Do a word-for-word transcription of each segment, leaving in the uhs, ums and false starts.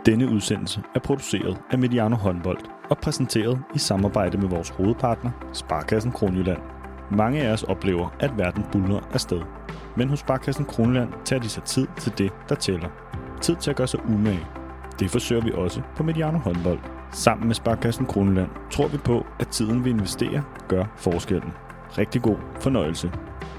Denne udsendelse er produceret af Mediano Håndbold og præsenteret i samarbejde med vores hovedpartner, Sparekassen Kronjylland. Mange af os oplever, at verden buldrer afsted. Men hos Sparekassen Kronjylland tager de sig tid til det, der tæller. Tid til at gøre sig umage. Det forsøger vi også på Mediano Håndbold. Sammen med Sparekassen Kronjylland tror vi på, at tiden vi investerer gør forskellen. Rigtig god fornøjelse.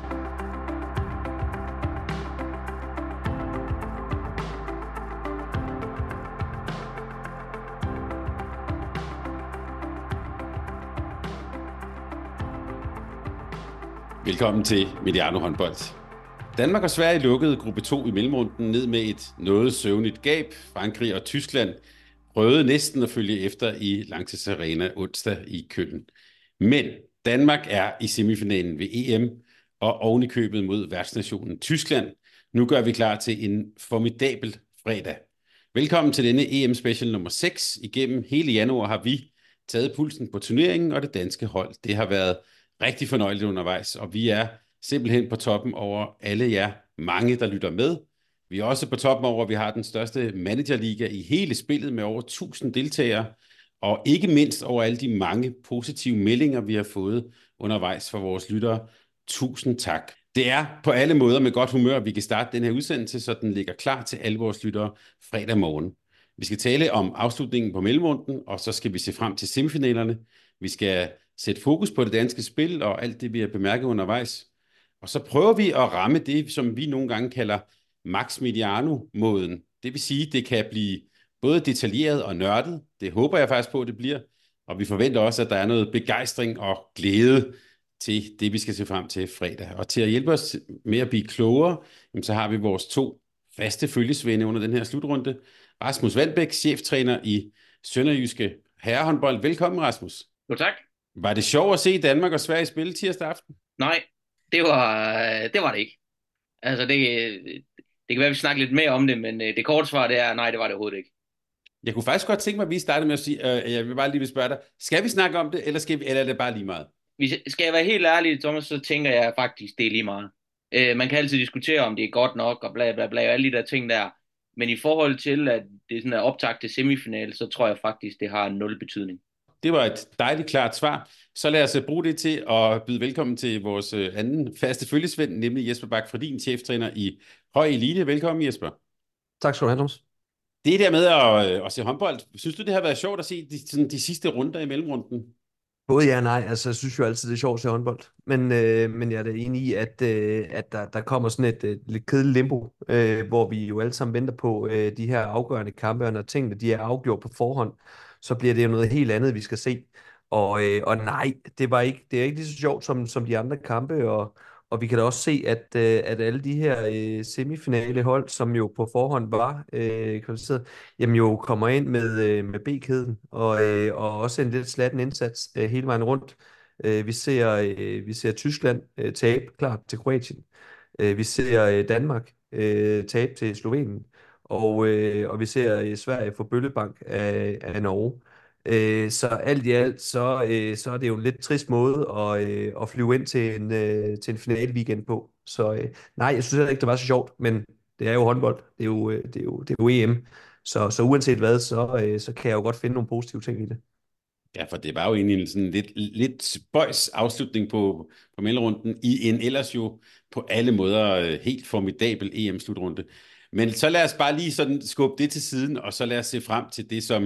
Velkommen til Mediano Håndbold. Danmark og Sverige lukkede gruppe to i mellemrunden ned med et noget søvnigt gab. Frankrig og Tyskland prøvede næsten at følge efter i Langtids Arena onsdag i Köln. Men Danmark er i semifinalen ved E M og oven i købet mod værtsnationen Tyskland. Nu gør vi klar til en formidabel fredag. Velkommen til denne E M-special nummer seks. Igennem hele januar har vi taget pulsen på turneringen og det danske hold. Det har været rigtig fornøjeligt undervejs, og vi er simpelthen på toppen over alle jer mange, der lytter med. Vi er også på toppen over, at vi har den største managerliga i hele spillet med over tusind deltagere, og ikke mindst over alle de mange positive meldinger, vi har fået undervejs fra vores lyttere. Tusind tak. Det er på alle måder med godt humør, at vi kan starte den her udsendelse, så den ligger klar til alle vores lyttere fredag morgen. Vi skal tale om afslutningen på mellemrunden, og så skal vi se frem til semifinalerne. Vi skal sætte fokus på det danske spil og alt det, vi har bemærket undervejs. Og så prøver vi at ramme det, som vi nogle gange kalder Max Mediano-måden. Det vil sige, det kan blive både detaljeret og nørdet. Det håber jeg faktisk på, at det bliver. Og vi forventer også, at der er noget begejstring og glæde til det, vi skal se frem til fredag. Og til at hjælpe os med at blive klogere, så har vi vores to faste følgesvende under den her slutrunde. Rasmus Waldbæk, cheftræner i Sønderjyske Herrehåndbold. Velkommen, Rasmus. Jo, tak. Var det sjovt at se Danmark og Sverige spille tirsdag aften? Nej, det var, det var det ikke. Altså, det, det kan være, at vi snakker lidt mere om det, men det korte svar, det er, nej, det var det overhovedet ikke. Jeg kunne faktisk godt tænke mig, at vi startede med at sige, øh, jeg vil bare lige vil spørge dig, skal vi snakke om det, eller, skal vi, eller er det bare lige meget? Hvis, skal jeg være helt ærlig, Thomas, så tænker jeg faktisk, det er lige meget. Øh, man kan altid diskutere, om det er godt nok, og bla bla bla, og alle de der ting der. Men i forhold til, at det sådan er optakt til semifinal, så tror jeg faktisk, det har nul betydning. Det var et dejligt klart svar. Så lad os bruge det til at byde velkommen til vores anden faste følgesvend, nemlig Jesper Bak Fredin, cheftræner i Høj Elite. Velkommen, Jesper. Tak skal du have, Thomas. Det der med at, at se håndbold, synes du, det har været sjovt at se de, sådan, de sidste runder i mellemrunden? Både ja og nej. Altså, jeg synes jo altid, det er sjovt at se håndbold. Men, øh, men jeg er da enig i, at, øh, at der, der kommer sådan et, et lidt kedeligt limbo, øh, hvor vi jo alle sammen venter på øh, de her afgørende kampe, og når tingene de er afgjort på forhånd, så bliver det jo noget helt andet, vi skal se. Og, øh, og nej, det var ikke, det er ikke lige så sjovt som, som de andre kampe, og, og vi kan da også se, at, øh, at alle de her øh, semifinale hold, som jo på forhånd var øh, kvalificeret, jamen jo kommer ind med, øh, med B-kæden, og, øh, og også en lidt slatten indsats øh, hele vejen rundt. Øh, vi ser, øh, vi ser Tyskland øh, tabe klart til Kroatien. Øh, vi ser øh, Danmark øh, tabe til Slovenien, og, øh, og vi ser øh, Sverige få bøllebank af, af Norge. Øh, så alt i alt, så, øh, så er det jo en lidt trist måde at, øh, at flyve ind til en, øh, til en finale weekend på. Så øh, nej, jeg synes heller ikke, det var så sjovt, men det er jo håndbold, det er jo, øh, det er jo, det er jo E M. Så, så uanset hvad, så, øh, så kan jeg jo godt finde nogle positive ting i det. Ja, for det var jo egentlig en sådan lidt, lidt spøjs afslutning på, på mellemrunden i en ellers jo på alle måder øh, helt formidabel E M-slutrunde. Men så lad os bare lige sådan skubbe det til siden, og så lad os se frem til det, som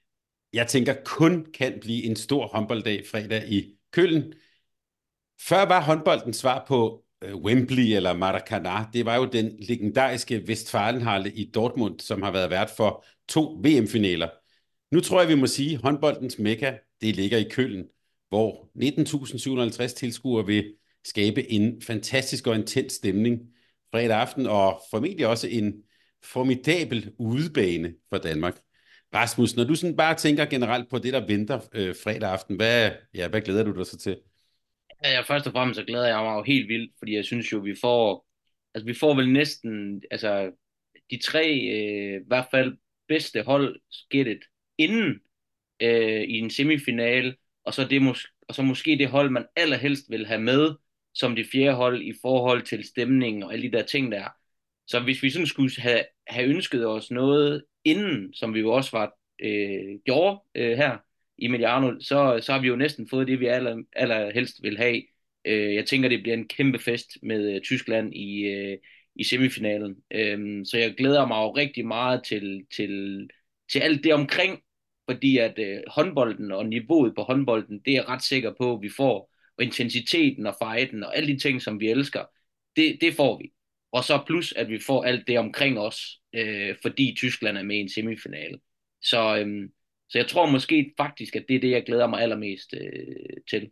jeg tænker kun kan blive en stor håndbolddag fredag i Köln. Før var håndboldens svar på øh, Wembley eller Maracanã, det var jo den legendariske Westfalenhalle i Dortmund, som har været vært for to V M-finaler. Nu tror jeg, vi må sige, at håndboldens mekka, det ligger i Köln, hvor nitten tusind syv hundrede og halvtreds tilskuere vil skabe en fantastisk og intens stemning fredag aften, og formentlig også en formidabel udebane for Danmark. Rasmus, når du sådan bare tænker generelt på det, der venter øh, fredag aften, hvad, ja, hvad glæder du dig så til? Ja, først og fremmest så glæder jeg mig jo helt vildt, fordi jeg synes jo, vi får, altså vi får vel næsten, altså de tre, øh, i hvert fald bedste hold skidtet inden øh, i en semifinale, og så, det mås- og så måske det hold, man allerhelst vil have med som det fjerde hold i forhold til stemningen og alle de der ting der. Så hvis vi sådan skulle have, have ønsket os noget inden, som vi jo også var øh, gjorde øh, her i Mediano, så, så har vi jo næsten fået det, vi aller, allerhelst vil have. Øh, jeg tænker, det bliver en kæmpe fest med øh, Tyskland i, øh, i semifinalen. Øh, så jeg glæder mig jo rigtig meget til, til, til alt det omkring, fordi at øh, håndbolden og niveauet på håndbolden, det er jeg ret sikker på, at vi får. Og intensiteten og fighten og alle de ting, som vi elsker, det, det får vi. Og så plus, at vi får alt det omkring os, øh, fordi Tyskland er med i en semifinale. Så, øhm, så jeg tror måske faktisk, at det er det, jeg glæder mig allermest øh, til.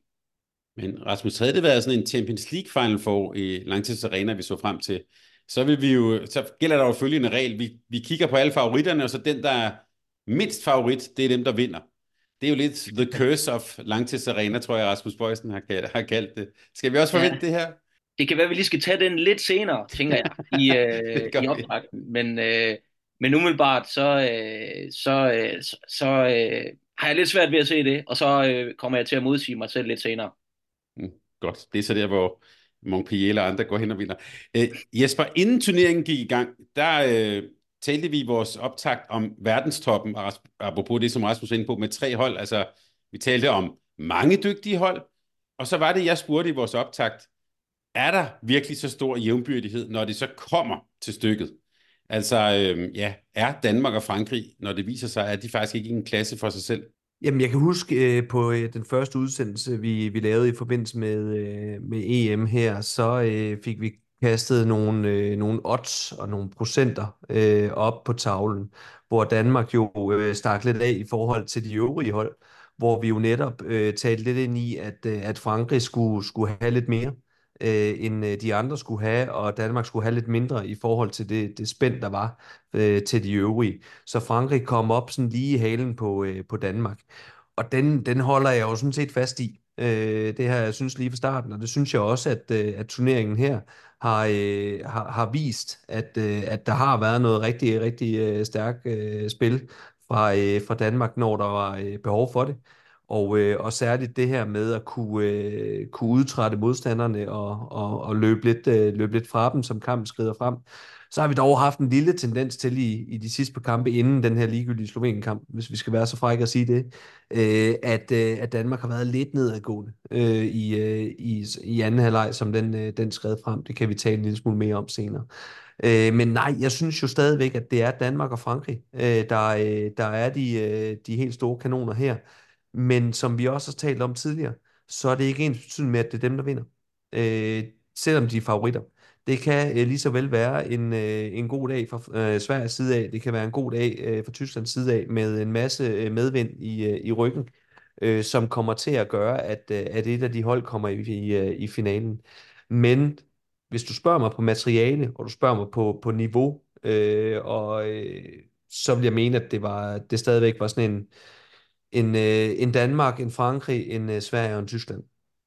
Men Rasmus, havde det været sådan en Champions League Final Four i Langtids Arena, vi så frem til, så vil vi jo, så gælder der jo følgende regel. Vi, vi kigger på alle favoritterne, og så den, der er mindst favorit, det er dem, der vinder. Det er jo lidt the curse of Langtids Arena, tror jeg, Rasmus Bøjsen har, har kaldt det. Skal vi også forvente ja. det her? Det kan være, at vi lige skal tage den lidt senere, tænker jeg, i, øh, i opdragten. Men, øh, men umiddelbart, så, øh, så, øh, så, så øh, har jeg lidt svært ved at se det, og så øh, kommer jeg til at modsige mig selv lidt senere. Mm, godt. Det er så der, hvor Montpellier og andre går hen og vinder. Øh, Jesper, inden turneringen gik i gang, der øh, talte vi i vores optakt om verdenstoppen, og apropos det, som Rasmus var inde på, med tre hold. Altså, vi talte om mange dygtige hold, og så var det, jeg spurgte i vores optakt, er der virkelig så stor jævnbyrdighed, når det så kommer til stykket? Altså, øh, ja, er Danmark og Frankrig, når det viser sig, at de faktisk ikke er en klasse for sig selv? Jamen, jeg kan huske øh, på øh, den første udsendelse, vi, vi lavede i forbindelse med, øh, med E M her, så øh, fik vi kastet nogle, øh, nogle odds og nogle procenter øh, op på tavlen, hvor Danmark jo øh, stak lidt af i forhold til de øvrige hold, hvor vi jo netop øh, talte lidt ind i, at, øh, at Frankrig skulle, skulle have lidt mere, øh, end øh, de andre skulle have, og Danmark skulle have lidt mindre i forhold til det, det spænd, der var øh, til de øvrige. Så Frankrig kom op sådan lige i halen på, øh, på Danmark. Og den, den holder jeg jo sådan set fast i. Øh, det har jeg synes lige fra starten, og det synes jeg også, at, øh, at turneringen her har, øh, har, har vist, at, øh, at der har været noget rigtig, rigtig øh, stærkt øh, spil fra, øh, fra Danmark, når der var øh, behov for det. Og, øh, og særligt det her med at kunne, øh, kunne udtrætte modstanderne og, og, og løbe, lidt, øh, løbe lidt fra dem, som kampen skrider frem. Så har vi dog haft en lille tendens til i, i de sidste par kampe inden den her ligegyldige Slovenien-kamp, hvis vi skal være så frække at sige det, øh, at, øh, at Danmark har været lidt nedadgående øh, i, øh, i, i anden halvleg, som den, øh, den skred frem. Det kan vi tale en lille smule mere om senere. Øh, men nej, jeg synes jo stadigvæk, at det er Danmark og Frankrig, øh, der, øh, der er de, øh, de helt store kanoner her. Men som vi også har talt om tidligere, så er det ikke ens betydende med, at det er dem, der vinder. Øh, selvom de er favoritter. Det kan øh, lige så vel være en, øh, en god dag fra øh, Sveriges side af. Det kan være en god dag øh, fra Tysklands side af med en masse øh, medvind i, øh, i ryggen, øh, som kommer til at gøre, at, øh, at et af de hold kommer i, i, øh, i finalen. Men hvis du spørger mig på materiale, og du spørger mig på, på niveau, øh, og, øh, så vil jeg mene, at det, var, det stadigvæk var sådan en, en, øh, en Danmark, en Frankrig, en øh, Sverige og en Tyskland.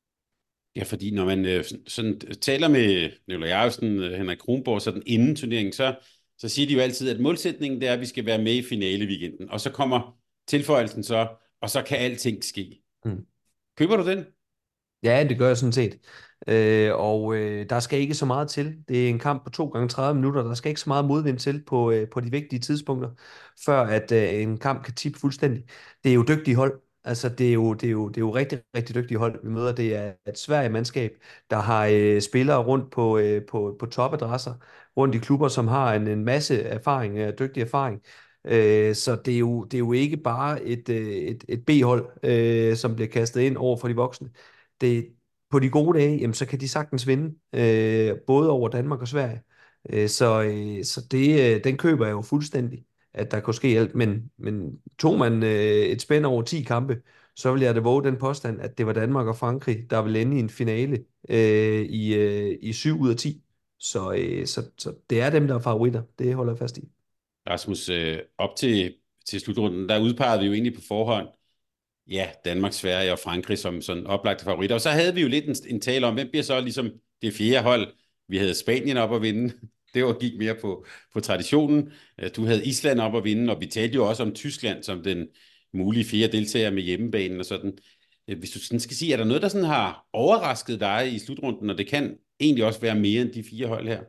Ja, fordi når man øh, sådan taler med Nikolaj Jarlsen, øh, Henrik Kronborg, sådan inden turneringen, så, så siger de jo altid, at målsætningen det er, at vi skal være med i finale weekenden. Og så kommer tilføjelsen så, og så kan alting ske. Mm. Køber du den? Ja, det gør jeg sådan set. Øh, og øh, der skal ikke så meget til. Det er en kamp på to gange tredive minutter. Der skal ikke så meget modvind til på, øh, på de vigtige tidspunkter, før at øh, en kamp kan tippe fuldstændig. Det er jo dygtige hold. Altså, det er jo, det er jo, det er jo rigtig, rigtig dygtige hold, vi møder. Det er et Sverige-mandskab, der har øh, spillere rundt på, øh, på, på topadresser, rundt i klubber, som har en, en masse erfaring, øh, dygtig erfaring. Øh, så det er, jo, det er jo ikke bare et, øh, et, et B-hold, øh, som bliver kastet ind over for de voksne. Det, på de gode dage, jamen, så kan de sagtens vinde, øh, både over Danmark og Sverige. Øh, så øh, så det, øh, den køber jeg jo fuldstændig, at der kunne ske alt. Men, men tog man øh, et spænd over ti kampe, så vil jeg da våge den påstand, at det var Danmark og Frankrig, der ville ende i en finale øh, i, øh, i syv ud af ti. Så, øh, så, så det er dem, der er favoritter. Det holder jeg fast i. Rasmus, øh, op til, til slutrunden, der udpegede vi jo egentlig på forhånd, ja, Danmark, Sverige og Frankrig som sådan oplagte favoritter. Og så havde vi jo lidt en, en tale om, hvem bliver så ligesom det fjerde hold. Vi havde Spanien op at vinde. Det var, gik mere på, på traditionen. Du havde Island op at vinde, og vi talte jo også om Tyskland som den mulige fjerde deltager med hjemmebanen og sådan. Hvis du sådan skal sige, er der noget, der sådan har overrasket dig i slutrunden, og det kan egentlig også være mere end de fire hold her?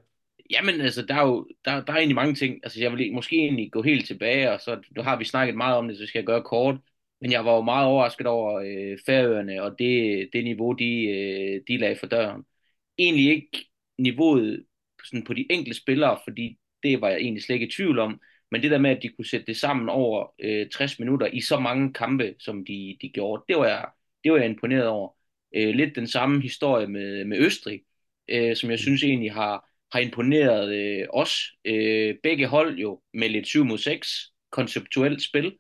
Jamen, altså, der er jo der, der er egentlig mange ting. Altså, jeg vil måske egentlig gå helt tilbage, og så nu har vi snakket meget om det, så skal jeg gøre kort. Men jeg var jo meget overrasket over øh, Færøerne, og det, det niveau, de, øh, de lagde for døren. Egentlig ikke niveauet sådan på de enkelte spillere, fordi det var jeg egentlig slet ikke i tvivl om. Men det der med, at de kunne sætte det sammen over øh, tres minutter i så mange kampe, som de, de gjorde, det var jeg, det var jeg imponeret over. Øh, lidt den samme historie med, med Østrig, øh, som jeg synes egentlig har har imponeret øh, os. Øh, begge hold jo med lidt syv mod seks konceptuelt spil,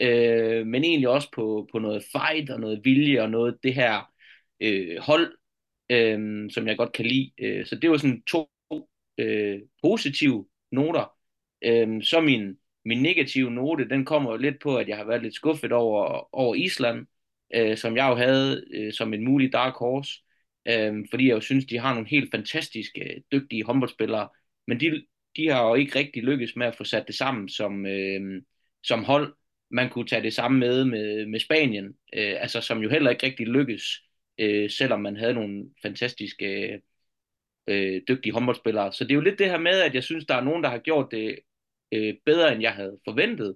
øh, men egentlig også på, på noget fight og noget vilje og noget det her øh, hold, øh, som jeg godt kan lide. Øh, så det var sådan to øh, positive noter. Øh, så min, min negative note, den kommer jo lidt på, at jeg har været lidt skuffet over, over Island, øh, som jeg jo havde øh, som en mulig dark horse. Øhm, fordi jeg jo synes, de har nogle helt fantastiske, dygtige håndboldspillere, men de, de har jo ikke rigtig lykkes med at få sat det sammen som, øh, som hold. Man kunne tage det samme med med, med Spanien, øh, altså som jo heller ikke rigtig lykkes, øh, selvom man havde nogle fantastiske, øh, dygtige håndboldspillere. Så det er jo lidt det her med, at jeg synes, der er nogen, der har gjort det øh, bedre, end jeg havde forventet.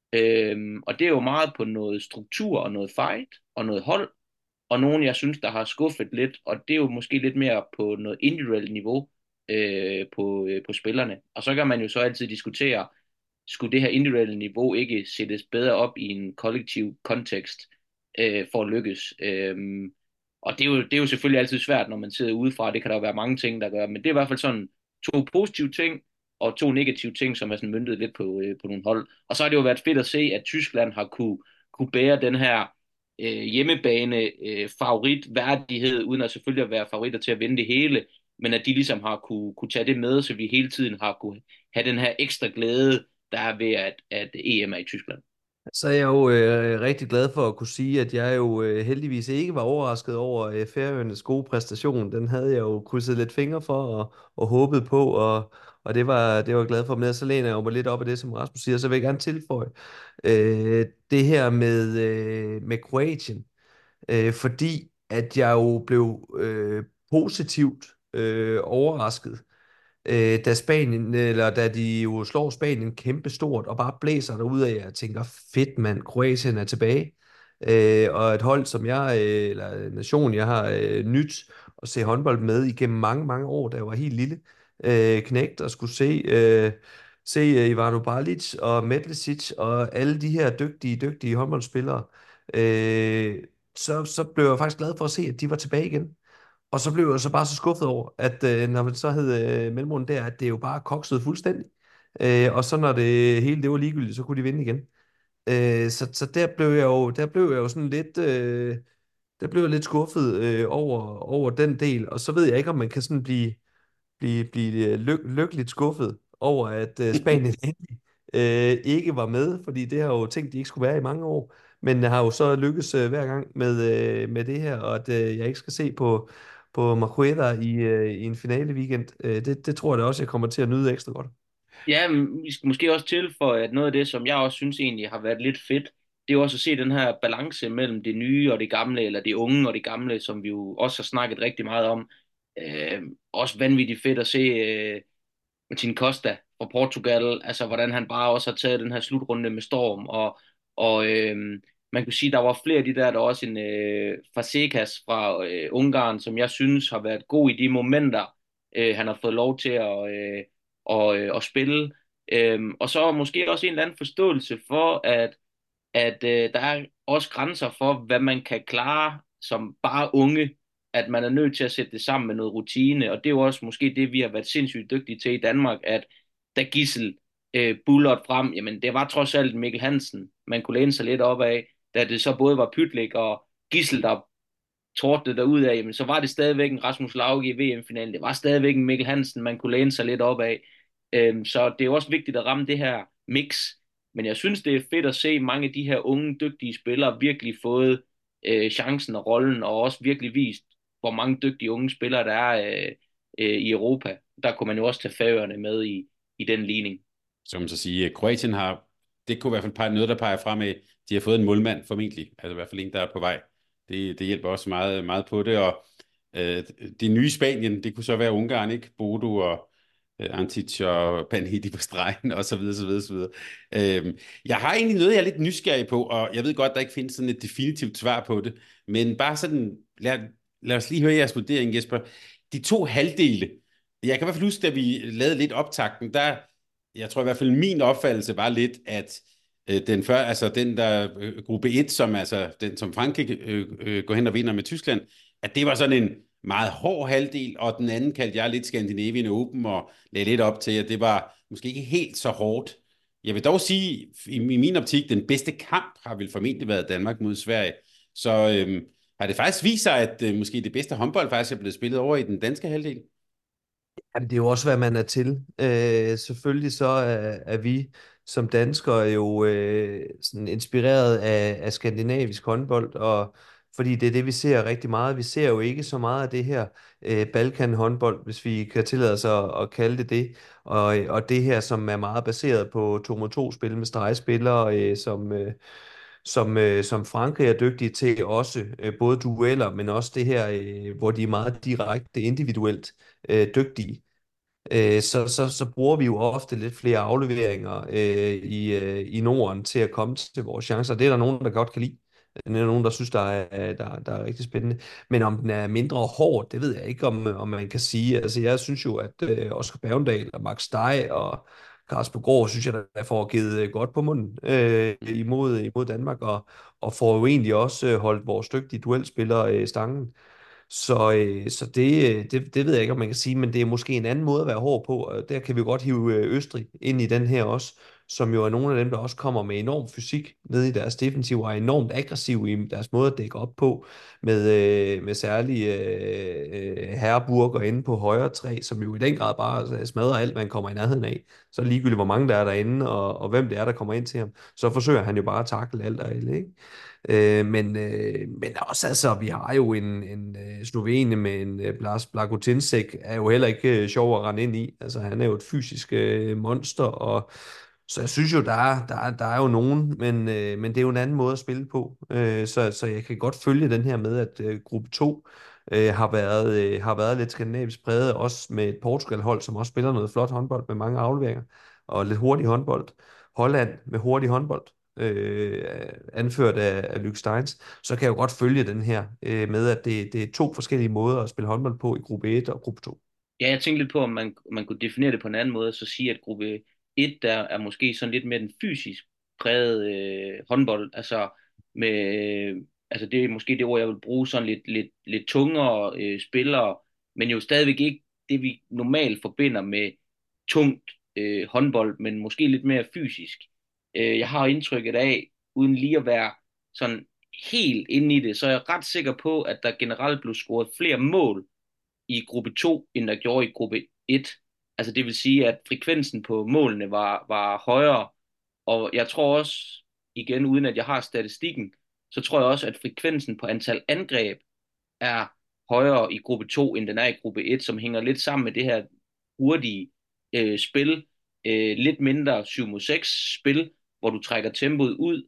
Øhm, og det er jo meget på noget struktur og noget fight og noget hold, og nogen, jeg synes, der har skuffet lidt, og det er jo måske lidt mere på noget individuelt niveau øh, på, øh, på spillerne. Og så kan man jo så altid diskutere, skulle det her individuelle niveau ikke sættes bedre op i en kollektiv kontekst øh, for at lykkes. Øhm, og det er, jo, det er jo selvfølgelig altid svært, når man sidder udefra. Det kan der jo være mange ting, der gør. Men det er i hvert fald sådan to positive ting, og to negative ting, som er sådan møntet lidt på, øh, på nogle hold. Og så har det jo været fedt at se, at Tyskland har kunne, kunne bære den her øh, hjemmebane øh, favoritværdighed, uden at selvfølgelig at være favoritter til at vinde det hele, men at de ligesom har kunne, kunne tage det med, så vi hele tiden har kunne have den her ekstra glæde, der er ved, at, at E M er i Tyskland. Så er jeg jo øh, rigtig glad for at kunne sige, at jeg jo øh, heldigvis ikke var overrasket over øh, Færøernes gode præstation. Den havde jeg jo krydset lidt fingre for og, og håbet på, og, og det var det var jeg glad for. Men så læner jeg jo mig lidt op af det, som Rasmus siger, så vil jeg gerne tilføje øh, det her med, øh, med Kroatien, øh, fordi at jeg jo blev øh, positivt øh, overrasket, øh, da Spanien, eller da de jo slår Spanien kæmpe stort og bare blæser derud af, jeg tænker, fedt mand, Kroatien er tilbage. Øh, og et hold, som jeg, øh, eller en nation, jeg har øh, nyt at se håndbold med igennem mange, mange år, da jeg var helt lille øh, knægt og skulle se, øh, se øh, Ivano Balic og Medlesic og alle de her dygtige, dygtige håndboldspillere. Øh, så, så blev jeg faktisk glad for at se, at de var tilbage igen. Og så blev jeg så bare så skuffet over, at øh, når man så hed øh, mellemrunden der, at det jo bare koksede fuldstændig. Øh, og så når det hele det var ligegyldigt, så kunne de vinde igen. Øh, så, så der blev jeg jo, der blev jeg jo sådan lidt, øh, der blev jeg lidt skuffet øh, over, over den del. Og så ved jeg ikke, om man kan sådan blive, blive, blive øh, lyk, lykkeligt skuffet over, at øh, Spanien endelig øh, ikke var med, fordi det har jo tænkt, de ikke skulle være i mange år. Men jeg har jo så lykkes øh, hver gang med, øh, med det her, og at øh, jeg ikke skal se på, på Marqueta i, øh, i en finale weekend. Øh, det, det tror jeg da også, jeg kommer til at nyde ekstra godt. Ja, men vi skal måske også tilføje, at noget af det, som jeg også synes egentlig har været lidt fedt, det er jo også at se den her balance mellem det nye og det gamle, eller det unge og det gamle, som vi jo også har snakket rigtig meget om. Øh, også vanvittigt fedt at se øh, Martin Costa fra Portugal, altså hvordan han bare også har taget den her slutrunde med storm, og, og øh, man kan sige, der var flere af de der, der var også en øh, Fazekas fra øh, Ungarn, som jeg synes har været god i de momenter, øh, han har fået lov til at, øh, og, øh, at spille. Øhm, og så måske også en eller anden forståelse for, at, at øh, der er også grænser for, hvad man kan klare som bare unge, at man er nødt til at sætte det sammen med noget rutine, og det er jo også måske det, vi har været sindssygt dygtige til i Danmark, at da Gissel øh, bulleret frem, jamen det var trods alt Mikkel Hansen, man kunne læne sig lidt op af, da det så både var Pytlik og Gissel, der tordnede derud af, jamen så var det stadigvæk en Rasmus Lauge i V M-finalen, det var stadigvæk en Mikkel Hansen, man kunne læne sig lidt op af, øhm, så det er jo også vigtigt at ramme det her mix, men jeg synes, det er fedt at se mange af de her unge, dygtige spillere virkelig fået øh, chancen og rollen, og også virkelig vist, hvor mange dygtige unge spillere der er øh, øh, i Europa. Der kunne man jo også tage Færøerne med i, i den ligning. Så kan man så sige, at Kroatien har, det kunne i hvert fald pege noget, der peger frem med, de har fået en målmand formentlig, altså i hvert fald en, der er på vej. Det, det hjælper også meget, meget på det, og øh, det nye Spanien, det kunne så være Ungarn, ikke? Bodo og øh, Antic og Panidi på stregen, og så videre, så videre, så videre. Øhm, jeg har egentlig noget, jeg er lidt nysgerrig på, og jeg ved godt, der ikke findes sådan et definitivt svar på det, men bare sådan, lad, lad os lige høre jeres vurdering, Jesper. De to halvdele, jeg kan i hvert fald huske, da vi lavede lidt optakten, der, jeg tror i hvert fald min opfattelse var lidt, at øh, den før, altså den der øh, gruppe et, som altså den som Frankrig øh, øh, går hen og vinder med Tyskland, at det var sådan en meget hård halvdel, og den anden kaldte jeg lidt Scandinavian Open, og lagde lidt op til, at det var måske ikke helt så hårdt. Jeg vil dog sige, i, i min optik, den bedste kamp har vel formentlig været Danmark mod Sverige. Så øhm, har det faktisk vist sig, at øh, måske det bedste håndbold faktisk er blevet spillet over i den danske halvdel? Jamen, det er jo også, hvad man er til. Øh, selvfølgelig så er, er vi som danskere jo øh, sådan inspireret af, af skandinavisk håndbold, og fordi det er det, vi ser rigtig meget. Vi ser jo ikke så meget af det her øh, Balkan-håndbold, hvis vi kan tillade os at, at kalde det det, og, og det her, som er meget baseret på to mod to spil med stregspillere, øh, som, øh, som, øh, som Frankrig er dygtige til også, øh, både dueller, men også det her, øh, hvor de er meget direkte individuelt øh, dygtige. Øh, så, så, så bruger vi jo ofte lidt flere afleveringer øh, i, øh, i Norden til at komme til vores chancer. Det er der nogen, der godt kan lide. Det er nogen, der synes, der er, der, der er rigtig spændende. Men om den er mindre hård, det ved jeg ikke, om, om man kan sige. Altså, jeg synes jo, at øh, Oscar Bergendal og Max Steg og Kasper Gård, synes jeg, der får givet øh, godt på munden øh, imod, imod Danmark, og, og får jo egentlig også øh, holdt vores dygtige duelspillere øh, stangen. Så, øh, så det, øh, det, det ved jeg ikke, om man kan sige, men det er måske en anden måde at være hård på. Og der kan vi jo godt hive øh, Østrig ind i den her også, som jo er nogle af dem, der også kommer med enorm fysik ned i deres defensiv, og er enormt aggressiv i deres måde at dække op på, med, øh, med særlige øh, øh, herreburger inde på højre træ, som jo i den grad bare smadrer alt, man kommer i nærheden af. Så ligegyldigt, hvor mange der er derinde, og, og hvem det er, der kommer ind til ham, så forsøger han jo bare at takle alt og alle, ikke? Øh, men, øh, men også altså, vi har jo en, en øh, Slovene med en øh, Blas Blagojinšek, er jo heller ikke øh, sjov at rende ind i. Altså, han er jo et fysisk øh, monster, og så jeg synes jo, der er, der er, der er jo nogen, men, øh, men det er jo en anden måde at spille på. Øh, så, så jeg kan godt følge den her med, at øh, gruppe to øh, har været, øh, har været lidt skandinavisk præget, også med et Portugal-hold, som også spiller noget flot håndbold med mange afleveringer, og lidt hurtig håndbold. Holland med hurtig håndbold, øh, anført af, af Luc Steins, så kan jeg jo godt følge den her øh, med, at det, det er to forskellige måder at spille håndbold på i gruppe et og gruppe to. Ja, jeg tænkte lidt på, om man, man kunne definere det på en anden måde, så sige, at gruppe et der er måske sådan lidt mere den fysisk prægede øh, håndbold, altså med, øh, altså det er måske det ord, jeg vil bruge, sådan lidt, lidt, lidt tungere øh, spillere, men jo stadigvæk ikke det, vi normalt forbinder med tungt øh, håndbold, men måske lidt mere fysisk. Øh, jeg har indtrykket af, uden lige at være sådan helt inde i det, så er jeg ret sikker på, at der generelt blev scoret flere mål i gruppe to, end der gjorde i gruppe et. Altså det vil sige, at frekvensen på målene var, var højere, og jeg tror også, igen uden at jeg har statistikken, så tror jeg også, at frekvensen på antal angreb er højere i gruppe to, end den er i gruppe et, som hænger lidt sammen med det her hurtige øh, spil, øh, lidt mindre syv mod seks spil, hvor du trækker tempoet ud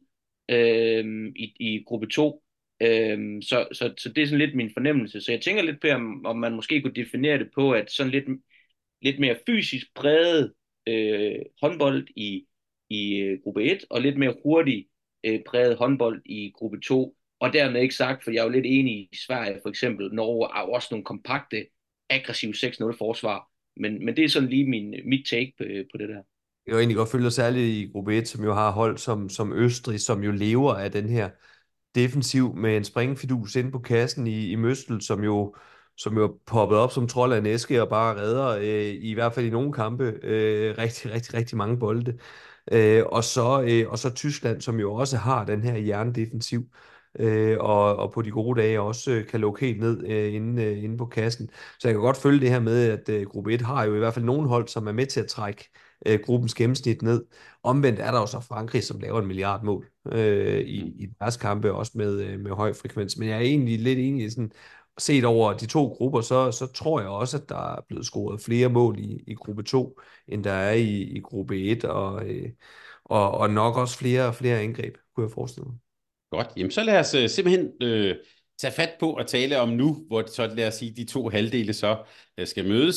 øh, i, i gruppe to. Øh, så, så, så det er sådan lidt min fornemmelse. Så jeg tænker lidt på, om, om man måske kunne definere det på, at sådan lidt, lidt mere fysisk præget øh, håndbold i, i øh, gruppe et, og lidt mere hurtig øh, præget håndbold i gruppe to. Og dermed ikke sagt, for jeg er jo lidt enig i Sverige, for eksempel. Norge er jo også nogle kompakte, aggressive seks nul forsvar. Men, men det er sådan lige min, mit take på, på det der. Jeg kan jo egentlig godt følge særligt i gruppe et, som jo har hold som, som Østrig, som jo lever af den her defensiv med en springfidus inde på kassen i, i Møstel, som jo, som jo er poppet op som trold af en æske og bare redder, øh, i hvert fald i nogle kampe, øh, rigtig, rigtig, rigtig mange bolde. Øh, og, så, øh, og så Tyskland, som jo også har den her jerndefensiv, øh, og, og på de gode dage også øh, kan lukke helt ned øh, inde, øh, inde på kassen. Så jeg kan godt følge det her med, at øh, gruppe et har jo i hvert fald nogle hold, som er med til at trække øh, gruppens gennemsnit ned. Omvendt er der jo så Frankrig, som laver en milliard mål øh, i, i deres kampe, også med, øh, med høj frekvens. Men jeg er egentlig lidt enig i sådan, set over de to grupper, så, så tror jeg også, at der er blevet scoret flere mål i, i gruppe to, end der er i, i gruppe et, og, øh, og, og nok også flere flere angreb, kunne jeg forestille mig. Godt, jamen så lad os uh, simpelthen uh, tage fat på at tale om nu, hvor så lad os sige, de to halvdele så uh, skal mødes.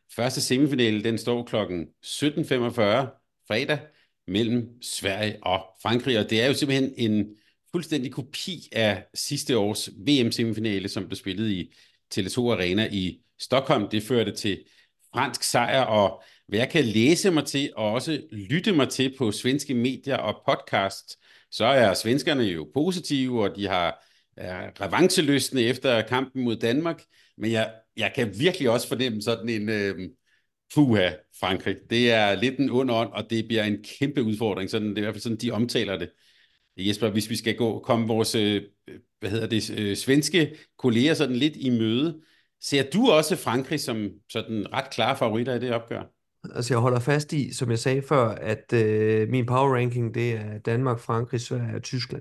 Første semifinale, den står klokken sytten femogfyrre fredag mellem Sverige og Frankrig, og det er jo simpelthen en fuldstændig kopi af sidste års V M-semifinale, som blev spillet i Tele to Arena i Stockholm. Det førte til fransk sejr, og hvad jeg kan læse mig til og også lytte mig til på svenske medier og podcast, så er svenskerne jo positive, og de har er revanchelystne efter kampen mod Danmark, men jeg, jeg kan virkelig også fornemme sådan en øh, puha, Frankrig. Det er lidt en ond ånd, og det bliver en kæmpe udfordring. Sådan, det er i hvert fald sådan, de omtaler det. Jesper, hvis vi skal gå komme vores øh, hvad hedder det, øh, svenske kolleger sådan lidt i møde, ser du også Frankrig som sådan ret klare favoritter i det opgør? Altså jeg holder fast i, som jeg sagde før, at øh, min power ranking, det er Danmark, Frankrig, Sverige og Tyskland.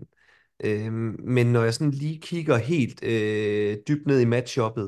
Øhm, men når jeg sådan lige kigger helt øh, dybt ned i matchuppet,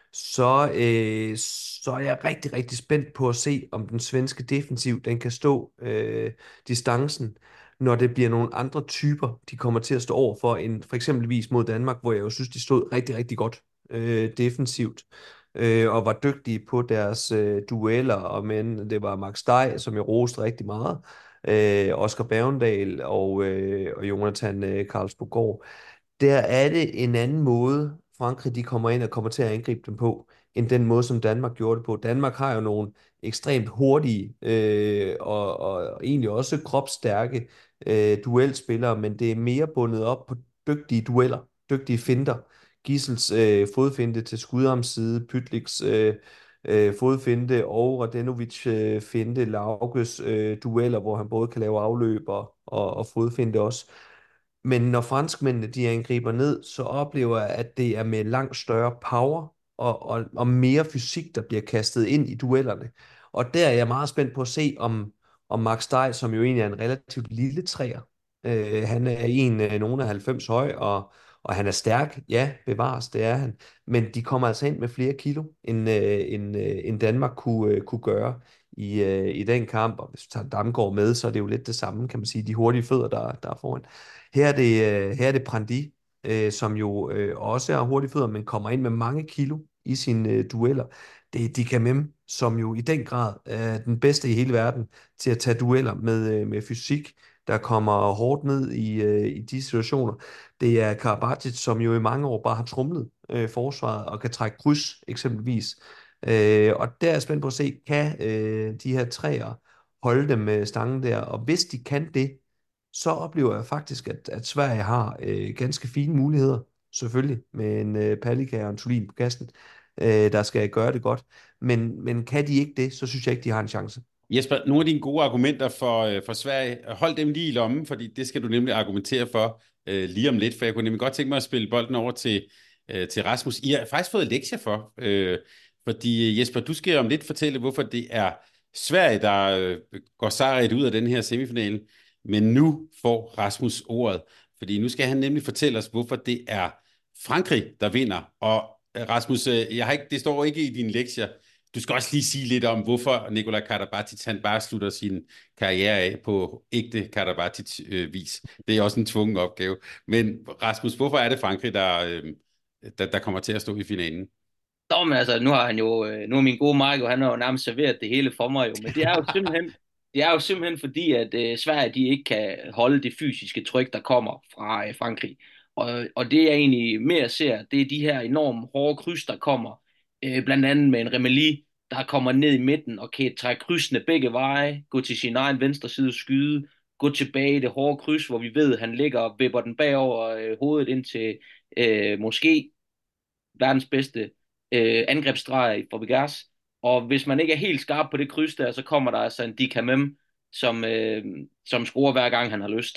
så, øh, så er jeg rigtig, rigtig spændt på at se, om den svenske defensiv, den kan stå øh, distancen, når det bliver nogle andre typer, de kommer til at stå over for, end for eksempelvis mod Danmark, hvor jeg jo synes, de stod rigtig, rigtig godt øh, defensivt øh, og var dygtige på deres øh, dueller, og men det var Max Dej, som jeg roste rigtig meget, øh, Oscar Bergendal og, øh, og Jonathan øh, Karlsbogård. Der er det en anden måde, Frankrig de kommer ind og kommer til at angribe dem på, end den måde, som Danmark gjorde det på. Danmark har jo nogle ekstremt hurtige øh, og, og, og egentlig også kropsstærke øh, duelspillere, men det er mere bundet op på dygtige dueller, dygtige finter. Gissels øh, fodfinte til Skudarms side, Pytliks øh, øh, fodfinte og Radenovic øh, finte, Lauges øh, dueller, hvor han både kan lave afløb og, og, og fodfinte også. Men når franskmændene de angriber ned, så oplever jeg, at det er med langt større power og, og, og mere fysik, der bliver kastet ind i duellerne. Og der er jeg meget spændt på at se, om, om Max Dej, som jo egentlig er en relativt lille træer, øh, han er en øh, nogen af halvfems høj, og, og han er stærk, ja, bevares, det er han. Men de kommer altså ind med flere kilo, end, øh, end, øh, end Danmark kunne, øh, kunne gøre i, øh, i den kamp. Og hvis vi tager Damgaard med, så er det jo lidt det samme, kan man sige, de hurtige fødder, der, der er foran. Her er det, øh, her er det Prandi, øh, som jo øh, også er hurtige fødder, men kommer ind med mange kilo i sine øh, dueller. Det er Dikamem, som jo i den grad er den bedste i hele verden til at tage dueller med, øh, med fysik, der kommer hårdt ned i, øh, i de situationer. Det er Karabatic, som jo i mange år bare har trumlet øh, forsvaret og kan trække kryds eksempelvis. Øh, og der er jeg spændt på at se, kan øh, de her træer holde dem med stangen der, og hvis de kan det, så oplever jeg faktisk, at, at Sverige har øh, ganske fine muligheder, selvfølgelig, med en øh, Palicka og en Thulin på kassen, øh, der skal gøre det godt. Men, men kan de ikke det, så synes jeg ikke, de har en chance. Jesper, nogle af dine gode argumenter for, øh, for Sverige, hold dem lige i lommen, fordi det skal du nemlig argumentere for øh, lige om lidt, for jeg kunne nemlig godt tænke mig at spille bolden over til, øh, til Rasmus. I har faktisk fået lektier for, øh, fordi Jesper, du skal om lidt fortælle, hvorfor det er Sverige, der øh, går sejret ud af den her semifinale, men nu får Rasmus ordet, fordi nu skal han nemlig fortælle os, hvorfor det er Frankrig, der vinder. Og øh, Rasmus, øh, jeg har ikke, det står ikke i dine lektier. Du skal også lige sige lidt om, hvorfor Nikola Karabatic han bare slutter sin karriere af på ægte Karabatic-vis. Det er også en tvungen opgave. Men Rasmus, hvorfor er det Frankrig, der, øh, der, der kommer til at stå i finalen? Nå, men altså, nu har han jo, øh, nu er min gode Marco, han har jo nærmest serveret det hele for mig jo, men det er jo simpelthen, det er jo simpelthen fordi, at øh, Sverige, de ikke kan holde det fysiske tryk, der kommer fra øh, Frankrig. Og, og det jeg egentlig mere ser, det er de her enormt hårde kryds, der kommer, øh, blandt andet med en Remeli, der kommer ned i midten og kan trække krydsene begge veje, gå til sin egen venstre side og skyde, gå tilbage i det hårde kryds, hvor vi ved, at han ligger og vipper den bagover øh, hovedet ind til øh, måske verdens bedste øh, angrebsstreg i Fabregas. Og hvis man ikke er helt skarp på det kryds der, så kommer der altså en Dikamem, som, øh, som scorer hver gang han har lyst.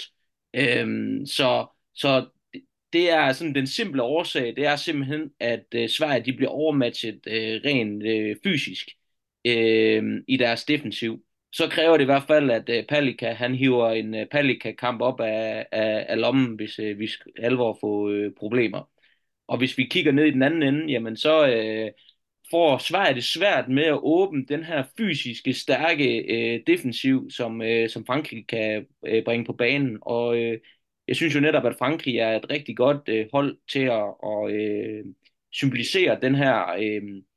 Øh, så, så det er sådan den simple årsag, det er simpelthen, at øh, Sverige de bliver overmatchet øh, rent øh, fysisk øh, i deres defensiv. Så kræver det i hvert fald, at øh, Palicka, han hiver en øh, Palicka-kamp op af, af, af lommen, hvis øh, vi alvor får øh, problemer. Og hvis vi kigger ned i den anden ende, jamen så øh, får Sverige det svært med at åbne den her fysiske, stærke øh, defensiv, som, øh, som Frankrig kan øh, bringe på banen. Og øh, jeg synes jo netop, at Frankrig er et rigtig godt øh, hold til at og, øh, symbolisere den her øh,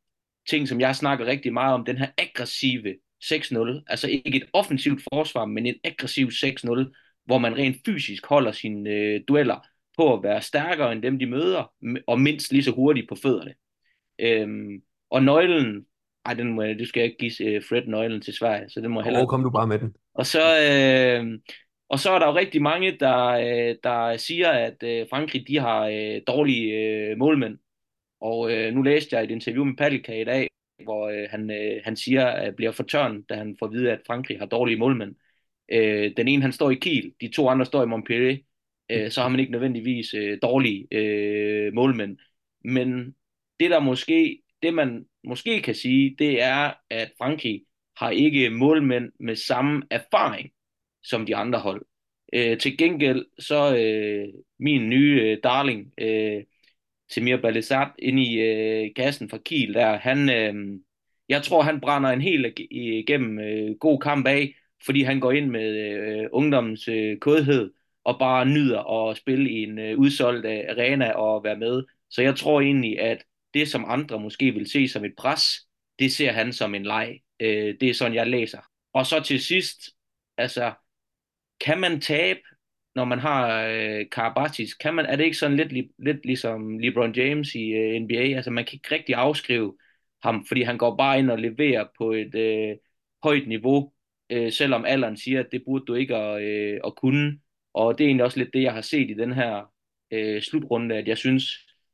ting, som jeg snakker rigtig meget om, den her aggressive seks nul. Altså ikke et offensivt forsvar, men et aggressivt seks nul, hvor man rent fysisk holder sine øh, dueller på at være stærkere end dem, de møder, og mindst lige så hurtigt på fødderne. Øhm, og nøglen, ej, den må jeg, du skal ikke give øh, Fred nøglen til Sverige, så den må jeg Og hellere. kom du bare med den. Og så, øh, og så er der jo rigtig mange, der, øh, der siger, at øh, Frankrig de har øh, dårlige øh, målmænd. Og øh, nu læste jeg et interview med Padelka i dag, hvor øh, han, øh, han siger, at bliver fortørnet, da han får at vide, at Frankrig har dårlige målmænd. Øh, den ene, han står i Kiel, de to andre står i Montpellier. Øh, så har man ikke nødvendigvis øh, dårlige øh, målmænd. Men det der måske, det man måske kan sige, det er, at Frankrig har ikke målmænd med samme erfaring som de andre hold. Øh, til gengæld så øh, min nye øh, darling, øh, Semir Balisat, inde i øh, kassen fra Kiel, der han, øh, jeg tror han brænder en helt igennem øh, god kamp af, fordi han går ind med øh, ungdommens øh, kodhed og bare nyder at spille i en øh, udsolgt øh, arena og være med. Så jeg tror egentlig, at det, som andre måske vil se som et pres, det ser han som en leg. Øh, det er sådan, jeg læser. Og så til sidst, altså, kan man tabe, når man har øh, Karabatic? Kan man, er det ikke sådan lidt, li, lidt ligesom LeBron James i øh, N B A? Altså, man kan ikke rigtig afskrive ham, fordi han går bare ind og leverer på et øh, højt niveau, øh, selvom alderen siger, at det burde du ikke at, øh, at kunne. Og det er egentlig også lidt det, jeg har set i den her øh, slutrunde, at jeg synes,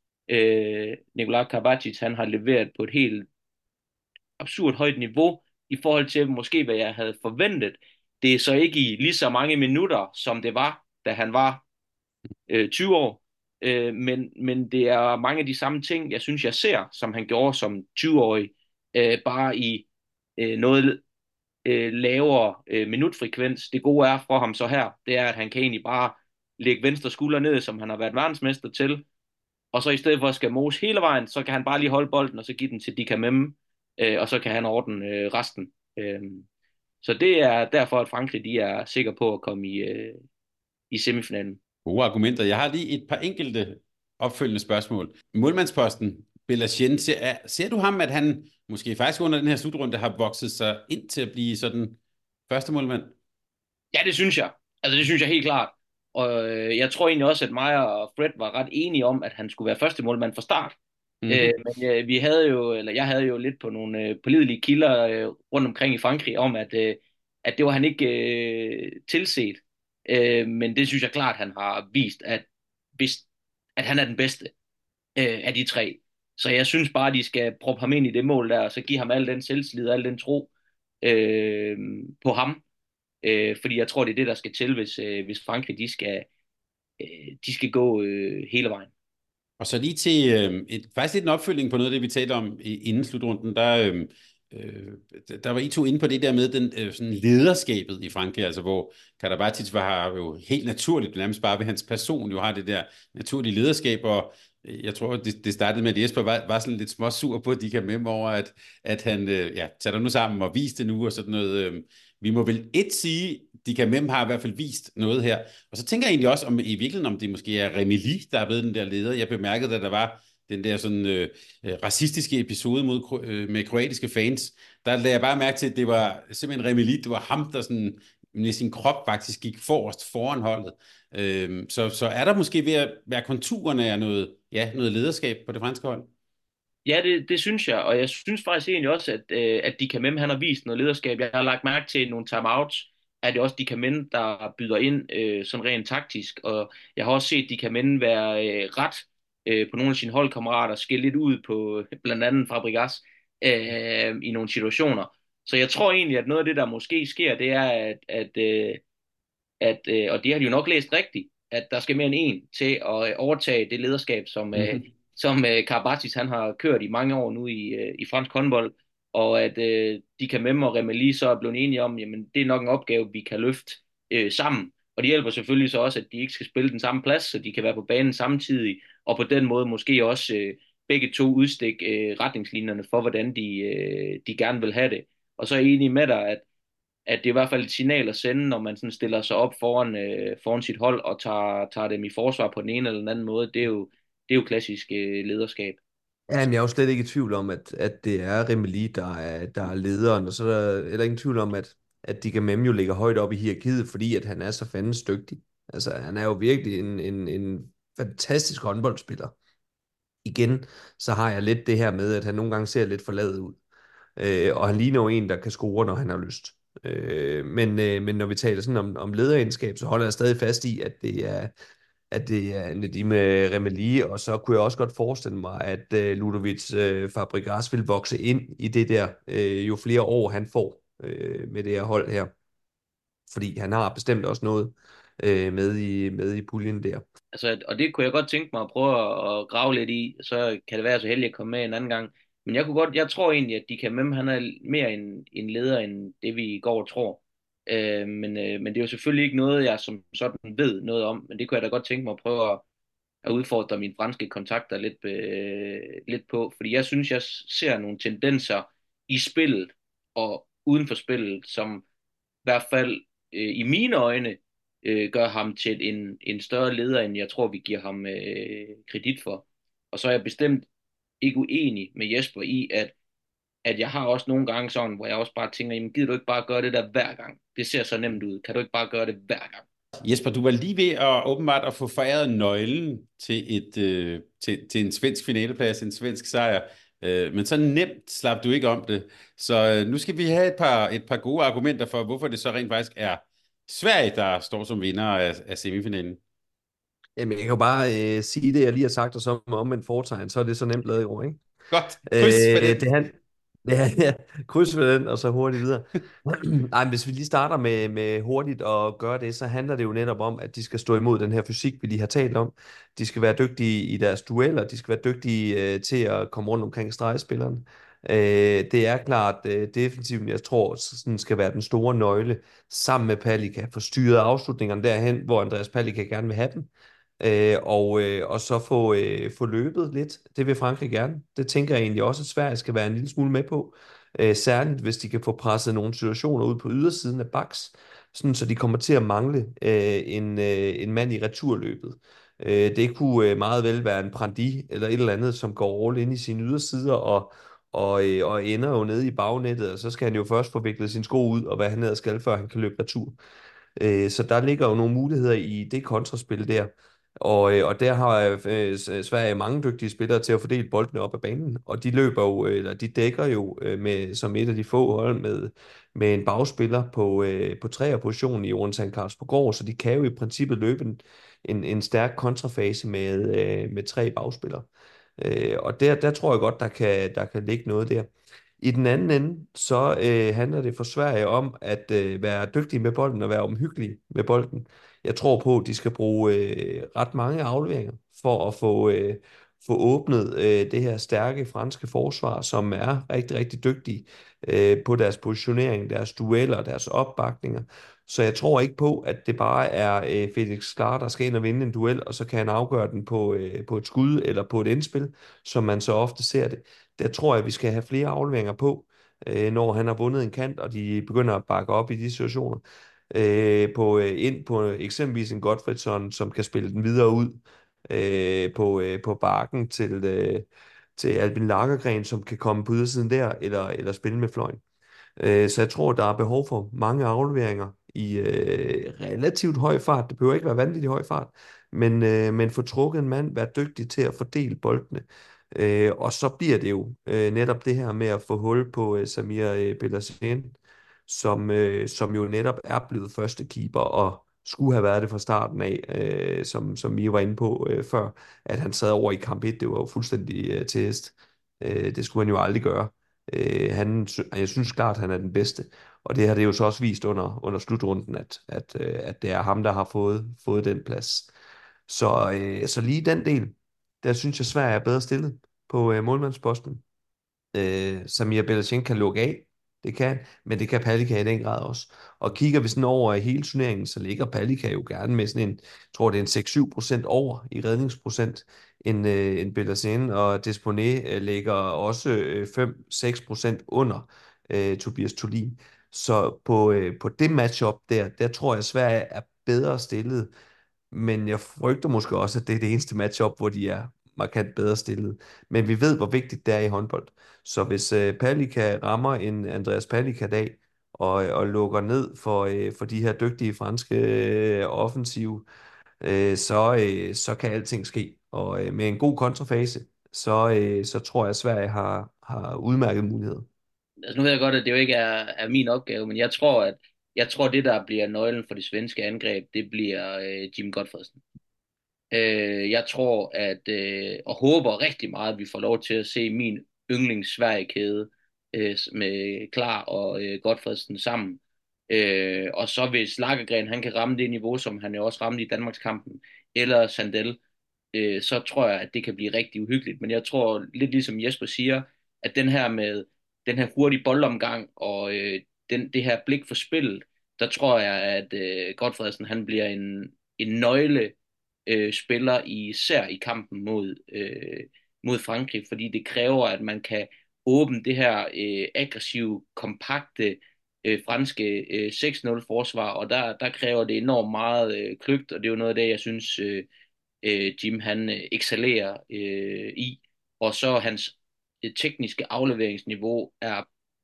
øh, Nikola Karabatic, han har leveret på et helt absurd højt niveau i forhold til måske, hvad jeg havde forventet. Det er så ikke i lige så mange minutter, som det var, da han var øh, tyve år. Øh, men, men det er mange af de samme ting, jeg synes, jeg ser, som han gjorde som tyve-årig, øh, bare i øh, noget øh, lavere øh, minutfrekvens. Det gode er for ham så her, det er, at han kan egentlig bare lægge venstre skulder ned, som han har været verdensmester til, og så i stedet for at skal mose hele vejen, så kan han bare lige holde bolden, og så give den til Dika Memme, øh, og så kan han ordne øh, resten. Øh, så det er derfor, at Frankrig de er sikre på at komme i, øh, i semifinalen. Gode argumenter. Jeg har lige et par enkelte opfølgende spørgsmål. Målmandsposten, Belacien, ser, ser du ham, at han måske faktisk under den her slutrunde har vokset sig ind til at blive sådan første målmand? Ja, det synes jeg. Altså, det synes jeg helt klart. Og øh, jeg tror egentlig også, at mig og Fred var ret enige om, at han skulle være første målmand fra start. Mm-hmm. Øh, men øh, vi havde jo, eller jeg havde jo lidt på nogle øh, pålidelige kilder øh, rundt omkring i Frankrig om, at, øh, at det var han ikke øh, tilset. Øh, men det synes jeg klart, han har vist, at, hvis, at han er den bedste øh, af de tre. Så jeg synes bare, at de skal proppe ham ind i det mål der, og så give ham al den selvtillid og al den tro øh, på ham. Øh, fordi jeg tror, det er det, der skal til, hvis, øh, hvis Frankrig de skal, øh, de skal gå øh, hele vejen. Og så lige til øh, et, faktisk lidt en opfølging på noget af det, vi talte om i, inden slutrunden. Der, øh, øh, der var I to inde på det der med den, øh, sådan lederskabet i Frankrig, altså hvor Karabatic var jo helt naturligt, nærmest bare ved hans person, jo har det der naturlige lederskab, og jeg tror, det, det startede med, at Jesper var, var sådan lidt småsur på, at de kan med mig over, at, at han, øh, ja, tager dig nu sammen og viste det nu, og sådan noget. Øh, vi må vel et sige, de kan med har i hvert fald vist noget her. Og så tænker jeg egentlig også, om i virkeligheden, om det måske er Remili, der er blevet den der leder. Jeg bemærkede, at der var den der sådan øh, racistiske episode mod, øh, med kroatiske fans. Der lagde jeg bare mærke til, at det var simpelthen Remili, det var ham, der sådan med sin krop faktisk gik forrest foran holdet. Øh, så, så er der måske ved at være konturerne af noget, ja, noget lederskab på det franske hold? Ja, det, det synes jeg, og jeg synes faktisk egentlig også, at, øh, at Dika Mem, han har vist noget lederskab. Jeg har lagt mærke til nogle timeouts, at det også Dika Mem, der byder ind øh, sådan rent taktisk, og jeg har også set Dika Mem være øh, ret øh, på nogle af sine holdkammerater, skille lidt ud på blandt andet Fabregas øh, i nogle situationer. Så jeg tror egentlig, at noget af det, der måske sker, det er, at, at, øh, at øh, og det har de jo nok læst rigtigt, at der skal mere end en til at overtage det lederskab, som, øh, som øh, Karabatic han har kørt i mange år nu i, øh, i fransk håndbold, og at øh, de kan med mig og Remeli så er blevet enige om, jamen det er nok en opgave, vi kan løfte øh, sammen. Og det hjælper selvfølgelig så også, at de ikke skal spille den samme plads, så de kan være på banen samtidig, og på den måde måske også øh, begge to udstikke øh, retningslinjerne for, hvordan de, øh, de gerne vil have det. Og så er jeg enig med dig, at at det er i hvert fald et signal at sende, når man sådan stiller sig op foran, øh, foran sit hold og tager, tager dem i forsvar på den ene eller den anden måde. Det er jo, det er jo klassisk øh, lederskab. Jamen, jeg er jo slet ikke i tvivl om, at, at det er Remeli, der er, der er lederen, og så er der heller ingen tvivl om, at, at Diga Mem jo ligger højt op i hierarkiet, fordi at han er så fandens dygtig. Altså, han er jo virkelig en, en, en fantastisk håndboldspiller. Igen, så har jeg lidt det her med, at han nogle gange ser lidt forladet ud. Øh, og han ligner jo en, der kan score, når han har lyst. Øh, men, øh, men når vi taler sådan om, om lederegenskab, så holder jeg stadig fast i, at det er, at det er Nedime Remeli, og så kunne jeg også godt forestille mig, at øh, Ludovic øh, Fabregas vil vokse ind i det der, øh, jo flere år han får øh, med det her hold her. Fordi han har bestemt også noget øh, med i, med i puljen der. Altså, og det kunne jeg godt tænke mig at prøve at, at grave lidt i, så kan det være så heldig at komme med en anden gang. Men jeg kunne godt, jeg tror egentlig, at Dika Mem, han er mere en, en leder, end det vi går og tror. Øh, men, øh, men det er jo selvfølgelig ikke noget, jeg som sådan ved noget om, men det kunne jeg da godt tænke mig at prøve at, at udfordre mine franske kontakter lidt, øh, lidt på, fordi jeg synes, jeg ser nogle tendenser i spillet og uden for spillet, som i hvert fald øh, i mine øjne øh, gør ham til en, en større leder, end jeg tror, vi giver ham øh, kredit for. Og så er jeg bestemt ikke uenig med Jesper i, at, at jeg har også nogle gange sådan, hvor jeg også bare tænker, jamen gider du ikke bare gøre det der hver gang? Det ser så nemt ud. Kan du ikke bare gøre det hver gang? Jesper, du var lige ved at åbenbart at få fejret nøglen til, et, øh, til, til en svensk finaleplads, en svensk sejr. Øh, men så nemt slap du ikke om det. Så øh, nu skal vi have et par, et par gode argumenter for, hvorfor det så rent faktisk er Sverige, der står som vinder af, af semifinalen. Jamen, jeg kan jo bare øh, sige det, jeg lige har sagt, og så med omvendt foretegn, så er det så nemt lavet i år, ikke? Godt, kryds for Øh, den. det han, ja, ja, kryds for den, og så hurtigt videre. Ej, men hvis vi lige starter med, med hurtigt at gøre det, så handler det jo netop om, at de skal stå imod den her fysik, vi lige har talt om. De skal være dygtige i deres dueller, de skal være dygtige øh, til at komme rundt omkring stregspillerne. Øh, det er klart øh, defensivt, jeg tror, sådan skal være den store nøgle, sammen med Palika, få styret afslutningerne derhen, hvor Andreas Palika gerne vil have dem. Øh, og, øh, og så få, øh, få løbet lidt. Det vil Frankrig gerne. Det tænker jeg egentlig også, at Sverige skal være en lille smule med på. Øh, særligt hvis de kan få presset nogle situationer ud på ydersiden af baks, sådan så de kommer til at mangle øh, en, øh, en mand i returløbet. Øh, det kunne øh, meget vel være en Prandi eller et eller andet, som går all ind i sine ydersider og, og, øh, og ender jo nede i bagnettet, og så skal han jo først få viklet sin sko ud og hvad han ned skal, før han kan løbe retur. Øh, så der ligger jo nogle muligheder i det kontraspil der. Og, øh, og der har øh, Sverige mange dygtige spillere til at fordele boldene op ad banen, og de løber jo, øh, eller de dækker jo øh, med, som et af de få hold med, med en bagspiller på, øh, på træerpositionen i Jonathan Karsborg, så de kan jo i princippet løbe en, en, en stærk kontrafase med, øh, med tre bagspillere. Øh, og der, der tror jeg godt, der kan, der kan ligge noget der. I den anden ende, så øh, handler det for Sverige om at øh, være dygtig med bolden og være omhyggelig med bolden. Jeg tror på, at de skal bruge øh, ret mange afleveringer for at få, øh, få åbnet øh, det her stærke franske forsvar, som er rigtig, rigtig dygtige øh, på deres positionering, deres dueller, deres opbakninger. Så jeg tror ikke på, at det bare er øh, Felix Sklar, der skal ind og vinde en duel, og så kan han afgøre den på, øh, på et skud eller på et indspil, som man så ofte ser det. Der tror jeg, at vi skal have flere afleveringer på, øh, når han har vundet en kant, og de begynder at bakke op i de situationer. Øh, på, øh, ind på eksempelvis en Gottfridsson, som kan spille den videre ud øh, på, øh, på bakken til, øh, til Albin Lagergren, som kan komme på ydersiden der, eller, eller spille med fløjen. Øh, så jeg tror, der er behov for mange afleveringer i øh, relativt høj fart. Det behøver ikke være vanvittigt høj fart, men, øh, men få trukket en mand, være dygtig til at fordele boldene. Øh, og så bliver det jo øh, netop det her med at få hul på øh, Samir øh, Pelasien, som, øh, som jo netop er blevet første keeper og skulle have været det fra starten af, øh, som, som I var inde på øh, før, at han sad over i kamp et. Det var jo fuldstændig øh, til hest. Øh, det skulle han jo aldrig gøre. Øh, han, jeg synes klart, at han er den bedste. Og det har det jo så også vist under, under slutrunden, at, at, øh, at det er ham, der har fået, fået den plads. Så, øh, så lige den del, der synes jeg, Sverige er bedre stillet på øh, målmandsposten. Øh, Samir Belashen kan lukke af, det kan, men det kan Palika i den grad også. Og kigger vi sådan over hele turneringen, så ligger Palika jo gerne med sådan en, jeg tror det er en seks syv procent over i redningsprocent, en, øh, en Belashen, og Desponé øh, ligger også øh, fem seks procent under øh, Tobias Tolin. Så på, øh, på det matchup der, der tror jeg, at Sverige er bedre stillet, men jeg frygter måske også, at det er det eneste matchup, hvor de er markant bedre stillet. Men vi ved, hvor vigtigt det er i håndbold. Så hvis øh, Palika rammer en Andreas Palika-dag, og, og lukker ned for, øh, for de her dygtige franske øh, offensive, øh, så, øh, så kan alting ske. Og øh, med en god kontrafase, så, øh, så tror jeg, at Sverige har, har udmærket muligheder. Altså, nu ved jeg godt, at det jo ikke er, er min opgave, men jeg tror, at jeg tror, det der bliver nøglen for det svenske angreb, det bliver øh, Jim Gotfredsen. Øh, jeg tror, at øh, og håber rigtig meget, at vi får lov til at se min yndlings Sverige-kæde øh, med Klar og øh, Gotfredsen sammen. Øh, og så hvis Lagergren han kan ramme det niveau, som han jo også ramte i Danmarkskampen, eller Sandel, øh, så tror jeg, at det kan blive rigtig uhyggeligt. Men jeg tror, lidt ligesom Jesper siger, at den her med den her hurtige boldomgang og øh, den, det her blik for spillet, der tror jeg, at øh, Gotfredsen han bliver en, en nøgle øh, spiller, især i kampen mod, øh, mod Frankrig, fordi det kræver, at man kan åbne det her øh, aggressive, kompakte øh, franske øh, seks nul forsvar, og der, der kræver det enormt meget øh, kløgt, og det er jo noget af det, jeg synes, øh, øh, Jim han øh, excellerer øh, i, og så hans øh, tekniske afleveringsniveau er,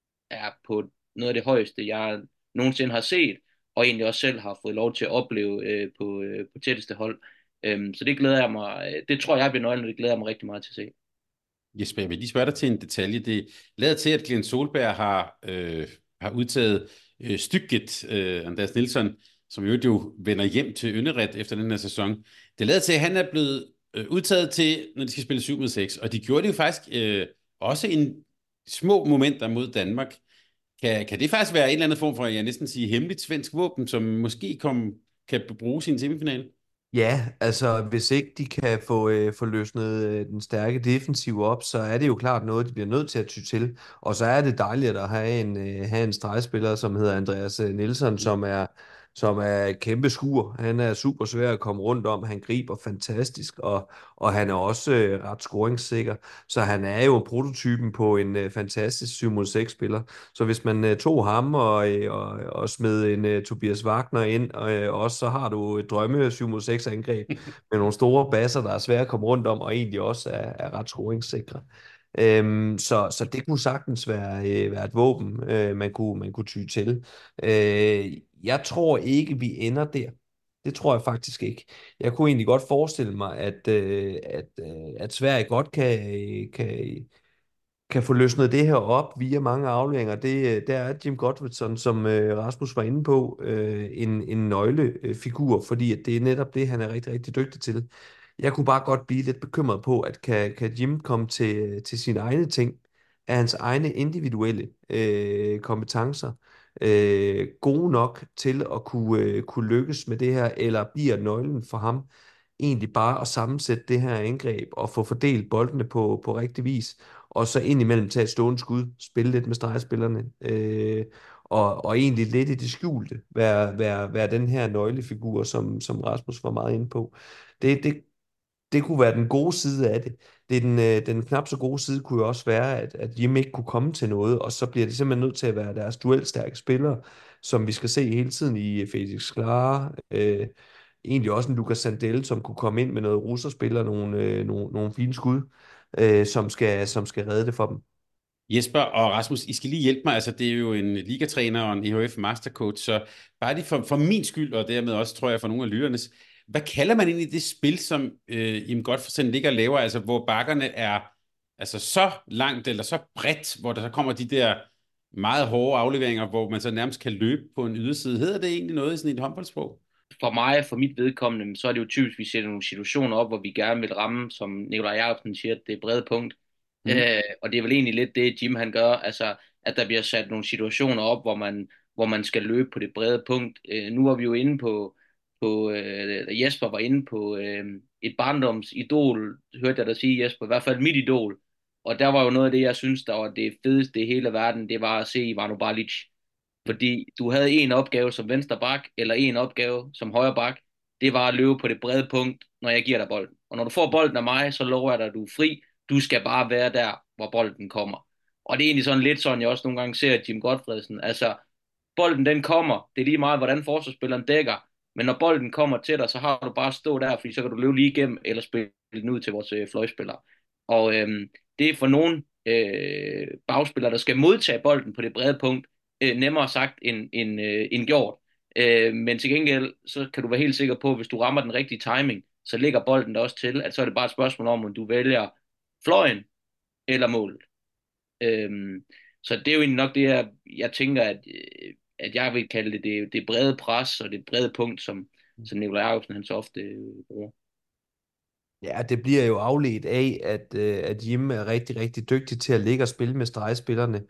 er på noget af det højeste, jeg nogensinde har set, og egentlig også selv har fået lov til at opleve øh, på, øh, på tætteste hold. Øhm, så det glæder jeg mig, øh, det tror jeg bliver nøglen, og det glæder jeg mig rigtig meget til at se. Jesper, jeg vil lige spørge dig til en detalje. Det lader til, at Glenn Solberg har, øh, har udtaget øh, stykket øh, Andreas Nilsson, som jo, jo vender hjem til Ynnered efter den her sæson. Det lader til, at han er blevet øh, udtaget til, når de skal spille syv mod seks, og de gjorde det jo faktisk øh, også en små momenter mod Danmark. Kan, kan det faktisk være en eller anden form for, jeg næsten sige, hemmeligt svensk våben, som måske kom, kan bruges i en semifinal? Ja, altså hvis ikke de kan få, øh, få løsnet øh, den stærke defensiv op, så er det jo klart noget, de bliver nødt til at ty til. Og så er det dejligt at have en, øh, have en stregspiller, som hedder Andreas øh, Nielsen, som er, som er et kæmpe skur. Han er super svær at komme rundt om, han griber fantastisk, og, og han er også øh, ret scoringssikker. Så han er jo prototypen på en øh, fantastisk syv mod seks spiller. Så hvis man øh, tog ham og, øh, og, og smed en øh, Tobias Wagner ind, og øh, også så har du et drømme syv mod seks angreb med nogle store basser, der er svære at komme rundt om, og egentlig også er, er ret scoringssikre. Øhm, så, så det kunne sagtens være, øh, være et våben, øh, man kunne, man kunne ty til. Øh, jeg tror ikke, vi ender der. Det tror jeg faktisk ikke. Jeg kunne egentlig godt forestille mig, at, øh, at, øh, at Sverige godt kan, kan, kan få løsnet det her op via mange afleveringer. Det, øh, der er Jim Gottfredson, som øh, Rasmus var inde på, øh, en, en nøglefigur, fordi at det er netop det, han er rigtig, rigtig dygtig til. Jeg kunne bare godt blive lidt bekymret på, at kan, kan Jim komme til, til sine egne ting, er hans egne individuelle øh, kompetencer øh, gode nok til at kunne, øh, kunne lykkes med det her, eller bliver nøglen for ham egentlig bare at sammensætte det her angreb og få fordelt boldene på, på rigtig vis, og så indimellem tage et stående skud, spille lidt med stregspillerne, øh, og, og egentlig lidt i det skjulte, være, være, være den her nøglefigur, som, som Rasmus var meget inde på. Det, det, det kunne være den gode side af det. Det er den, øh, den knap så gode side kunne jo også være, at, at Jim ikke kunne komme til noget, og så bliver de simpelthen nødt til at være deres duelstærke spillere, som vi skal se hele tiden i Felix Klar, øh, egentlig også en Lukas Sandell, som kunne komme ind med noget russerspil og nogle, øh, nogle, nogle fine skud, øh, som, skal, som skal redde det for dem. Jesper og Rasmus, I skal lige hjælpe mig. Altså, det er jo en ligatræner og en E H F mastercoach, så bare lige for, for min skyld, og dermed også, tror jeg, for nogle af lytternes, hvad kalder man egentlig det spil, som øh, Jim Gottfredsen ligger og laver, altså hvor bakkerne er altså så langt eller så bredt, hvor der så kommer de der meget hårde afleveringer, hvor man så nærmest kan løbe på en yderside. Hedder det egentlig noget i sådan et håndboldsprog? For mig, for mit vedkommende, så er det jo typisk, vi sætter nogle situationer op, hvor vi gerne vil ramme, som Nikolaj Jacobsen siger, at det er brede punkt. Mm. Øh, og det er vel egentlig lidt det, Jim han gør, altså at der bliver sat nogle situationer op, hvor man, hvor man skal løbe på det brede punkt. Øh, nu var vi jo inde på, på øh, Jesper var inde på øh, et barndomsidol, hørte jeg dig sige, Jesper, i hvert fald mit idol. Og der var jo noget af det, jeg synes, der var det fedeste i hele verden, det var at se Ivano Balic. Fordi du havde en opgave som venstre bak, eller en opgave som højre bak. Det var at løbe på det brede punkt, når jeg giver dig bolden. Og når du får bolden af mig, så lover jeg dig, at du er fri. Du skal bare være der, hvor bolden kommer. Og det er egentlig sådan lidt sådan, jeg også nogle gange ser Jim Gotfredsen. Altså, bolden den kommer. Det er lige meget, hvordan forsvarsspilleren dækker. Men når bolden kommer til dig, så har du bare stå der, fordi så kan du løbe lige igennem, eller spille den ud til vores øh, fløjspillere. Og øh, det er for nogle øh, bagspillere, der skal modtage bolden på det brede punkt, øh, nemmere sagt end, end, øh, end gjort. Øh, men til gengæld, så kan du være helt sikker på, at hvis du rammer den rigtige timing, så ligger bolden der også til, at så er det bare et spørgsmål om, om du vælger fløjen eller målet. Øhm, så det er jo egentlig nok det, jeg, jeg tænker, at, øh, at jeg vil kalde det, det det brede pres og det brede punkt, som, som Nikolaj Jacobsen han så ofte øh, bruger. Ja, det bliver jo afledt af, at, øh, at Jim er rigtig, rigtig dygtig til at ligge og spille med stregspillerne,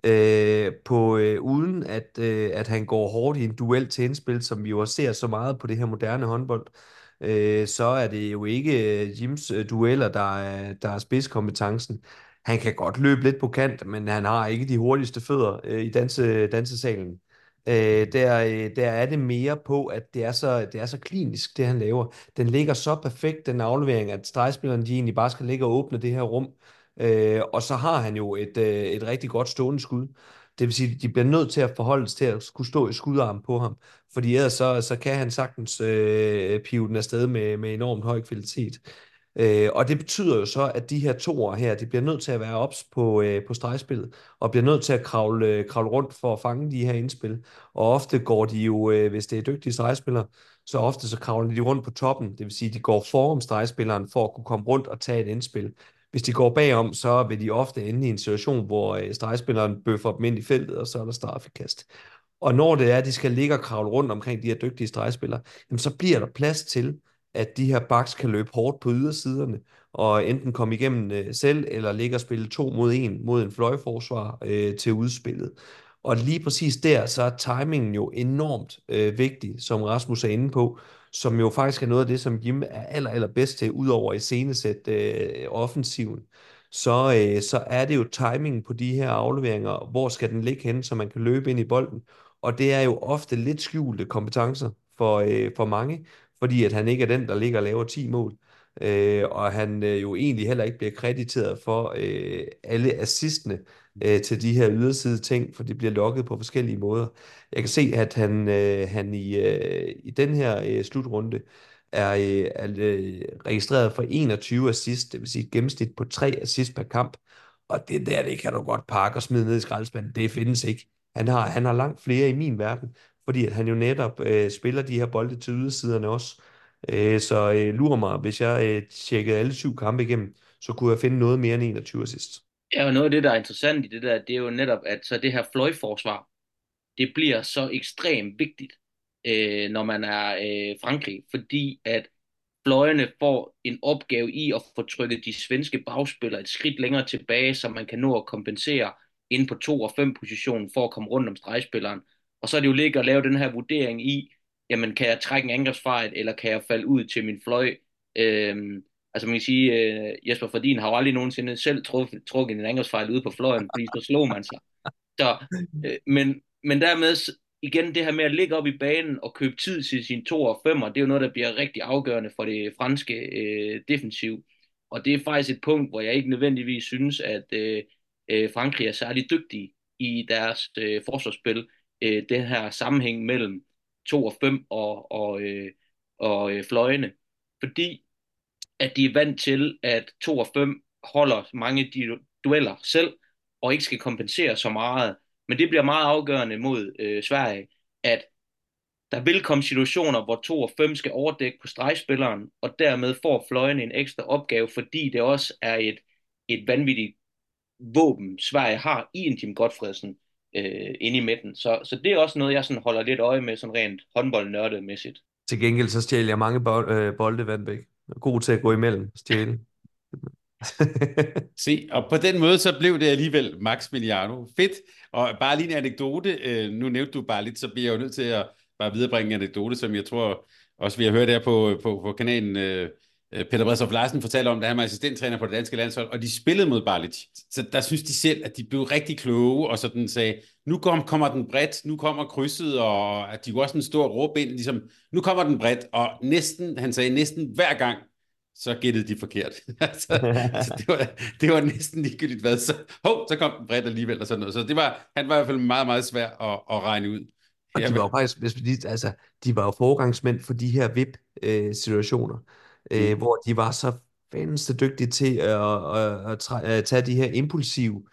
øh, på, øh, uden at, øh, at han går hårdt i en duel til indspil, som vi jo også ser så meget på det her moderne håndbold. Øh, så er det jo ikke øh, Jims øh, dueller, der er, der er spidskompetencen. Han kan godt løbe lidt på kant, men han har ikke de hurtigste fødder øh, i danse, dansesalen. Øh, der, øh, der er det mere på, at det er så, det er så klinisk, det han laver. Den ligger så perfekt, den aflevering, at stregspilleren de egentlig bare skal ligge og åbne det her rum. Øh, og så har han jo et, øh, et rigtig godt stående skud. Det vil sige, at de bliver nødt til at forholde sig til at skulle stå i skudarm på ham. Fordi ellers så, så kan han sagtens øh, pive den afsted med, med enormt høj kvalitet. Øh, og det betyder jo så, at de her toer her, de bliver nødt til at være ops på, øh, på stregspillet, og bliver nødt til at kravle, øh, kravle rundt for at fange de her indspil. Og ofte går de jo, øh, hvis det er dygtige stregspillere, så ofte så kravler de rundt på toppen. Det vil sige, at de går foran stregspilleren for at kunne komme rundt og tage et indspil. Hvis de går bagom, så vil de ofte ende i en situation, hvor øh, stregspilleren bøffer dem ind i feltet, og så er der straffekast. Og når det er, at de skal ligge og kravle rundt omkring de her dygtige stregspillere, jamen så bliver der plads til, at de her backs kan løbe hårdt på ydersiderne, og enten komme igennem øh, selv, eller ligge og spille to mod en mod en fløjforsvar øh, til udspillet. Og lige præcis der, så er timingen jo enormt øh, vigtig, som Rasmus er inde på, som jo faktisk er noget af det, som Jim er aller, aller bedst til, udover at iscenesætte øh, offensiven. Så, øh, så er det jo timingen på de her afleveringer, hvor skal den ligge henne, så man kan løbe ind i bolden. Og det er jo ofte lidt skjulte kompetencer for, øh, for mange, fordi at han ikke er den, der ligger og laver ti mål. Øh, og han øh, jo egentlig heller ikke bliver krediteret for øh, alle assistene øh, til de her yderside ting, for det bliver logget på forskellige måder. Jeg kan se, at han, øh, han i, øh, i den her øh, slutrunde er, øh, er øh, registreret for enogtyve assist, det vil sige et gennemsnit på tre assist per kamp. Og det der, det kan du godt pakke og smide ned i skraldespanden. Det findes ikke. Han har, han har langt flere i min verden, fordi at han jo netop øh, spiller de her bolde til ydersiderne også. Øh, så øh, lurer mig, hvis jeg øh, tjekkede alle syv kampe igennem, så kunne jeg finde noget mere end enogtyve assist. Ja, og noget af det, der er interessant i det der, det er jo netop, at så det her fløjforsvar, det bliver så ekstremt vigtigt, øh, når man er øh, Frankrig, fordi at fløjene får en opgave i at få trykket de svenske bagspillere et skridt længere tilbage, så man kan nå at kompensere ind på to og fem positionen for at komme rundt om stregspilleren. Og så er det jo ligge at lave den her vurdering i, jamen kan jeg trække en angrebsfejl, eller kan jeg falde ud til min fløj? Øhm, altså man kan sige, øh, Jesper Fordin har jo aldrig nogensinde selv trukket, trukket en angrebsfejl ude på fløjen, fordi så slog man sig. Så, øh, men, men dermed igen det her med at ligge op i banen og købe tid til sine to og femmer, det er jo noget, der bliver rigtig afgørende for det franske øh, defensiv. Og det er faktisk et punkt, hvor jeg ikke nødvendigvis synes, at øh, øh, Frankrig er særlig dygtige i deres øh, forsvarsspil. Øh, det her sammenhæng mellem to og fem og, og, øh, og øh, fløjene. Fordi at de er vant til, at to og fem holder mange de dueller selv, og ikke skal kompensere så meget. Men det bliver meget afgørende mod øh, Sverige, at der vil komme situationer, hvor to og fem skal overdække på stregspilleren, og dermed får fløjene en ekstra opgave, fordi det også er et, et vanvittigt våben, Sverige har i en Jim Gotfredsen øh, inde i midten. Så, så det er også noget, jeg sådan holder lidt øje med, sådan rent håndboldnørdemæssigt. Til gengæld så stjæler jeg mange bold, øh, bolde, Vandbæk. God til at gå imellem, stjæle. Se, og på den måde så blev det alligevel Max Miliano. Fedt. Og bare lige en anekdote. Øh, nu nævnte du bare lidt, så bliver jeg jo nødt til at bare viderebringe en anekdote, som jeg tror også vi har hørt her på, på, på kanalen. Øh, Peter Bredstof Larsen fortalte om, da han var assistenttræner på det danske landshold, og de spillede mod Barlic. Så der synes de selv, at de blev rigtig kloge, og sådan sagde, nu kommer den bredt, nu kommer krydset, og at de var også en stor råb ind, ligesom, nu kommer den bredt, og næsten, han sagde, næsten hver gang, så gættede de forkert. så, så det, var, det var næsten ligegyldigt hvad. Så, hov, så kom den bredt alligevel og sådan noget. Så det var, han var i hvert fald meget, meget svær at, at regne ud. Og de var jo faktisk, hvis vi lige, altså, de var jo foregangsmænd for de her V I P-situationer, øh, mm. hvor de var så fandens dygtige til at, at, at, at, at tage de her impulsive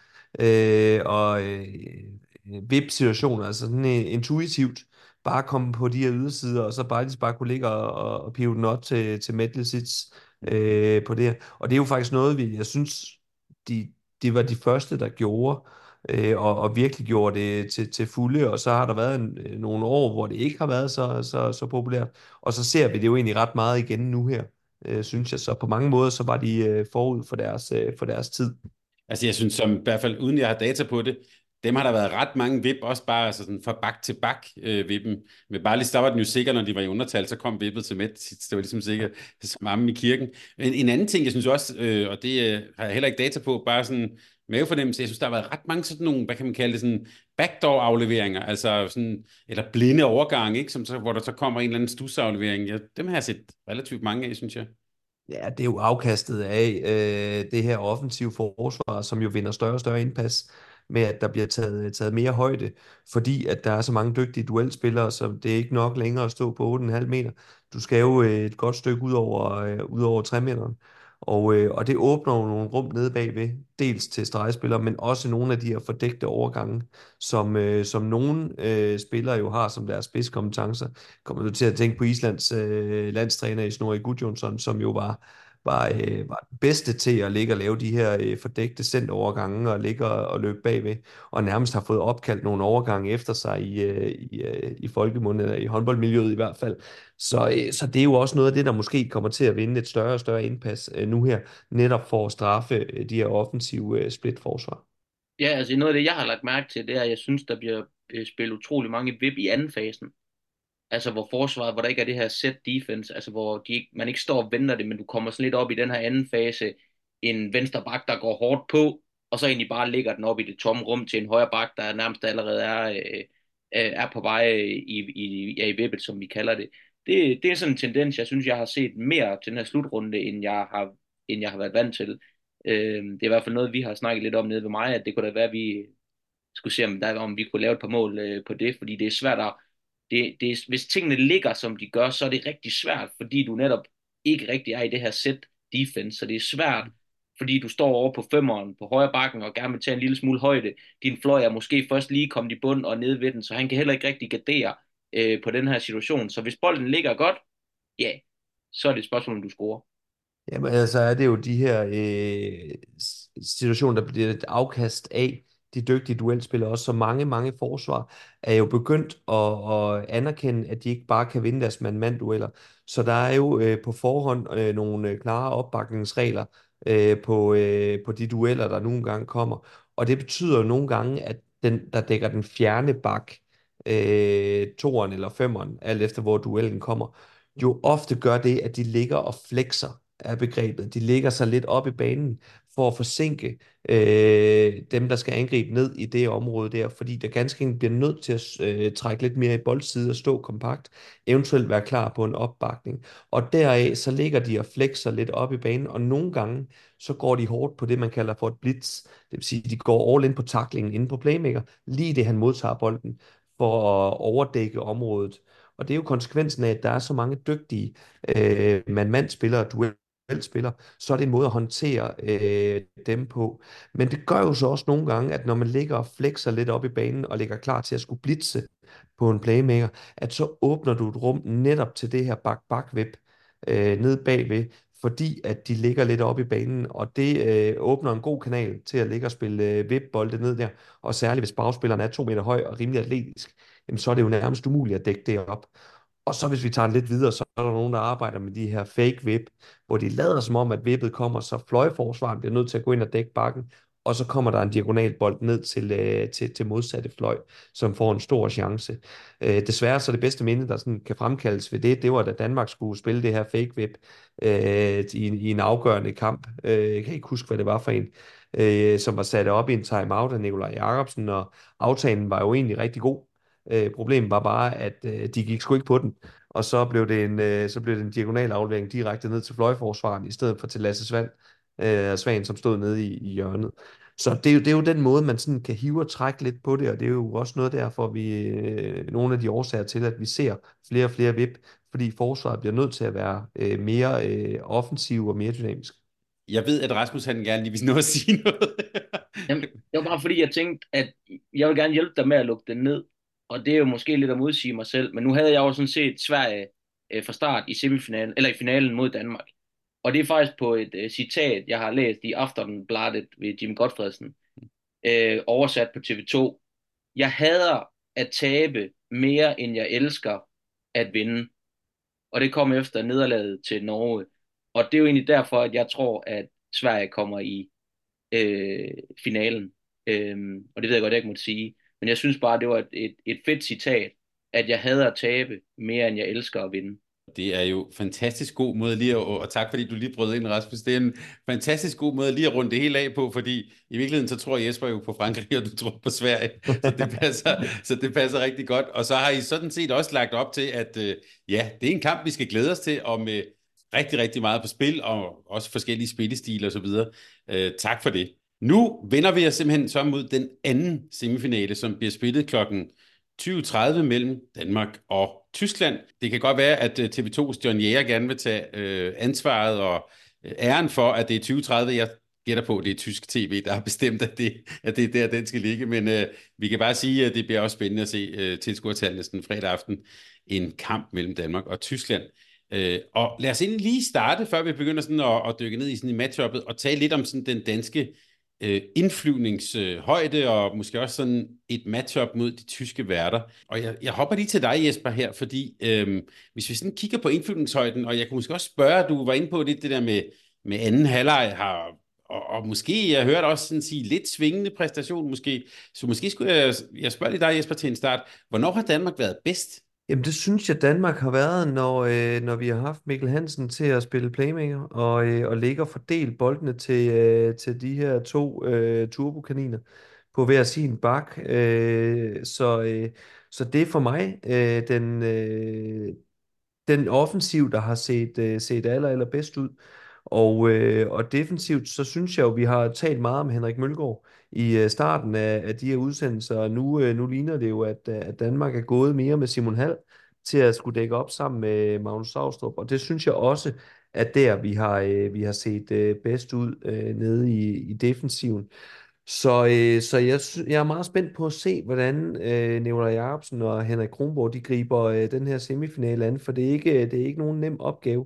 øh, og øh, vip-situationer, altså sådan øh, intuitivt bare komme på de her ydersider, og så bare lige så bare kunne ligge og, og, og pive den op til, til Medlicic øh, på det her. Og det er jo faktisk noget, vi, jeg synes, de, de var de første, der gjorde, øh, og, og virkelig gjorde det til, til fulde, og så har der været en, nogle år, hvor det ikke har været så, så, så populært, og så ser vi det jo egentlig ret meget igen nu her, øh, synes jeg. Så på mange måder, så var de øh, forud for deres, øh, for deres tid. Altså jeg synes, som i hvert fald uden jeg har data på det, dem har der været ret mange vip, også bare altså sådan fra bak til bak øh, vippen. Med bare lige, så var den jo sikker, når de var i undertal, så kom vippet til midt. Det var ligesom sikkert som amen i kirken. En, en anden ting, jeg synes også, øh, og det øh, har jeg heller ikke data på, bare sådan mavefornemmelse, jeg synes, der har været ret mange sådan nogle, hvad kan man kalde det, sådan backdoor-afleveringer, altså sådan, eller blinde overgang, ikke? Som så, hvor der så kommer en eller anden stusaflevering. Ja, dem har jeg set relativt mange af, synes jeg. Ja, det er jo afkastet af øh, det her offensive forsvar, som jo vinder større og større indpas med, at der bliver taget, taget mere højde, fordi at der er så mange dygtige duelspillere, så det er ikke nok længere at stå på otte komma fem meter. Du skal jo øh, et godt stykke ud over, øh, ud over tre meteren. Og, øh, og det åbner jo nogle rum nede bagved, dels til stregspillere, men også nogle af de her fordækte overgange, som, øh, som nogle øh, spillere jo har som deres spidskompetencer. Kommer du til at tænke på Islands øh, landstræner i Snorri Gudjonsson, som jo var, var, øh, var den bedste til at ligge og lave de her øh, fordækte centerovergange og ligge og, og løbe bagved, og nærmest har fået opkaldt nogle overgange efter sig i, øh, i, øh, i folkemunde, eller i håndboldmiljøet i hvert fald. Så, øh, så det er jo også noget af det, der måske kommer til at vinde et større og større indpas øh, nu her, netop for at straffe øh, de her offensive øh, splitforsvar. Ja, altså noget af det, jeg har lagt mærke til, det er, at jeg synes, der bliver øh, spillet utrolig mange vip i anden fasen. Altså hvor forsvaret, hvor der ikke er det her set defense, altså hvor de ikke, man ikke står og venter det, men du kommer sådan lidt op i den her anden fase, en venstre bak, der går hårdt på, og så egentlig bare ligger den op i det tomme rum til en højre bak, der nærmest allerede er, øh, er på vej i, i, ja, i vippet, som vi kalder det. det. Det er sådan en tendens, jeg synes, jeg har set mere til den her slutrunde, end jeg har, end jeg har været vant til. Øh, det er i hvert fald noget, vi har snakket lidt om nede ved mig, at det kunne da være, at vi skulle se, om, der, om vi kunne lave et par mål øh, på det, fordi det er svært at det, det, hvis tingene ligger, som de gør, så er det rigtig svært, fordi du netop ikke rigtig er i det her set defense, så det er svært, fordi du står over på femmeren på højre bakken og gerne vil tage en lille smule højde. Din fløj er måske først lige kommet i bund og ned ved den, så han kan heller ikke rigtig gardere øh, på den her situation. Så hvis bolden ligger godt, ja, så er det et spørgsmål, om du scorer. Jamen, altså er det jo de her øh, s- situationer, der bliver et afkast af de dygtige duelspillere også, så mange, mange forsvar er jo begyndt at, at anerkende, at de ikke bare kan vinde deres mand-mand-dueller. Så der er jo øh, på forhånd øh, nogle øh, klare opbakningsregler øh, på, øh, på de dueller, der nogle gange kommer. Og det betyder jo nogle gange, at den, der dækker den fjerne bak, øh, toeren eller femeren, alt efter hvor duellen kommer, jo ofte gør det, at de ligger og flexer er begrebet. De ligger sig lidt op i banen for at forsinke øh, dem, der skal angribe ned i det område der, fordi der ganske enkelt bliver nødt til at øh, trække lidt mere i boldside og stå kompakt, eventuelt være klar på en opbakning. Og deraf så ligger de og flexer lidt op i banen, og nogle gange så går de hårdt på det, man kalder for et blitz. Det vil sige, de går all in på taklingen inde på playmaker, lige det han modtager bolden, for at overdække området. Og det er jo konsekvensen af, at der er så mange dygtige øh, mand-mand-spillere, duelspillere, så er det en måde at håndtere øh, dem på. Men det gør jo så også nogle gange, at når man ligger og flexer lidt op i banen, og ligger klar til at skulle blitse på en playmaker, at så åbner du et rum netop til det her bak-bak-web øh, ned bagved, fordi at de ligger lidt op i banen, og det øh, åbner en god kanal til at ligge og spille øh, web-bolde ned der, og særligt hvis bagspilleren er to meter høj og rimelig atletisk, jamen, så er det jo nærmest umuligt at dække det op. Og så hvis vi tager det lidt videre, så er der nogen, der arbejder med de her fake whip, hvor de lader som om, at vippet kommer, så fløjforsvaren bliver nødt til at gå ind og dække bakken, og så kommer der en diagonalbold ned til, øh, til, til modsatte fløj, som får en stor chance. Øh, desværre så det bedste minde, der sådan kan fremkaldes ved det, det var, da Danmark skulle spille det her fake whip øh, i, i en afgørende kamp. Øh, jeg kan ikke huske, hvad det var for en, øh, som var sat op i en timeout af Nikolaj Jakobsen, og aftalen var jo egentlig rigtig god. Øh, problemet var bare, at øh, de gik sgu ikke på den, og så blev det en, øh, så blev det en diagonal aflevering direkte ned til fløjforsvaren, i stedet for til Lasse Svand, øh, Svan, som stod nede i, i hjørnet. Så det er, jo, det er jo den måde, man sådan kan hive og trække lidt på det, og det er jo også noget derfor, vi øh, nogle af de årsager til, at vi ser flere og flere vip, fordi forsvaret bliver nødt til at være øh, mere øh, offensiv og mere dynamisk. Jeg ved, at Rasmus han gerne lige vil nå at sige noget. Jamen, det var bare fordi, jeg tænkte, at jeg vil gerne hjælpe dig med at lukke den ned. Og det er jo måske lidt at modsige mig selv. Men nu havde jeg jo sådan set Sverige øh, fra start i semifinalen, eller i finalen mod Danmark. Og det er faktisk på et øh, citat, jeg har læst i Aftonbladet ved Jim Godfredsen, øh, oversat på T V to. Jeg hader at tabe mere, end jeg elsker at vinde. Og det kom efter nederlaget til Norge. Og det er jo egentlig derfor, at jeg tror, at Sverige kommer i øh, finalen. Øhm, og det ved jeg godt, jeg ikke måtte sige. Men jeg synes bare, det var et, et, et fedt citat, at jeg hader at tabe mere, end jeg elsker at vinde. Det er jo fantastisk god måde lige at, og tak fordi du lige brød ind, Rasmus. Det er en fantastisk god måde lige at runde det hele af på, fordi i virkeligheden så tror Jesper jo på Frankrig, og du tror på Sverige, så det passer, så det passer rigtig godt. Og så har I sådan set også lagt op til, at øh, ja, det er en kamp, vi skal glæde os til, og med rigtig, rigtig meget på spil, og også forskellige spillestiler og så videre. Øh, tak for det. Nu vender vi os simpelthen så mod den anden semifinale, som bliver spillet klokken tyve tredive mellem Danmark og Tyskland. Det kan godt være, at T V to's John Jæger gerne vil tage øh, ansvaret og øh, æren for, at det er tyve tredive. Jeg gætter på, at det er tysk tv, der har bestemt, at det, at det er der, den skal ligge. Men øh, vi kan bare sige, at det bliver også spændende at se øh, tilskuertallene sådan fredag aften. En kamp mellem Danmark og Tyskland. Øh, og lad os egentlig lige starte, før vi begynder sådan at, at dykke ned i sådan i matchuppet, og tale lidt om sådan den danske øh, indflyvningshøjde, øh, og måske også sådan et matchup mod de tyske værter. Og jeg, jeg hopper lige til dig, Jesper, her, fordi øh, hvis vi sådan kigger på indflyvningshøjden, og jeg kunne måske også spørge, du var inde på lidt det der med, med anden halvleg her, og, og måske, jeg hørte også sådan sige, lidt svingende præstation måske, så måske skulle jeg, jeg spørge lige dig, Jesper, til en start. Hvornår har Danmark været bedst? Jamen det synes jeg, Danmark har været, når, øh, når vi har haft Mikkel Hansen til at spille playmaker og, øh, og ligge og fordele boldene til, øh, til de her to øh, turbokaniner på hver sin bak. Øh, så, øh, så det er for mig øh, den, øh, den offensiv, der har set, øh, set aller, aller bedst ud. Og, øh, og defensivt, så synes jeg jo, vi har talt meget om Henrik Mølgaard i øh, starten af, af de her udsendelser, og nu, øh, nu ligner det jo, at, at Danmark er gået mere med Simon Hall til at skulle dække op sammen med Magnus Saustrup, og det synes jeg også, at der vi har, øh, vi har set øh, bedst ud øh, nede i, i defensiven. Så, øh, så jeg, sy- jeg er meget spændt på at se, hvordan øh, Nikolaj Jacobsen og Henrik Kronborg de griber øh, den her semifinale an, for det er ikke, det er ikke nogen nem opgave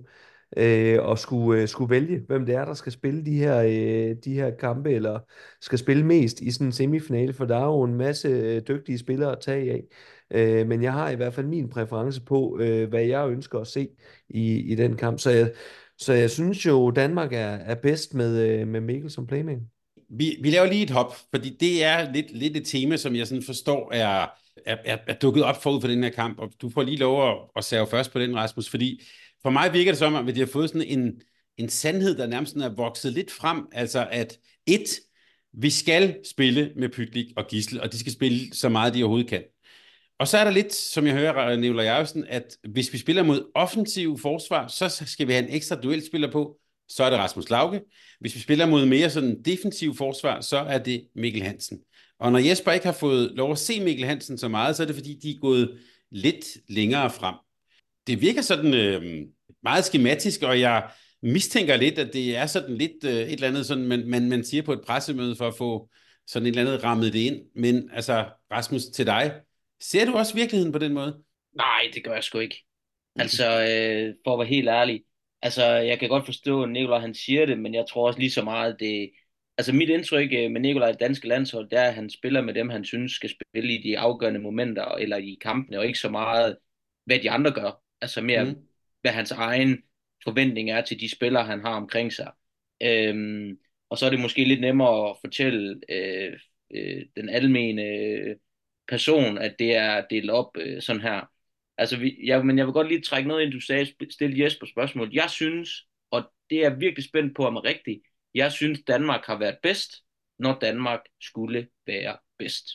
øh, at skulle, øh, skulle vælge, hvem det er, der skal spille de her, øh, de her kampe, eller skal spille mest i sådan en semifinale, for der er jo en masse øh, dygtige spillere at tage af. Øh, men jeg har i hvert fald min præference på, øh, hvad jeg ønsker at se i, i den kamp. Så jeg, så jeg synes jo, Danmark er, er bedst med, øh, med Mikkel som playmaker. Vi, vi laver lige et hop, fordi det er lidt, lidt et tema, som jeg sådan forstår er, er, er, er dukket op forud for den her kamp, og du får lige lov at, at save først på den, Rasmus, fordi for mig virker det som, at de har fået sådan en, en sandhed, der nærmest er vokset lidt frem, altså at et, vi skal spille med Pytlik og Gissel, og de skal spille så meget, de overhovedet kan. Og så er der lidt, som jeg hører Nikolaj Jacobsen, at hvis vi spiller mod offensiv forsvar, så skal vi have en ekstra duelspiller på, så er det Rasmus Lauke. Hvis vi spiller mod mere sådan defensiv forsvar, så er det Mikkel Hansen. Og når Jesper ikke har fået lov at se Mikkel Hansen så meget, så er det fordi, de er gået lidt længere frem. Det virker sådan øh, meget skematisk, og jeg mistænker lidt, at det er sådan lidt øh, et eller andet, sådan, man, man, man siger på et pressemøde for at få sådan et eller andet rammet det ind. Men altså, Rasmus, til dig, ser du også virkeligheden på den måde? Nej, det gør jeg sgu ikke. Altså, øh, for at være helt ærlig. Altså, jeg kan godt forstå, at Nikolaj han siger det, men jeg tror også lige så meget, det... Altså, mit indtryk øh, med Nikolaj i danske landshold, det er, at han spiller med dem, han synes skal spille i de afgørende momenter, eller i kampene, og ikke så meget, hvad de andre gør. Altså mere, Mm. hvad hans egen forventning er til de spillere, han har omkring sig. Øhm, og så er det måske lidt nemmere at fortælle øh, øh, den almene øh, person, at det er delt op øh, sådan her. Altså, vi, jeg, men jeg vil godt lige trække noget ind, du sagde, stille Jesper spørgsmål. Jeg synes, og det er jeg virkelig spændt på, om er rigtigt, jeg synes, Danmark har været bedst, når Danmark skulle være bedst.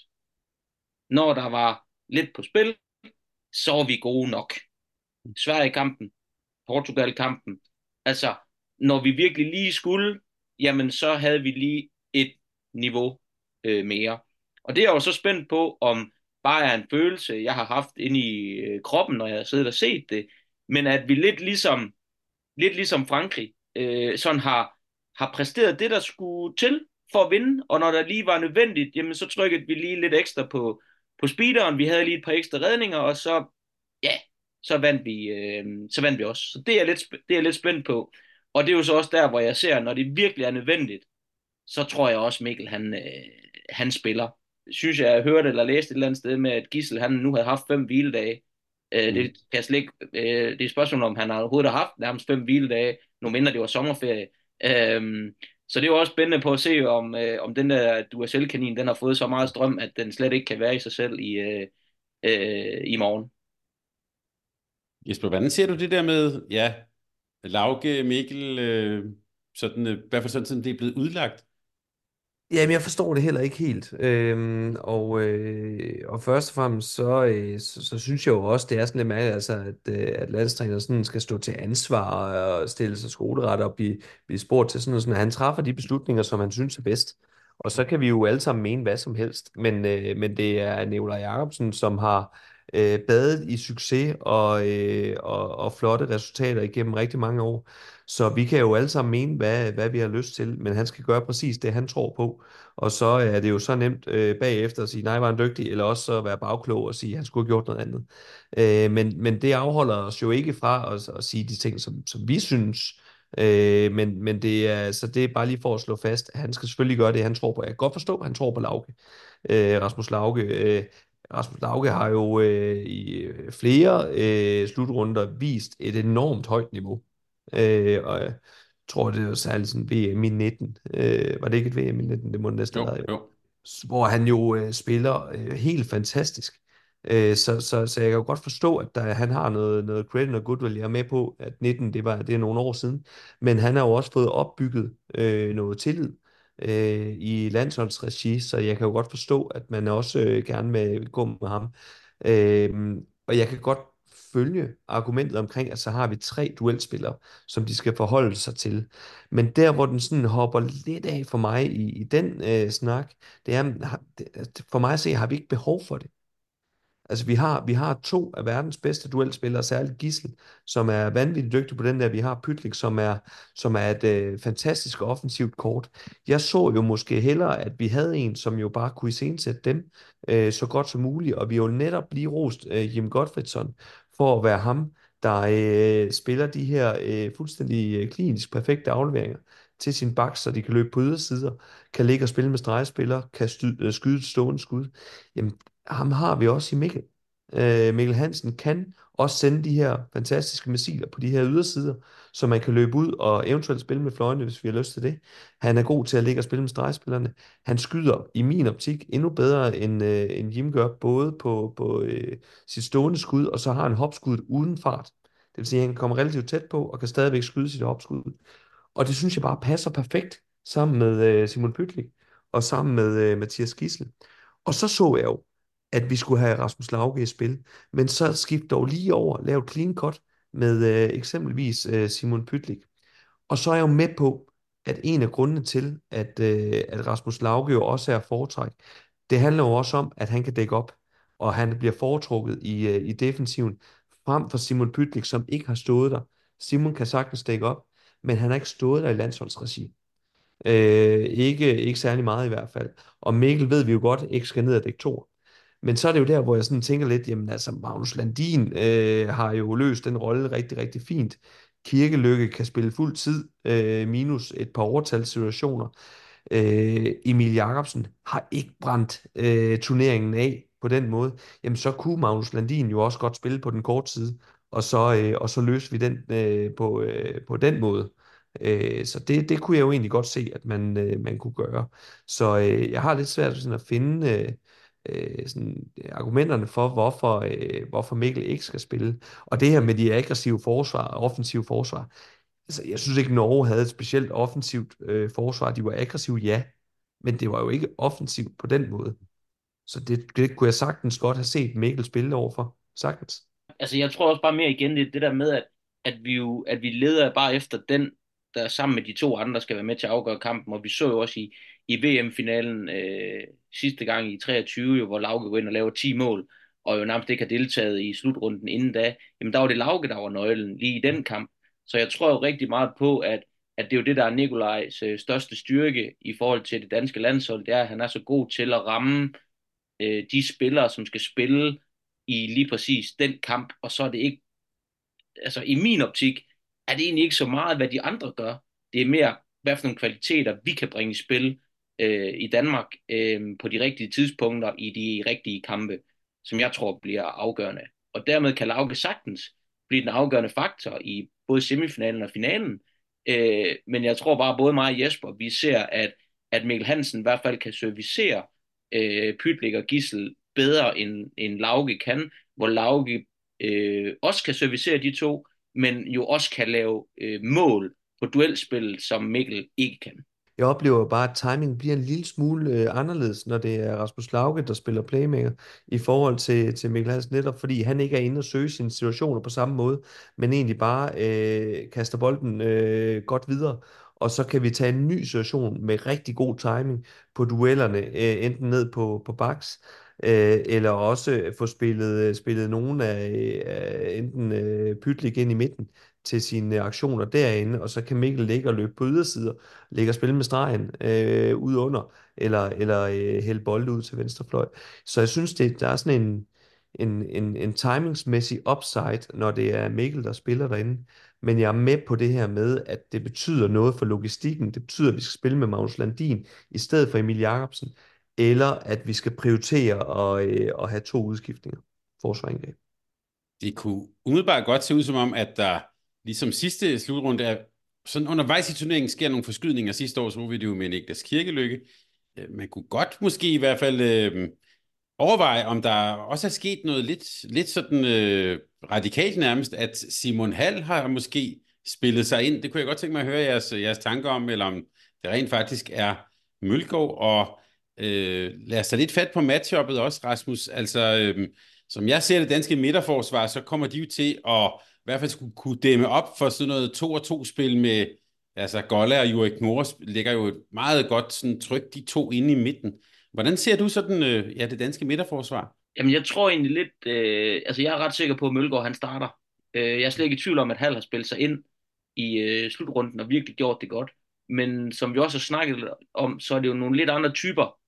Når der var lidt på spil, så var vi gode nok. Sverige-kampen, Portugal-kampen. Altså, når vi virkelig lige skulle, jamen så havde vi lige et niveau øh, mere. Og det er jeg jo så spændt på, om bare er en følelse, jeg har haft inde i øh, kroppen, når jeg har siddet og set det, men at vi lidt ligesom, lidt ligesom Frankrig, øh, sådan har, har præsteret det, der skulle til for at vinde, og når der lige var nødvendigt, jamen så trykkede vi lige lidt ekstra på, på speederen, vi havde lige et par ekstra redninger, og så, ja, så vandt vi, øh, så vandt vi også. Så det er, jeg lidt, sp- det er jeg lidt spændt på. Og det er jo så også der, hvor jeg ser, når det virkelig er nødvendigt, så tror jeg også, Mikkel, han, øh, han spiller. Synes jeg, jeg hørte eller læste et eller andet sted med, at Gissel, han nu havde haft fem hviledage. Øh, det Mm. kan jeg slet ikke, øh, det er et spørgsmål, om han har overhovedet har haft nærmest fem hviledage, nu mindre det var sommerferie. Øh, så det er jo også spændende på at se, om, øh, om den der Duracell-kanin, den har fået så meget strøm, at den slet ikke kan være i sig selv i, øh, øh, i morgen. Jesper, hvordan ser du det der med, ja, Lauke, Mikkel, øh, sådan, øh, i hvert fald sådan, som det er blevet udlagt? Jamen, jeg forstår det heller ikke helt. Øhm, og, øh, og først og fremmest, så, øh, så, så synes jeg jo også, det er sådan lidt mærkeligt, altså, at, øh, at landstræner sådan skal stå til ansvar og stille sig skoleret og blive, blive spurgt til sådan noget. Sådan, at han træffer de beslutninger, som han synes er bedst. Og så kan vi jo alle sammen mene hvad som helst. Men, øh, men det er Nikolaj Jakobsen, som har øh, badet i succes og, øh, og, og flotte resultater igennem rigtig mange år. Så vi kan jo alle sammen mene, hvad, hvad vi har lyst til, men han skal gøre præcis det, han tror på. Og så er det jo så nemt øh, bagefter at sige, nej, var han dygtig, eller også så være bagklog og sige, at han skulle have gjort noget andet. Øh, men, men det afholder os jo ikke fra at, at sige de ting, som, som vi synes. Øh, men, men det er, så det er bare lige for at slå fast, at han skal selvfølgelig gøre det, han tror på. Jeg kan godt forstå, at han tror på Lauke. Øh, Rasmus Lauke. Øh, Rasmus Lauke har jo øh, i flere øh, slutrunder vist et enormt højt niveau. Øh, og jeg tror, det var særligt sådan V M i nitten. Øh, var det ikke et V M i nitten? Det må det næsten have Jo, været, jo. jo. Hvor han jo øh, spiller øh, helt fantastisk. Øh, så, så, så jeg kan jo godt forstå, at der, han har noget, noget credit og goodwill. Jeg er med på, at nitten, det var det er nogle år siden. Men han har jo også fået opbygget øh, noget tillid øh, i landsholdsregi, så jeg kan jo godt forstå, at man også øh, gerne vil gå med ham. Øh, og jeg kan godt følge argumentet omkring, at så har vi tre duelspillere, som de skal forholde sig til. Men der, hvor den sådan hopper lidt af for mig i, i den øh, snak, det er, har- det- for mig at se, har vi ikke behov for det. Altså, vi har, vi har to af verdens bedste duelspillere, særligt Gissel, som er vanvittigt dygtig på den der. Vi har Pytlik, som er, som er et øh, fantastisk offensivt kort. Jeg så jo måske hellere, at vi havde en, som jo bare kunne iscenesætte dem øh, så godt som muligt, og vi har jo netop lige rost øh, Jim Gottfridsson for at være ham, der øh, spiller de her øh, fuldstændig øh, klinisk perfekte afleveringer til sin bak, så de kan løbe på ydersider, kan ligge og spille med stregspillere, kan sty- øh, skyde et stående skud. Jamen, ham har vi også i Mikkel. Øh, Mikkel Hansen kan også sende de her fantastiske missiler på de her ydersider, så man kan løbe ud og eventuelt spille med fløjene, hvis vi har lyst til det. Han er god til at ligge og spille med stregspillerne. Han skyder i min optik endnu bedre, end, øh, end Jim gør, både på, på øh, sit stående skud, og så har han hopskud uden fart. Det vil sige, at han kan komme relativt tæt på, og kan stadigvæk skyde sit hopskud. Og det synes jeg bare passer perfekt sammen med øh, Simon Pytlik, og sammen med øh, Mathias Gidsel. Og så så jeg jo, at vi skulle have Rasmus Lauke i spil. Men så skift dog lige over, lav et clean cut med øh, eksempelvis øh, Simon Pytlik. Og så er jeg jo med på, at en af grundene til, at, øh, at Rasmus Lauke jo også er foretræk, det handler jo også om, at han kan dække op, og han bliver foretrukket i, øh, i defensiven, frem for Simon Pytlik, som ikke har stået der. Simon kan sagtens dække op, men han har ikke stået der i landsholdsregi. Øh, ikke, ikke særlig meget i hvert fald. Og Mikkel ved vi jo godt, ikke skal ned og dække to. Men så er det jo der, hvor jeg sådan tænker lidt, jamen altså, Magnus Landin øh, har jo løst den rolle rigtig, rigtig fint. Kirkelykke kan spille fuld tid, øh, minus et par overtalssituationer. Øh, Emil Jacobsen har ikke brændt øh, turneringen af på den måde. Jamen så kunne Magnus Landin jo også godt spille på den korte side, og så, øh, og så løser vi den øh, på, øh, på den måde. Øh, så det, det kunne jeg jo egentlig godt se, at man, øh, man kunne gøre. Så øh, jeg har lidt svært sådan at finde øh, øh, sådan, øh, argumenterne for, hvorfor, øh, hvorfor Mikkel ikke skal spille. Og det her med de aggressive forsvar og offensive forsvar, altså, jeg synes ikke, Norge havde et specielt offensivt øh, forsvar. De var aggressive, ja, men det var jo ikke offensivt på den måde. Så det, det kunne jeg sagtens godt have set Mikkel spille overfor. Sagtens. Altså, jeg tror også bare mere igen, det, det der med, at, at vi jo, at vi leder bare efter den, der sammen med de to andre skal være med til at afgøre kampen, og vi så jo også i, i V M-finalen øh, sidste gang i treogtyve, jo, hvor Lauke går ind og laver ti mål, og jo nærmest ikke har deltaget i slutrunden inden da, jamen der var det Lauke, der var nøglen lige i den kamp. Så jeg tror jo rigtig meget på, at, at det er jo det, der er Nikolajs øh, største styrke i forhold til det danske landshold, det er, at han er så god til at ramme øh, de spillere, som skal spille i lige præcis den kamp, og så er det ikke, altså i min optik, er det egentlig ikke så meget, hvad de andre gør. Det er mere, hvad for nogle kvaliteter vi kan bringe i spil øh, i Danmark øh, på de rigtige tidspunkter i de rigtige kampe, som jeg tror bliver afgørende. Og dermed kan Lauke sagtens blive den afgørende faktor i både semifinalen og finalen. Øh, men jeg tror bare, både mig og Jesper, vi ser, at, at Mikkel Hansen i hvert fald kan servicere øh, Pytlik og Gissel bedre end, end Lauke kan, hvor Lauke øh, også kan servicere de to, men jo også kan lave øh, mål på duelspillet, som Mikkel ikke kan. Jeg oplever bare, at timing bliver en lille smule øh, anderledes, når det er Rasmus Lauke, der spiller playmaker, i forhold til, til Mikkel Hansen, netop fordi han ikke er inde og søge sine situationer på samme måde, men egentlig bare øh, kaster bolden øh, godt videre. Og så kan vi tage en ny situation med rigtig god timing på duellerne, øh, enten ned på, på baks, øh, eller også få spillet, spillet nogen af, af enten øh, Pytlik ind i midten til sine aktioner derinde, og så kan Mikkel ligge og løbe på ydersider, ligge og spille med stregen øh, ud under, eller, eller øh, hælde bolde ud til venstre fløj. Så jeg synes, det, der er sådan en, en, en, en timingsmæssig upside, når det er Mikkel, der spiller derinde. Men jeg er med på det her med, at det betyder noget for logistikken. Det betyder, at vi skal spille med Magnus Landin i stedet for Emil Jakobsen, eller at vi skal prioritere at, øh, at have to udskiftninger. Forsvarangreb. Det kunne umiddelbart godt se ud som om, at der ligesom sidste slutrunde er sådan undervejs i turneringen sker nogle forskydninger. Sidste år så vi det jo med Niklas Kirkelykke. Man kunne godt måske i hvert fald øh, overveje, om der også er sket noget lidt, lidt sådan øh, radikalt nærmest, at Simon Hall har måske spillet sig ind. Det kunne jeg godt tænke mig at høre jeres, jeres tanker om, eller om det rent faktisk er Mølgaard. Og øh, lad os tage lidt fat på matchuppet også, Rasmus. Altså, øh, som jeg ser det danske midterforsvar, så kommer de jo til at i hvert fald skulle kunne dæmme op for sådan noget to og to spil med, altså Golla og Jorik Nors lægger jo et meget godt sådan tryk, de to inde i midten. Hvordan ser du sådan, øh, ja, det danske midterforsvar? Jamen, jeg tror egentlig lidt, øh, altså jeg er ret sikker på, at Mølgaard han starter. Øh, jeg er slet ikke i tvivl om, at Hall har spillet sig ind i øh, slutrunden og virkelig gjort det godt. Men som vi også har snakket om, så er det jo nogle lidt andre typer,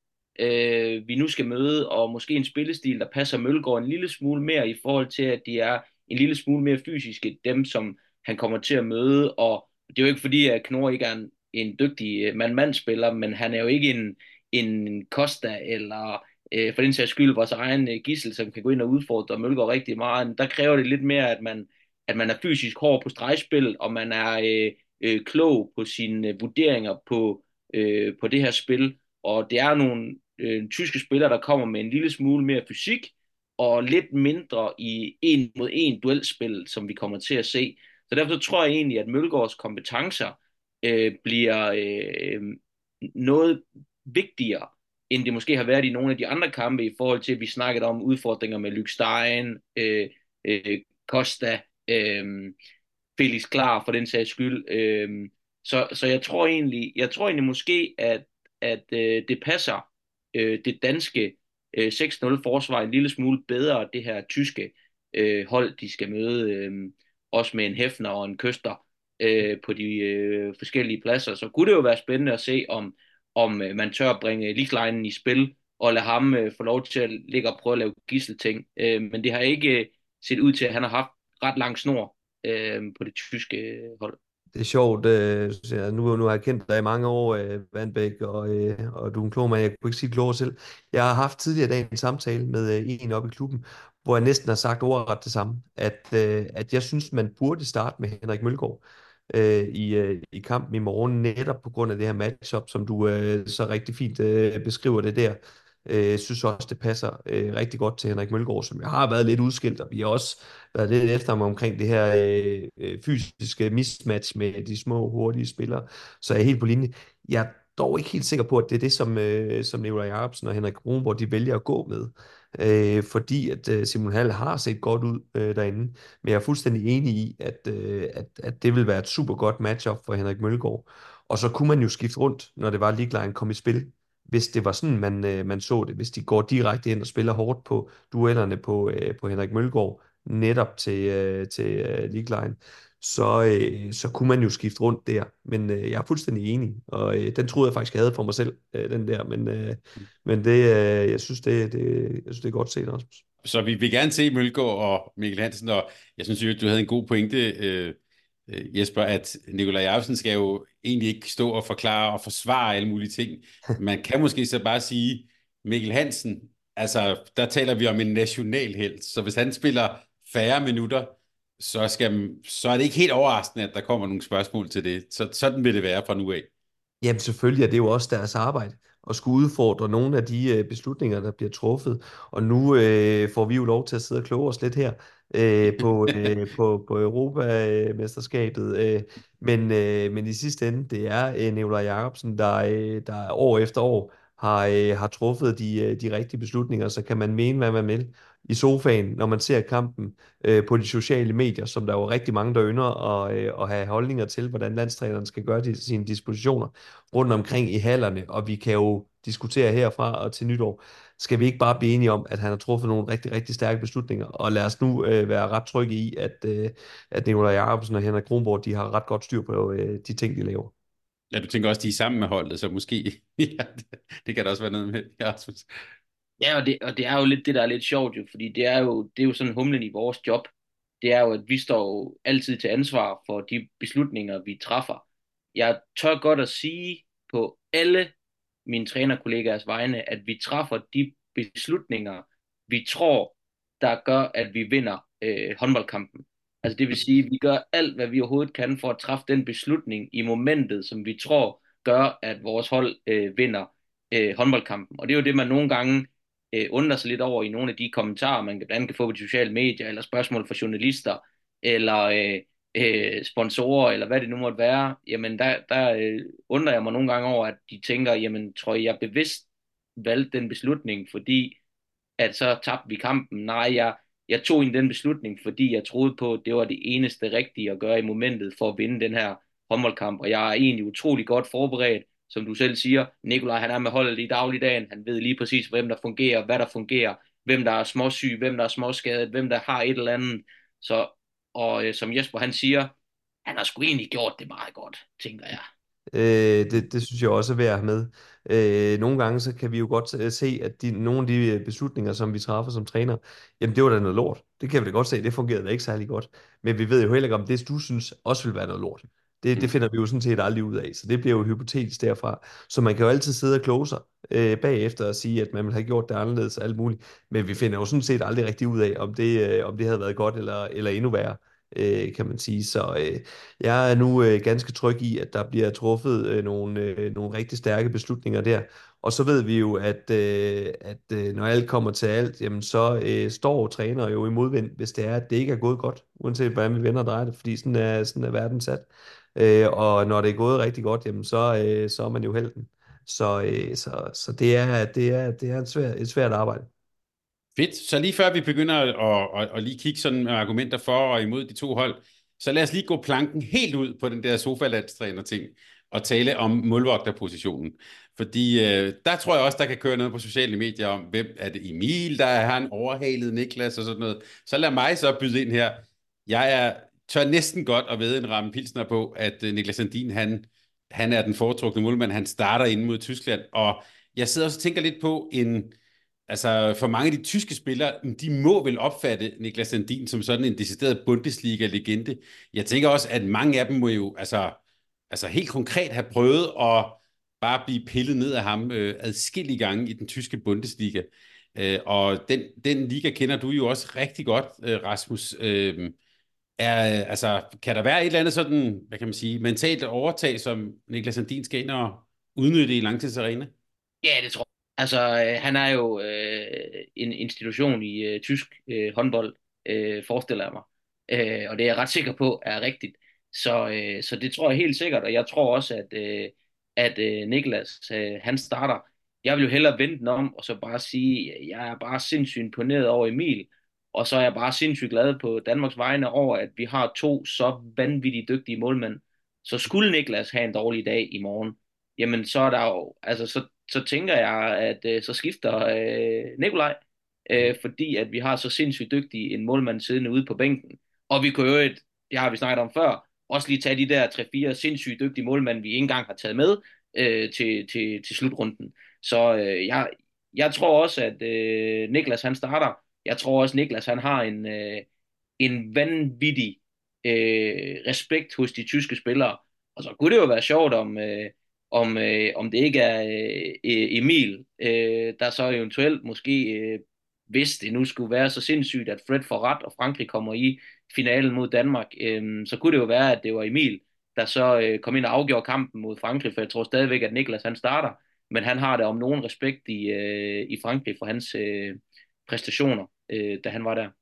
øh, vi nu skal møde, og måske en spillestil, der passer Mølgaard en lille smule mere i forhold til, at de er en lille smule mere fysiske, dem som han kommer til at møde. Og det er jo ikke fordi, at Knor ikke er en, en dygtig øh, mand-mand-spiller, men han er jo ikke en, en Costa eller øh, for den sags skyld vores egen øh, Gissel, som kan gå ind og udfordre Mølgaard rigtig meget. Der kræver det lidt mere, at man, at man er fysisk hård på stregspil, og man er øh, øh, klog på sine øh, vurderinger på, øh, på det her spil. Og det er nogle øh, tyske spillere, der kommer med en lille smule mere fysik, og lidt mindre i en mod en duelspil, som vi kommer til at se. Så derfor tror jeg egentlig, at Mølgaards kompetencer øh, bliver øh, noget vigtigere, end det måske har været i nogle af de andre kampe, i forhold til, at vi snakkede om udfordringer med Luc Stein, øh, øh, Costa, øh, Felix Klar for den sags skyld. Øh, så, så jeg tror egentlig, jeg tror egentlig måske, at, at øh, det passer øh, det danske øh, seks nul forsvar en lille smule bedre, det her tyske øh, hold, de skal møde, øh, også med en Hefner og en Køster øh, på de øh, forskellige pladser. Så kunne det jo være spændende at se, om om øh, man tør at bringe Lichleinen i spil, og lade ham øh, få lov til at ligge og prøve at lave gisselting. Øh, men det har ikke øh, set ud til, at han har haft ret lang snor øh, på det tyske øh, hold. Det er sjovt, øh, synes jeg. Nu, nu har jeg kendt dig i mange år, øh, Vandbæk, og, øh, og du er en klog mand. Jeg kunne ikke sige klogere selv. Jeg har haft tidligere i dag en samtale med øh, en oppe i klubben, hvor jeg næsten har sagt ordret det samme, at, øh, at jeg synes, man burde starte med Henrik Mølgaard øh, i, øh, i kampen i morgen, netop på grund af det her matchup, som du øh, så rigtig fint øh, beskriver det der. Jeg øh, synes også, det passer øh, rigtig godt til Henrik Mølgaard, som jeg har været lidt udskilt, og vi har også været lidt efter mig omkring det her øh, øh, fysiske mismatch med de små, hurtige spillere. Så jeg er helt på linje. Jeg er dog ikke helt sikker på, at det er det, som, øh, som Nikolaj Jacobsen og Henrik Kronborg, de vælger at gå med. Øh, fordi at øh, Simon Hall har set godt ud øh, derinde. Men jeg er fuldstændig enig i, at, øh, at, at det vil være et super godt matchup for Henrik Mølgaard. Og så kunne man jo skifte rundt, når det var Lichlein kom i spil, hvis det var sådan, man, øh, man så det. Hvis de går direkte ind og spiller hårdt på duellerne på, øh, på Henrik Mølgaard, netop til, øh, til øh, Lichlein. så, øh, så kunne man jo skifte rundt der. Men øh, jeg er fuldstændig enig, og øh, den troede jeg faktisk, jeg havde for mig selv, øh, den der. Men, øh, men det, øh, jeg synes, det, det, jeg synes, det er godt set, Rasmus. Så vi vil gerne se Mølgaard og Mikkel Hansen, og jeg synes jo, du havde en god pointe, øh, øh, Jesper, at Nikolaj Jacobsen skal jo egentlig ikke stå og forklare og forsvare alle mulige ting. Man kan måske så bare sige, Mikkel Hansen, altså der taler vi om en nationalhelt, så hvis han spiller færre minutter, så, skal, så er det ikke helt overraskende, at der kommer nogle spørgsmål til det. Så sådan vil det være fra nu af. Jamen selvfølgelig er det jo også deres arbejde at skulle udfordre nogle af de øh, beslutninger, der bliver truffet. Og nu øh, får vi jo lov til at sidde og kloge os lidt her øh, på, øh, på, på Europamesterskabet. Øh, men, øh, men i sidste ende, det er øh, Nikolaj Jacobsen, der, øh, der år efter år har, øh, har truffet de, øh, de rigtige beslutninger. Så kan man mene, hvad man vil i sofaen, når man ser kampen øh, på de sociale medier, som der er jo rigtig mange, der ynder at, øh, at have holdninger til, hvordan landstræneren skal gøre de, sine dispositioner rundt omkring i hallerne, og vi kan jo diskutere herfra og til nytår. Skal vi ikke bare blive enige om, at han har truffet nogle rigtig, rigtig stærke beslutninger, og lad os nu øh, være ret trygge i, at, øh, at Nikolaj Jacobsen og Henrik Kronborg, de har ret godt styr på øh, de ting, de laver. Ja, du tænker også, de er sammen med holdet, så måske, ja, det, det kan der også være noget med, ja, Rasmus. Ja, og det, og det er jo lidt det, der er lidt sjovt jo, fordi det er jo, det er jo sådan humlen i vores job. Det er jo, at vi står jo altid til ansvar for de beslutninger, vi træffer. Jeg tør godt at sige på alle mine trænerkollegaers vegne, at vi træffer de beslutninger, vi tror, der gør, at vi vinder øh, håndboldkampen. Altså det vil sige, at vi gør alt, hvad vi overhovedet kan for at træffe den beslutning i momentet, som vi tror gør, at vores hold øh, vinder øh, håndboldkampen. Og det er jo det, man nogle gange øh, undrer sig lidt over i nogle af de kommentarer, man blandt andet kan få på de sociale medier, eller spørgsmål fra journalister, eller øh, øh, sponsorer, eller hvad det nu måtte være. Jamen der, der øh, undrer jeg mig nogle gange over, at de tænker, jamen tror jeg, jeg bevidst valgte den beslutning, fordi at så tabte vi kampen. Nej, jeg, jeg tog en den beslutning, fordi jeg troede på, at det var det eneste rigtige at gøre i momentet for at vinde den her håndboldkamp. Og jeg er egentlig utrolig godt forberedt. Som du selv siger, Nikolaj han er med holdet i dagligdagen. Han ved lige præcis, hvem der fungerer, hvad der fungerer, hvem der er småsyg, hvem der er småskadet, hvem der har et eller andet. Så, og øh, som Jesper han siger, han har sgu egentlig gjort det meget godt, tænker jeg. Øh, det, det synes jeg også er værd at have med. Øh, nogle gange så kan vi jo godt øh, se, at de, nogle af de øh, beslutninger, som vi træffer som træner, jamen det var da noget lort. Det kan vi da godt se, det fungerede da ikke særlig godt. Men vi ved jo heller ikke, om det, du synes, også vil være noget lort. Det, det finder vi jo sådan set aldrig ud af, så det bliver jo hypotetisk derfra. Så man kan jo altid sidde og kloge sig øh, bagefter og sige, at man vil have gjort det anderledes og alt muligt. Men vi finder jo sådan set aldrig rigtig ud af, om det, øh, om det havde været godt eller, eller endnu værre, øh, kan man sige. Så øh, jeg er nu øh, ganske tryg i, at der bliver truffet øh, nogle, øh, nogle rigtig stærke beslutninger der. Og så ved vi jo, at, øh, at øh, når alt kommer til alt, jamen så øh, står træner jo i modvind, hvis det er, at det ikke er gået godt, uanset hvordan vi vender og drejer det, fordi sådan er, sådan er verden sat. Øh, og når det er gået rigtig godt, jamen så, øh, så er man jo helten. Så, øh, så, så det er, det er, det er et svært, et svært arbejde. Fedt. Så lige før vi begynder at, at, at lige kigge sådan med argumenter for og imod de to hold, så lad os lige gå planken helt ud på den der sofalandstræner-ting og tale om målvogterpositionen. Fordi øh, der tror jeg også, der kan køre noget på sociale medier om, hvem er det Emil, der har han overhalet Niklas og sådan noget. Så lad mig så byde ind her. Jeg er, tør næsten godt at vædde en ramme pilsner på, at øh, Niklas Sandin, han, han er den foretrukne målmand. Han starter inde mod Tyskland, og jeg sidder også og tænker lidt på en... Altså, for mange af de tyske spillere, de må vel opfatte Niklas Sandin som sådan en decideret Bundesliga-legende. Jeg tænker også, at mange af dem må jo altså, altså helt konkret have prøvet at bare blive pillet ned af ham øh, adskillige gange i den tyske Bundesliga. Øh, og den, den liga kender du jo også rigtig godt, øh, Rasmus. Øh, er, altså, kan der være et eller andet sådan, hvad kan man sige, mentalt overtag, som Niklas Sandin skal ind og udnytte i langtidsarena? Ja, det tror jeg. Altså, øh, han er jo øh, en institution i øh, tysk øh, håndbold, øh, forestiller jeg mig. Øh, og det er jeg ret sikker på er rigtigt. Så, øh, så det tror jeg helt sikkert, og jeg tror også, at, øh, at øh, Niklas, øh, han starter. Jeg vil jo hellere vente den om, og så bare sige, at jeg er bare sindssygt imponeret over Emil, og så er jeg bare sindssygt glad på Danmarks vegne over, at vi har to så vanvittigt dygtige målmænd. Så skulle Niklas have en dårlig dag i morgen, jamen så er der jo, altså så så tænker jeg, at øh, så skifter øh, Nikolaj, øh, fordi at vi har så sindssygt dygtig en målmand siddende ude på bænken. Og vi kunne jo et, det har vi snakket om før, også lige tage de der tre fire sindssygt dygtige målmænd, vi ikke engang har taget med øh, til, til, til slutrunden. Så øh, jeg, jeg tror også, at øh, Niklas han starter. Jeg tror også, Niklas han har en, øh, en vanvittig øh, respekt hos de tyske spillere. Og så kunne det jo være sjovt, om, øh, om, øh, om det ikke er øh, Emil, øh, der så eventuelt måske, øh, hvis det nu skulle være så sindssygt, at Fred får ret, og Frankrig kommer i finalen mod Danmark, øh, så kunne det jo være, at det var Emil, der så øh, kom ind og afgjorde kampen mod Frankrig, for jeg tror stadigvæk, at Niklas han starter, men han har da om nogen respekt i, øh, i Frankrig for hans øh, præstationer, øh, da han var der.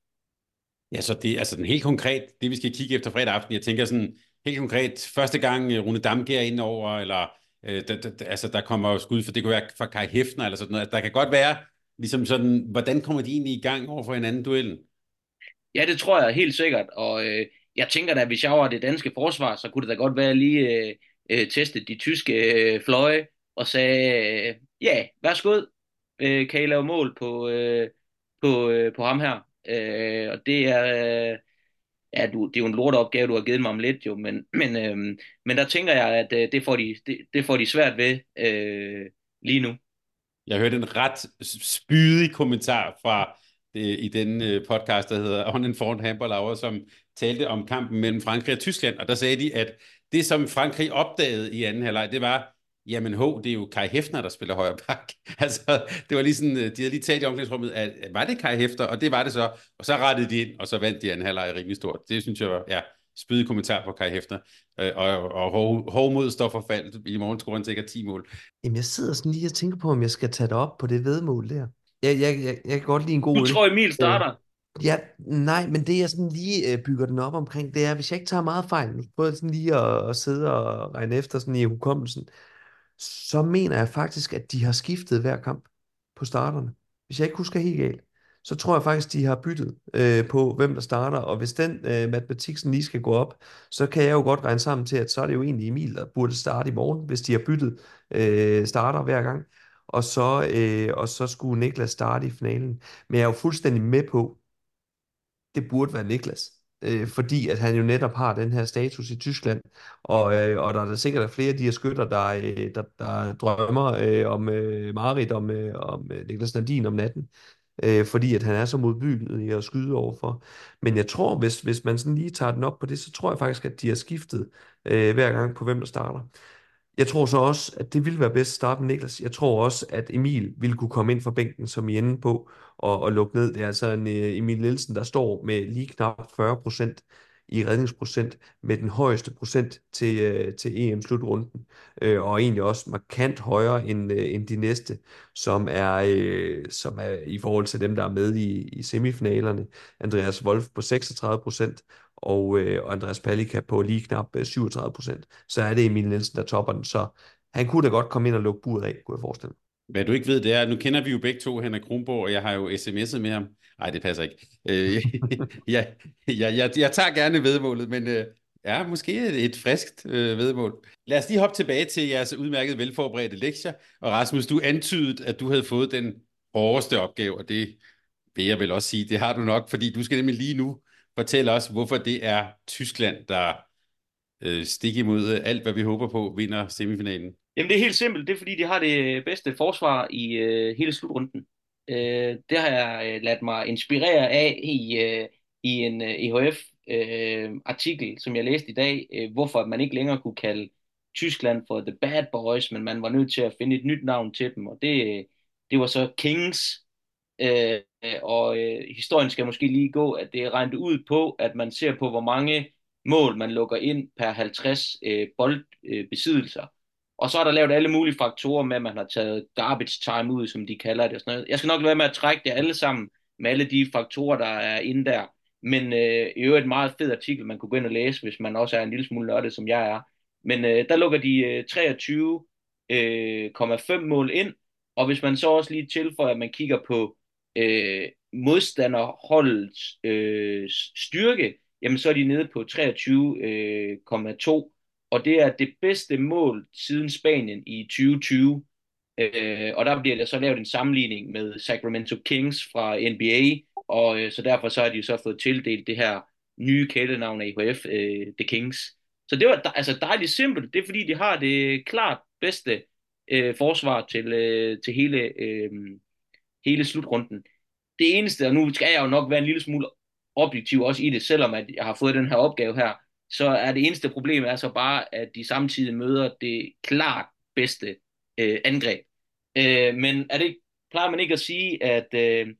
Ja, så det er altså den helt konkret, det vi skal kigge efter fredag aften. Jeg tænker sådan helt konkret, første gang øh, Rune Damkjær ind over, eller øh, der, der, altså der kommer jo skud, for det kunne være fra Kai Hæfner, eller sådan noget. Altså, der kan godt være, ligesom sådan, hvordan kommer de egentlig i gang over for hinanden duellen? Ja, det tror jeg helt sikkert, og øh, jeg tænker da, hvis jeg var det danske forsvar, så kunne det da godt være lige øh, øh, teste de tyske øh, fløje og sagde, øh, ja, værsgo, øh, kan I lave mål på, øh, på, øh, på ham her? Øh, og det er, øh, ja, du, det er jo en lorteopgave, du har givet mig om lidt jo, men, men, øh, men der tænker jeg, at øh, det, får de, det, det får de svært ved øh, lige nu. Jeg hørte en ret spydig kommentar fra øh, i den øh, podcast, der hedder On Informed Handball Hour, som talte om kampen mellem Frankrig og Tyskland, og der sagde de, at det, som Frankrig opdagede i anden halvleg, det var, jamen H, det er jo Kai Hæfner, der spiller højre bak. Altså, det var lige sådan, de havde lige talt i omklædningsrummet, at var det Kai Hæfner, og det var det så, og så rettede de ind, og så vandt de anden halvleg rimelig stort. Det synes jeg var, ja, spydig kommentar på Kai Hæfner, øh, og, og hård, hård mod står for fald. I morgen scorer han sikkert ti mål. Jamen, jeg sidder sådan lige og tænker på, om jeg skal tage det op på det væddemål der. Jeg, jeg, jeg, jeg kan godt lide en Du god øl. tror, Emil Øh, starter? ja, nej, men det jeg sådan lige øh, bygger den op omkring, det er, hvis jeg ikke tager meget fejl, nu prøver jeg sådan lige at, at sidde og regne efter sådan i hukommelsen, så mener jeg faktisk, at de har skiftet hver kamp på starterne. Hvis jeg ikke husker helt galt, så tror jeg faktisk, de har byttet øh, på, hvem der starter. Og hvis den øh, matematik sådan lige skal gå op, så kan jeg jo godt regne sammen til, at så er det jo egentlig Emil, der burde starte i morgen, hvis de har byttet øh, starter hver gang. Og så, øh, og så skulle Niklas starte i finalen. Men jeg er jo fuldstændig med på, det burde være Niklas. Øh, fordi at han jo netop har den her status i Tyskland, og, øh, og der er da sikkert er flere af de her skytter, der, øh, der, der drømmer øh, om øh, Marit, om, øh, om øh, Niklas Nadin om natten, øh, fordi at han er så modbydelig at skyde overfor. Men jeg tror, hvis, hvis man sådan lige tager den op på det, så tror jeg faktisk, at de har skiftet øh, hver gang på, hvem der starter. Jeg tror så også, at det ville være bedst at starte med Niklas. Jeg tror også, at Emil ville kunne komme ind fra bænken, som I er inde på, og, og lukke ned. Det er altså en øh, Emil Nielsen, der står med lige knap fyrre procent i redningsprocent, med den højeste procent til, øh, til E M-slutrunden, øh, og egentlig også markant højere end, øh, end de næste, som er, øh, som er i forhold til dem, der er med i, i semifinalerne. Andreas Wolf på seksogtredive procent, og, øh, og Andreas Palika på lige knap øh, syvogtredive procent. Så er det Emil Nielsen, der topper den. Så han kunne da godt komme ind og lukke buret af, kunne jeg forestille mig. Hvad du ikke ved, det er, nu kender vi jo begge to Henrik Kronborg, og jeg har jo sms'et med ham. Nej, det passer ikke. Øh, jeg, jeg, jeg, jeg tager gerne vedmålet, men øh, ja, måske et, et friskt øh, vedmål. Lad os lige hoppe tilbage til jeres udmærket velforberedte lektier. Og Rasmus, du antydede, at du havde fået den hårdeste opgave, og det vil jeg vel også sige, det har du nok, fordi du skal nemlig lige nu fortælle os, hvorfor det er Tyskland, der øh, stik imod alt, hvad vi håber på, vinder semifinalen. Jamen, det er helt simpelt. Det er, fordi de har det bedste forsvar i øh, hele slutrunden. Øh, det har jeg øh, ladt mig inspirere af i, øh, i en øh, E H F-artikel, som jeg læste i dag, øh, hvorfor man ikke længere kunne kalde Tyskland for The Bad Boys, men man var nødt til at finde et nyt navn til dem, og det, det var så Kings. Øh, og øh, historien skal måske lige gå, at det er regnet ud på, at man ser på, hvor mange mål man lukker ind per halvtreds øh, boldbesiddelser. Øh, og så er der lavet alle mulige faktorer med, at man har taget garbage time ud, som de kalder det. Og sådan noget. Jeg skal nok lade være med at trække det alle sammen med alle de faktorer, der er inde der. Men øh, i øvrigt et meget fed artikel, man kunne gå ind og læse, hvis man også er en lille smule nørdet, som jeg er. Men øh, der lukker de øh, treogtyve komma fem øh, mål ind, og hvis man så også lige tilføjer, at man kigger på øh, modstanderholdets øh, styrke, jamen så er de nede på treogtyve komma to, og det er det bedste mål siden Spanien i tyve tyve. Øh, og der bliver der så lavet en sammenligning med Sacramento Kings fra N B A, og øh, så derfor så har de så fået tildelt det her nye kælenavn af I H F, øh, The Kings. Så det var altså dejligt simpelt. Det er fordi, de har det klart bedste øh, forsvar til, øh, til hele, øh, hele slutrunden. Det eneste, og nu skal jeg jo nok være en lille smule objektiv også i det, selvom at jeg har fået den her opgave her, så er det eneste problem er så bare, at de samtidig møder det klart bedste øh, angreb. Øh, men er det, plejer man ikke at sige, at øh,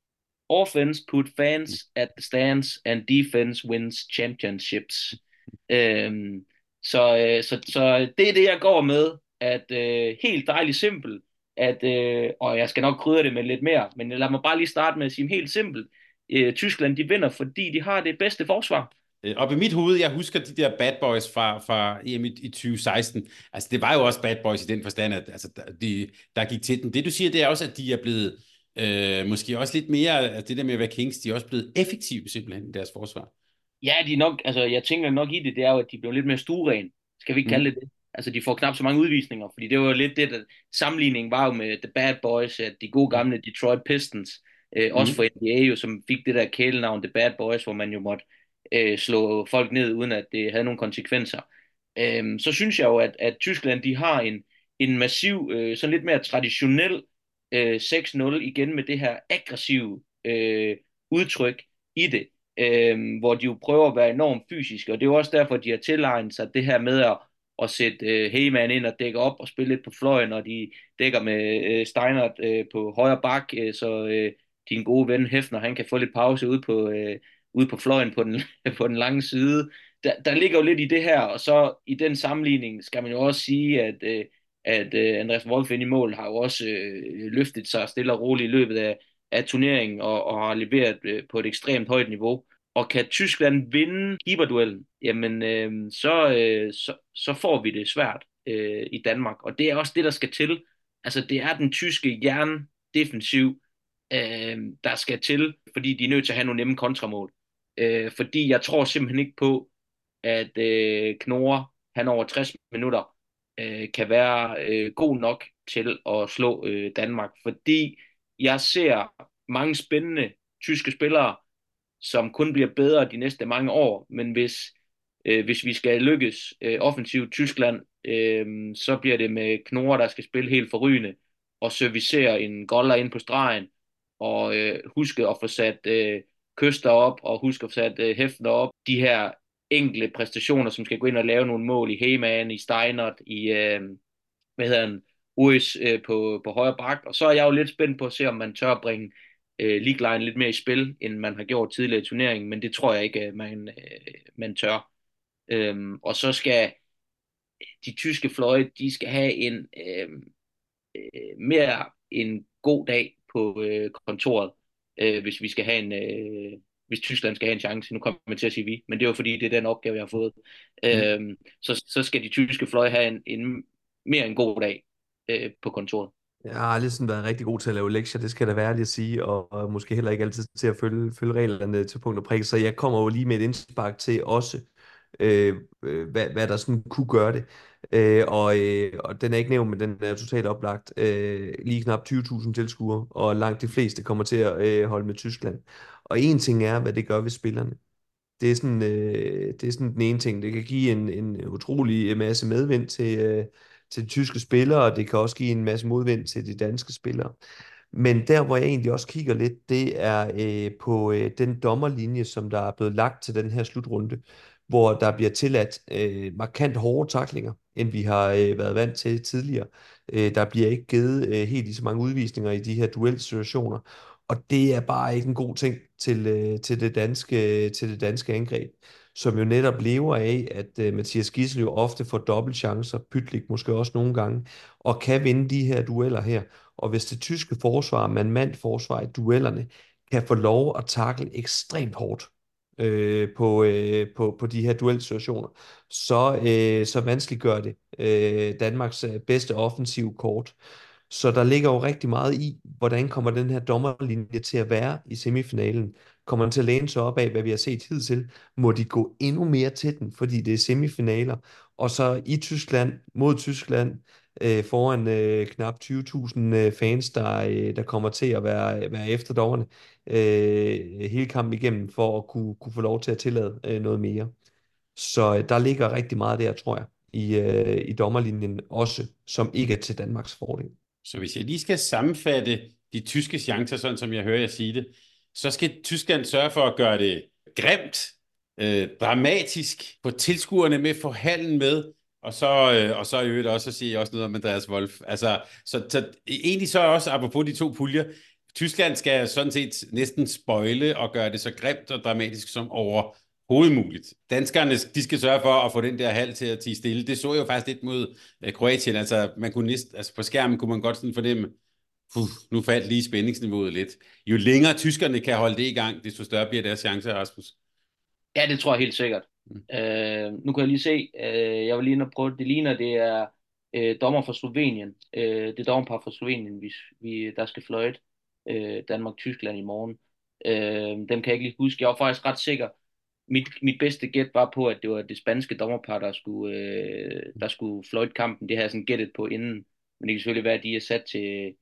offense put fans at the stands, and defense wins championships. Øhm, så, øh, så, så det er det, jeg går med, at øh, helt dejligt simpelt, at, øh, og jeg skal nok krydre det med lidt mere, men lad mig bare lige starte med at sige helt simpelt. Øh, Tyskland, de vinder, fordi de har det bedste forsvar. Øh, Op i mit hoved, jeg husker de der bad boys fra, fra E M i, i tyve seksten. Altså, det var jo også bad boys i den forstand, at altså, de, der gik til den. Det, du siger, det er også, at de er blevet øh, måske også lidt mere, at det der med at være Kings, de er også blevet effektive simpelthen i deres forsvar. Ja, de er nok, altså jeg tænker nok i det, det er jo, at de blev lidt mere stueren. Skal vi ikke kalde det det? Altså, de får knap så mange udvisninger, fordi det var jo lidt det, der sammenligningen var jo med The Bad Boys, at de gode gamle Detroit Pistons, øh, også Mm. for N B A jo, som fik det der kælenavn The Bad Boys, hvor man jo måtte øh, slå folk ned, uden at det havde nogle konsekvenser. Øhm, så synes jeg jo, at, at Tyskland, de har en, en massiv, øh, sådan lidt mere traditionel øh, seks nul igen med det her aggressive øh, udtryk i det, øh, hvor de jo prøver at være enormt fysiske, og det er jo også derfor, de har tilegnet sig det her med at, at sætte øh, Heyman ind og dække op og spille lidt på fløjen, og de dækker med øh, Steinert øh, på højre bak, øh, så øh, din gode ven Hefner, han kan få lidt pause ude på, øh, ude på fløjen på den, på den lange side. Der, der ligger jo lidt i det her, og så i den sammenligning skal man jo også sige, at, øh, at øh, Andreas Wolf ind i mål har jo også øh, løftet sig stille og roligt i løbet af, af turneringen og, og har leveret øh, på et ekstremt højt niveau. Og kan Tyskland vinde keeperduellen, jamen øh, så, øh, så, så får vi det svært øh, i Danmark. Og det er også det, der skal til. Altså det er den tyske jerndefensiv, øh, der skal til, fordi de er nødt til at have nogle nemme kontramål. Øh, fordi jeg tror simpelthen ikke på, at øh, Knorre, han over tres minutter, øh, kan være øh, god nok til at slå øh, Danmark. Fordi jeg ser mange spændende tyske spillere, som kun bliver bedre de næste mange år, men hvis, øh, hvis vi skal lykkes øh, offensivt Tyskland, øh, så bliver det med Knorre, der skal spille helt forrygende, og servicere en golder ind på stregen, og øh, huske at få sat øh, Køster op, og huske at få sat øh, Hefner op. De her enkle præstationer, som skal gå ind og lave nogle mål i Heyman, i Steinert, i, øh, hvad hedder han, Uis øh, på, på højre bak. Og så er jeg jo lidt spændt på at se, om man tør at bringe øh, League Line lidt mere i spil, end man har gjort tidligere i turneringen, men det tror jeg ikke, man, øh, man tør. Øhm, og så skal de tyske fløje, de skal have en øh, øh, mere en god dag på øh, kontoret, øh, hvis vi skal have en øh, hvis Tyskland skal have en chance. Nu kommer jeg til at sige vi, men det er jo fordi, det er den opgave, jeg har fået. Mm. Øhm, så, så skal de tyske fløje have en, en mere en god dag øh, på kontoret. Jeg har aldrig sådan været rigtig god til at lave lektier, det skal jeg da være ærlig at sige, og, og måske heller ikke altid til at følge, følge reglerne til punkt og prik, så jeg kommer jo lige med et indspark til også, øh, øh, hvad, hvad der sådan kunne gøre det. Øh, og, øh, og den er ikke nævnt, men den er totalt oplagt. Øh, lige knap tyve tusind tilskuere, og langt de fleste kommer til at øh, holde med Tyskland. Og en ting er, hvad det gør ved spillerne. Det er sådan, øh, det er sådan den ene ting. Det kan give en, en utrolig masse medvind til, øh, til de tyske spillere, og det kan også give en masse modvind til de danske spillere. Men der, hvor jeg egentlig også kigger lidt, det er øh, på øh, den dommerlinje, som der er blevet lagt til den her slutrunde, hvor der bliver tilladt øh, markant hårde taklinger, end vi har øh, været vant til tidligere. Øh, der bliver ikke givet øh, helt lige så mange udvisninger i de her duelsituationer, og det er bare ikke en god ting til, øh, til, det, danske, til det danske angreb, som jo netop lever af, at øh, Mathias Gidsel jo ofte får dobbelt chancer, Pytlik måske også nogle gange, og kan vinde de her dueller her. Og hvis det tyske forsvar, man-mand forsvar i duellerne, kan få lov at takle ekstremt hårdt øh, på, øh, på, på de her duelsituationer, så, øh, så vanskeliggør det øh, Danmarks øh, bedste offensive kort. Så der ligger jo rigtig meget i, hvordan kommer den her dommerlinje til at være i semifinalen. Kommer den til at læne sig op af, hvad vi har set hidtil? Må de gå endnu mere til den, fordi det er semifinaler? Og så i Tyskland, mod Tyskland, øh, foran øh, knap tyve tusind øh, fans, der, øh, der kommer til at være, være efter dommerne øh, hele kampen igennem, for at kunne, kunne få lov til at tillade øh, noget mere. Så øh, der ligger rigtig meget der, tror jeg, i, øh, i dommerlinjen også, som ikke er til Danmarks fordel. Så hvis jeg lige skal sammenfatte de tyske chancer, sådan som jeg hører jer sige det, så skal Tyskland sørge for at gøre det grimt, øh, dramatisk, få tilskuerne med, få hallen med, og så, øh, og så i øvrigt også at sige også noget om Andreas Wolf. Altså, så, så egentlig så også, apropos de to puljer, Tyskland skal sådan set næsten spoile og gøre det så grimt og dramatisk som overhovedet muligt. Danskerne, de skal sørge for at få den der hal til at tie stille. Det så jeg jo faktisk lidt mod uh, Kroatien. Altså, man kunne næsten, altså på skærmen kunne man godt sådan fornemme, puh, nu faldt lige spændingsniveauet lidt. Jo længere tyskerne kan holde det i gang, desto større bliver deres chancer, Rasmus. Ja, det tror jeg helt sikkert. Mm. Øh, nu kan jeg lige se, øh, jeg var lige inde og prøve, det ligner, det er øh, dommer fra Slovenien. Øh, det er dommerpar fra Slovenien, vi, vi, der skal fløjte øh, Danmark-Tyskland i morgen. Øh, dem kan jeg ikke lige huske. Jeg var faktisk ret sikker. Mit, mit bedste gæt var på, at det var det spanske dommerpar, der skulle, øh, der skulle fløjte kampen. Det havde jeg sådan gættet på inden. Men det kan selvfølgelig være, at de er sat til,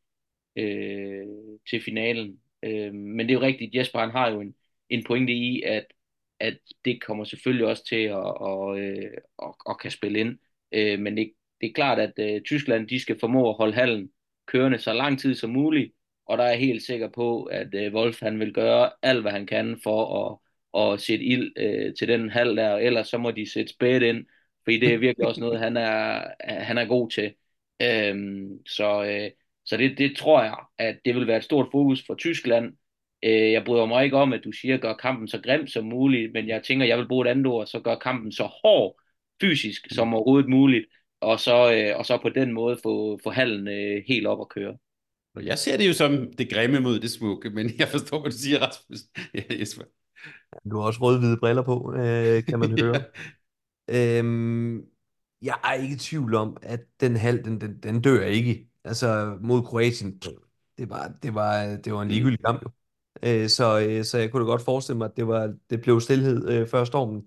øh, til finalen. Øh, men det er jo rigtigt. Jesper, han har jo en, en pointe i, at at det kommer selvfølgelig også til at, at, at, at, at kan spille ind. Øh, men det, det er klart, at uh, Tyskland de skal formå at holde hallen kørende så lang tid som muligt, og der er jeg helt sikker på, at uh, Wolf han vil gøre alt, hvad han kan for at, at sætte ild uh, til den hal der, og ellers så må de sætte spæt ind, fordi det er virkelig også noget, han er, han er god til. Um, så uh, så det, det tror jeg, at det vil være et stort fokus for Tyskland. Jeg bryder mig ikke om, at du siger, gør kampen så grim som muligt, men jeg tænker, jeg vil bruge et andet ord, så gør kampen så hård fysisk som overhovedet muligt, og så, øh, og så på den måde få, få hallen øh, helt op at køre. Jeg ser det jo som det grimme mod det smukke, men jeg forstår, hvad du siger, Rasmus. Ja, Jesper. Du har også rød-hvide briller på, øh, kan man høre. øhm, jeg er ikke i tvivl om, at den halv, den, den, den dør ikke. Altså mod Kroatien, det var, det var, det var en ligegyldig kamp jo. Øh, så, øh, så jeg kunne da godt forestille mig, at det var, det blev stillhed øh, før stormen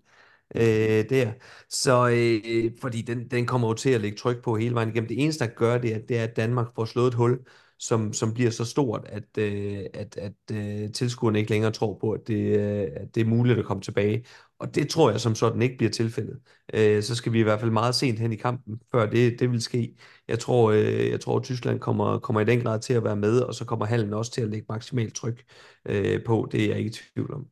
øh, der. Så øh, fordi den, den kommer jo til at lægge tryk på hele vejen igennem. Det eneste, der gør det, er, det er, at Danmark får slået et hul, som, som bliver så stort, at, øh, at, at øh, tilskuerne ikke længere tror på, at det, øh, at det er muligt at komme tilbage. Og det tror jeg som sådan ikke bliver tilfældet. Øh, så skal vi i hvert fald meget sent hen i kampen, før det, det vil ske. Jeg tror, øh, jeg tror, at Tyskland kommer, kommer i den grad til at være med, og så kommer hallen også til at lægge maksimalt tryk øh, på. Det er jeg ikke i tvivl om.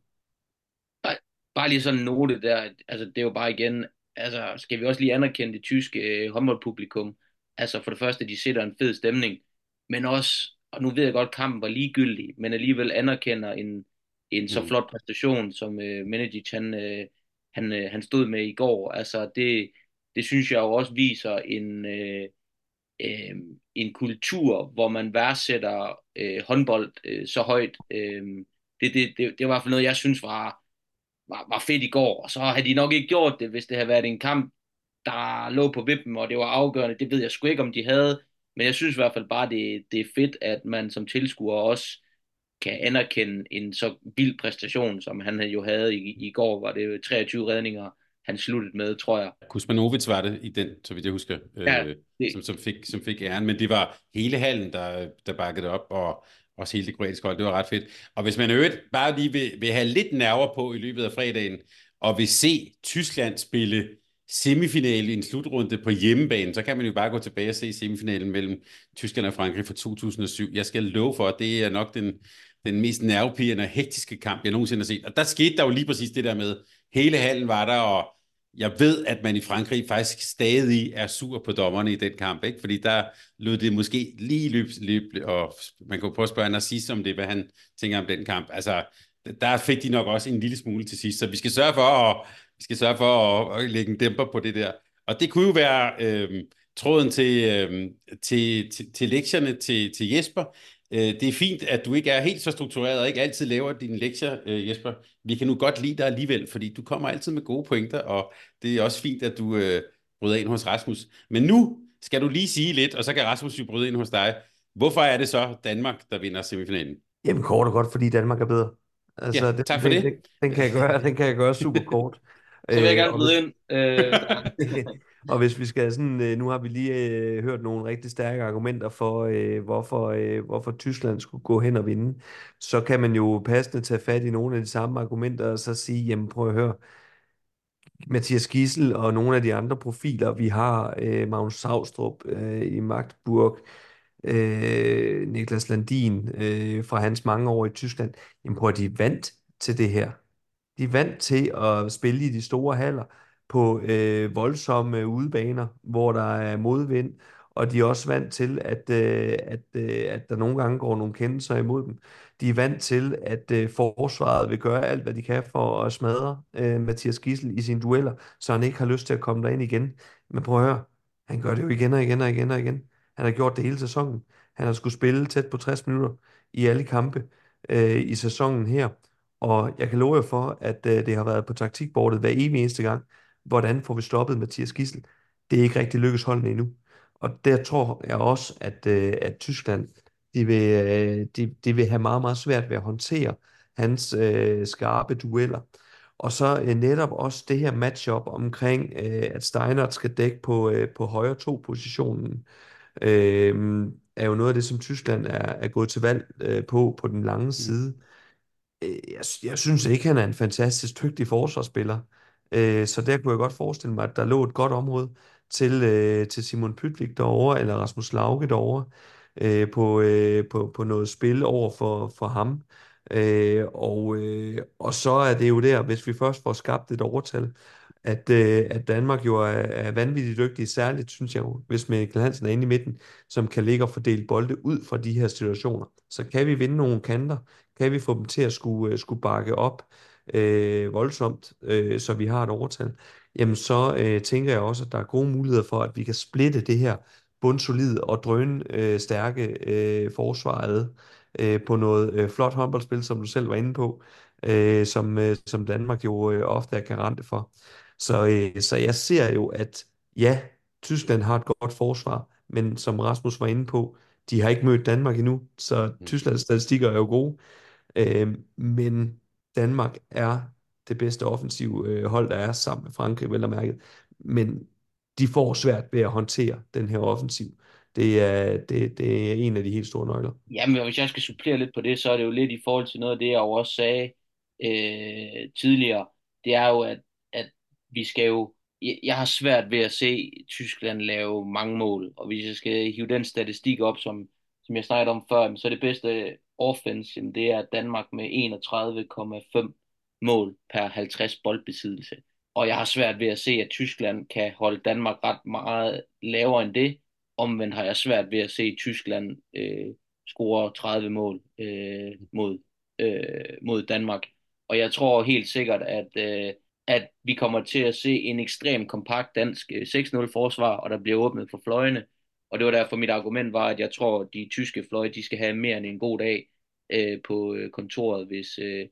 Nej, bare lige sådan en note der, altså det er jo bare igen, altså skal vi også lige anerkende det tyske øh, håndboldpublikum. Altså for det første, de sætter en fed stemning, men også, og nu ved jeg godt, kampen var ligegyldig, men alligevel anerkender en, en så Mm. flot præstation, som øh, Menedic han, øh, han, øh, han stod med i går. Altså det, det synes jeg jo også viser en, øh, øh, en kultur, hvor man værdsætter øh, håndbold øh, så højt. Øh, det, det, det, det var i hvert fald noget, jeg synes var var, var fedt i går, og så havde de nok ikke gjort det, hvis det havde været en kamp, der lå på vippen, og det var afgørende. Det ved jeg sgu ikke, om de havde, men jeg synes i hvert fald bare, det, det er fedt, at man som tilskuer også kan anerkende en så vild præstation, som han jo havde i, i går, var det jo treogtyve redninger, han sluttede med, tror jeg. Kuzmanovic var det i den, så vidt jeg husker, Ja, øh, det, som, som, fik, som fik æren, men det var hele hallen, der, der bakkede op, og også hele det kroatiske hold. Det var ret fedt. Og hvis man i øvrigt bare lige vil, vil have lidt nerver på i løbet af fredagen, og vil se Tyskland spille semifinale i en slutrunde på hjemmebane, så kan man jo bare gå tilbage og se semifinalen mellem Tyskland og Frankrig fra to tusind og syv. Jeg skal love for, at det er nok den, den mest nervepirrende og hektiske kamp, jeg nogensinde har set. Og der skete der jo lige præcis det der med, hele hallen var der, og jeg ved, at man i Frankrig faktisk stadig er sur på dommerne i den kamp, ikke? Fordi der lød det måske lige løb, løb og man kunne prøve at spørge Narcis om det, hvad han tænker om den kamp. Altså, der fik de nok også en lille smule til sidst, så vi skal sørge for at, vi skal sørge for at, at lægge en dæmper på det der. Og det kunne jo være øh, tråden til, øh, til, til, til lektierne til, til Jesper. Det er fint, at du ikke er helt så struktureret og ikke altid laver dine lektier, Jesper. Vi kan nu godt lide dig alligevel, fordi du kommer altid med gode pointer, og det er også fint, at du øh, bryder ind hos Rasmus. Men nu skal du lige sige lidt, og så kan Rasmus jo bryde ind hos dig. Hvorfor er det så Danmark, der vinder semifinalen? Jamen kort og godt, fordi Danmark er bedre. Altså, Ja, den, tak for den, det. den, den kan jeg gøre, den kan jeg gøre super kort. så vil jeg Øh, gerne og, byde ind. Øh, Og hvis vi skal sådan, øh, nu har vi lige øh, hørt nogle rigtig stærke argumenter for, øh, hvorfor, øh, hvorfor Tyskland skulle gå hen og vinde, så kan man jo passende tage fat i nogle af de samme argumenter og så sige, jamen prøv at høre, Mathias Gidsel og nogle af de andre profiler, vi har, øh, Magnus Saustrup øh, i Magdeburg, øh, Niklas Landin øh, fra hans mange år i Tyskland, jamen prøv at de er vant til det her. De er vant til at spille i de store haller på øh, voldsomme udebaner, hvor der er modvind, og de er også vant til, at, øh, at, øh, at der nogle gange går nogle kendelser imod dem. De er vant til, at øh, forsvaret vil gøre alt, hvad de kan for at smadre øh, Mathias Gidsel i sine dueller, så han ikke har lyst til at komme derind igen. Men prøv at høre, han gør det jo igen og igen og igen og igen. Han har gjort det hele sæsonen. Han har skulle spille tæt på tres minutter i alle kampe øh, i sæsonen her. Og jeg kan love jer for, at øh, det har været på taktikbordet hver evig eneste gang. Hvordan får vi stoppet Mathias Gidsel? Det er ikke rigtig lykkes holdene endnu. Og der tror jeg også, at, øh, at Tyskland de vil, øh, de, de vil have meget, meget svært ved at håndtere hans øh, skarpe dueller. Og så øh, netop også det her matchup omkring, øh, at Steinert skal dække på, øh, på højre to-positionen, øh, er jo noget af det, som Tyskland er, er gået til valg øh, på, på den lange Mm. side. Øh, Jeg, jeg synes ikke, han er en fantastisk dygtig forsvarsspiller. Øh, Så der kunne jeg godt forestille mig, at der lå et godt område til, øh, til Simon Pytlik derovre, eller Rasmus Lauke derovre, øh, på, øh, på, på noget spil over for, for ham. Øh, og, øh, og så er det jo der, hvis vi først får skabt et overtal, at, øh, at Danmark jo er, er vanvittigt dygtige, særligt synes jeg jo, hvis Mikkel Hansen er inde i midten, som kan ligge og fordele bolde ud fra de her situationer. Så kan vi vinde nogle kanter, kan vi få dem til at skulle, øh, skulle bakke op øh, voldsomt, øh, så vi har et overtal, jamen så øh, tænker jeg også, at der er gode muligheder for, at vi kan splitte det her bundsolide og drøn øh, stærke øh, forsvaret øh, på noget øh, flot håndboldspil, som du selv var inde på, øh, som, øh, som Danmark jo øh, ofte er garante for. Så, øh, så jeg ser jo, at ja, Tyskland har et godt forsvar, men som Rasmus var inde på, de har ikke mødt Danmark endnu, så Mm. Tysklands statistikker er jo gode. Øh, men Danmark er det bedste offensive øh, hold, der er sammen med Frankrig, vel og mærket. Men de får svært ved at håndtere den her offensiv. Det er, det, det er en af de helt store nøgler. Jamen, og hvis jeg skal supplere lidt på det, så er det jo lidt i forhold til noget af det, jeg jo også sagde øh, tidligere. Det er jo, at, at vi skal jo... Jeg, jeg har svært ved at se Tyskland lave mange mål, og hvis jeg skal hive den statistik op, som, som jeg snakkede om før, så det bedste offense, jamen, det er Danmark med enogtredive komma fem mål per halvtreds boldbesiddelse. Og jeg har svært ved at se, at Tyskland kan holde Danmark ret meget lavere end det. Omvendt har jeg svært ved at se Tyskland øh, score tredive mål øh, mod, øh, mod Danmark. Og jeg tror helt sikkert, at, øh, at vi kommer til at se en ekstrem kompakt dansk øh, seks nul forsvar, og der bliver åbnet for fløjene. Og det var derfor mit argument var, at jeg tror, at de tyske fløje, de skal have mere end en god dag øh, på øh, kontoret, hvis, øh,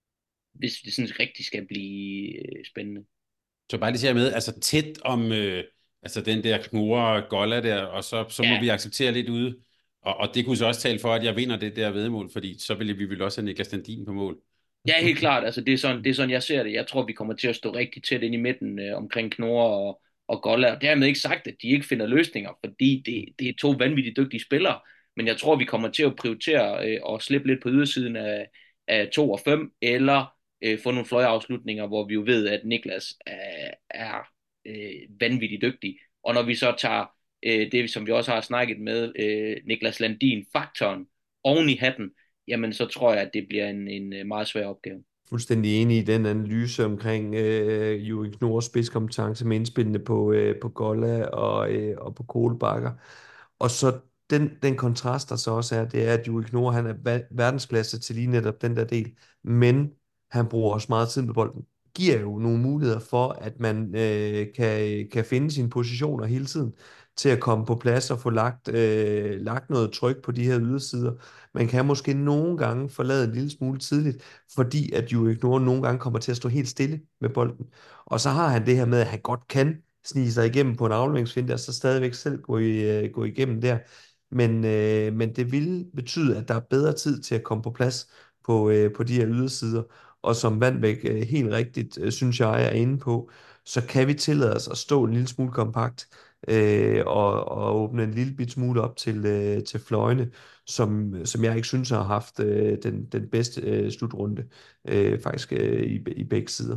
hvis det sådan rigtig skal blive øh, spændende. Så bare lige sige med, altså tæt om øh, altså den der knurre Golla der, og så, så må Ja, vi acceptere lidt ude. Og, og det kunne så også tale for, at jeg vinder det der væddemål, fordi så ville vi vel også have Niklas Landin på mål. ja, helt klart. Altså, det er sådan, det er sådan, jeg ser det. Jeg tror, vi kommer til at stå rigtig tæt ind i midten øh, omkring Knorre og, og Golla. Og dermed ikke sagt, at de ikke finder løsninger, fordi det, det er to vanvittigt dygtige spillere. Men jeg tror, vi kommer til at prioritere øh, at slippe lidt på ydersiden af, af to og fem, eller øh, få nogle fløjeafslutninger, hvor vi jo ved, at Niklas er, er øh, vanvittigt dygtig. Og når vi så tager øh, det, som vi også har snakket med, øh, Niklas Landin-faktoren oven i hatten, jamen så tror jeg, at det bliver en, en øh, meget svær opgave. Fuldstændig enig i den analyse omkring øh, Jürgen Knorrs spidskompetence med indspillene på, øh, på Golla og, øh, og på Kohlbakker. Og så den, den kontrast, der så også er, det er, at Jürgen Knorr, han er va- verdensklasse til lige netop den der del, men han bruger også meget tid med bolden. Giver jo nogle muligheder for, at man øh, kan, kan finde sine positioner hele tiden til at komme på plads og få lagt, øh, lagt noget tryk på de her ydersider. Man kan måske nogle gange forlade en lille smule tidligt, fordi at Jürgen Knorr nogle gange kommer til at stå helt stille med bolden. Og så har han det her med, at han godt kan snige sig igennem på en afleveringsfinte, og så stadigvæk selv gå, i, gå igennem der. Men, øh, men det vil betyde, at der er bedre tid til at komme på plads på, øh, på de her ydersider. Og som Vandbæk øh, helt rigtigt, øh, synes jeg, er inde på, så kan vi tillade os at stå en lille smule kompakt øh, og, og åbne en lille bit smule op til, øh, til fløjene, som, som jeg ikke synes har haft øh, den, den bedste øh, slutrunde, øh, faktisk øh, i, i begge sider.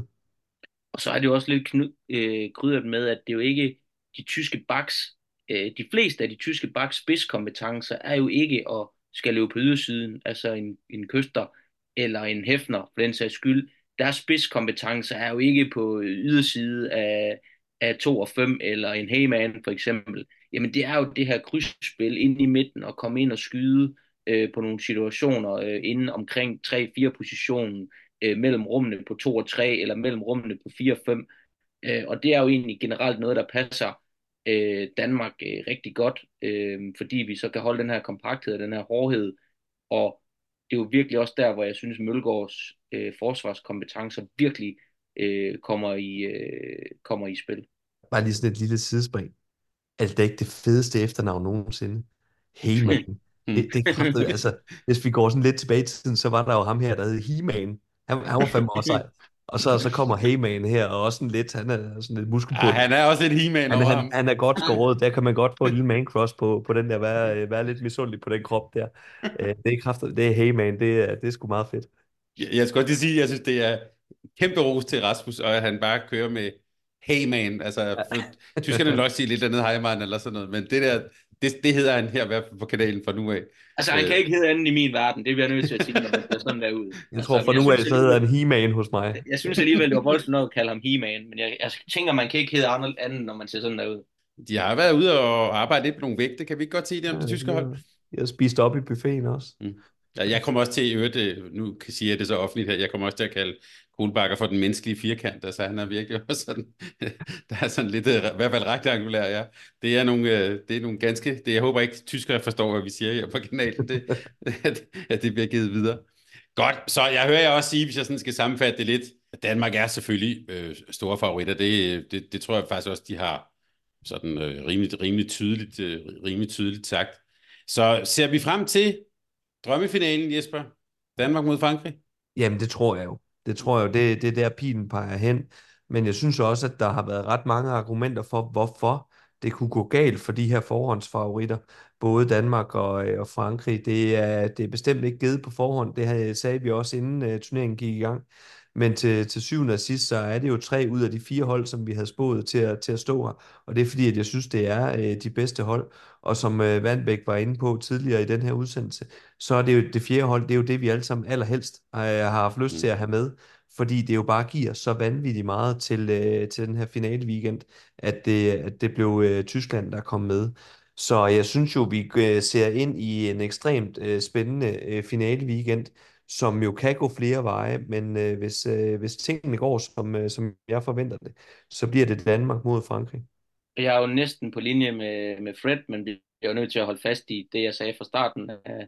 Og så er det jo også lidt knud, øh, krydret med, at det er jo ikke de tyske backs, øh, de fleste af de tyske backs spidskompetencer er jo ikke at skal løbe på ydersiden, altså en, en Køster eller en Hefner for den sags skyld. Deres spidskompetencer er jo ikke på yderside af, af to og fem eller en Heyman for eksempel. Jamen det er jo det her krydsspil ind i midten og komme ind og skyde øh, på nogle situationer øh, inden omkring tre fire positionen øh, mellem rummene på to og tre eller mellem rummene på fire og fem. Øh, og det er jo egentlig generelt noget, der passer øh, Danmark øh, rigtig godt, øh, fordi vi så kan holde den her kompakthed og den her hårdhed. Og det er jo virkelig også der, hvor jeg synes, Mølgaards øh, forsvarskompetencer virkelig øh, kommer, i, øh, kommer i spil. Bare lige sådan et lille sidespring. Er det da ikke det fedeste efternavn nogensinde? Heyman. Det, det er kraftigt, altså, hvis vi går sådan lidt tilbage i tiden, så var der jo ham her, der hed He-Man. Han, han var fandme også sej. Og så, så kommer Heyman her, og også sådan lidt, han er sådan lidt muskelbund. Ja, han er også lidt He-Man han, over han, ham. han er godt skåret, der kan man godt få en lille man-cross på, på den der, være, være lidt misundelig på den krop der. Det er kraftigt, det er Heyman, det er, det er sgu meget fedt. Jeg, jeg skal godt lige sige, jeg synes, det er kæmpe ros til Rasmus, og at han bare kører med Heyman. Altså, tyskerne vil nok sige lidt andet Heyman eller sådan noget, men det der, det, det hedder han her i hvert fald på kanalen fra nu af. Altså, han kan ikke hedde andet i min verden. Det bliver jeg nødt til at sige, når man ser sådan der ud. Jeg altså, tror, fra nu af, så hedder han He-Man hos mig. Jeg, jeg synes alligevel, det var voldsomt nok at kalde ham He-Man, men jeg, jeg tænker, man kan ikke hedde andet, når man ser sådan der ud. De har været ude og arbejde lidt på nogle vægte. Kan vi ikke godt sige det om Ja, det tyske hold? Jeg har spist op i buffeten også. Mm. Ja, jeg kommer også til at øvrigt, nu kan sige jeg det så offentligt her, jeg kommer også til at kalde Kohlbakker for den menneskelige firkant, altså han er virkelig også sådan, der er sådan lidt, i hvert fald rektangulær, ja. Det er nogle, det er nogle ganske, det, jeg håber ikke tyskere forstår, hvad vi siger her på kanalen, det, at, at det bliver givet videre. Godt, så jeg hører jeg også sige, hvis jeg sådan skal sammenfatte det lidt, at Danmark er selvfølgelig øh, store favoritter, det, det, det tror jeg faktisk også, de har sådan øh, rimelig, rimelig, tydeligt, øh, rimelig tydeligt sagt. Så ser vi frem til drømmefinalen, Jesper? Danmark mod Frankrig? Jamen, det tror jeg jo. Det tror jeg jo, det, det er der pilen peger hen. Men jeg synes også, at der har været ret mange argumenter for, hvorfor det kunne gå galt for de her forhåndsfavoritter. Både Danmark og, øh, og Frankrig. Det er, det er bestemt ikke givet på forhånd. Det her sagde vi også, inden uh, turneringen gik i gang. Men til, til syvende og sidst, så er det jo tre ud af de fire hold, som vi havde spået til at, til at stå her. Og det er fordi, at jeg synes, det er øh, de bedste hold. Og som øh, Vandbæk var inde på tidligere i den her udsendelse, så er det jo det fjerde hold, det er jo det, vi alle sammen allerhelst øh, har haft lyst til at have med. Fordi det jo bare giver så vanvittigt meget til, øh, til den her finale weekend, at det, at det blev øh, Tyskland, der kom med. Så jeg synes jo, vi øh, ser ind i en ekstremt øh, spændende øh, finale weekend, som jo kan gå flere veje, men øh, hvis, øh, hvis tingene går, som, øh, som jeg forventer det, så bliver det Danmark mod Frankrig. Jeg er jo næsten på linje med, med Fred, men vi er jo nødt til at holde fast i det, jeg sagde fra starten af,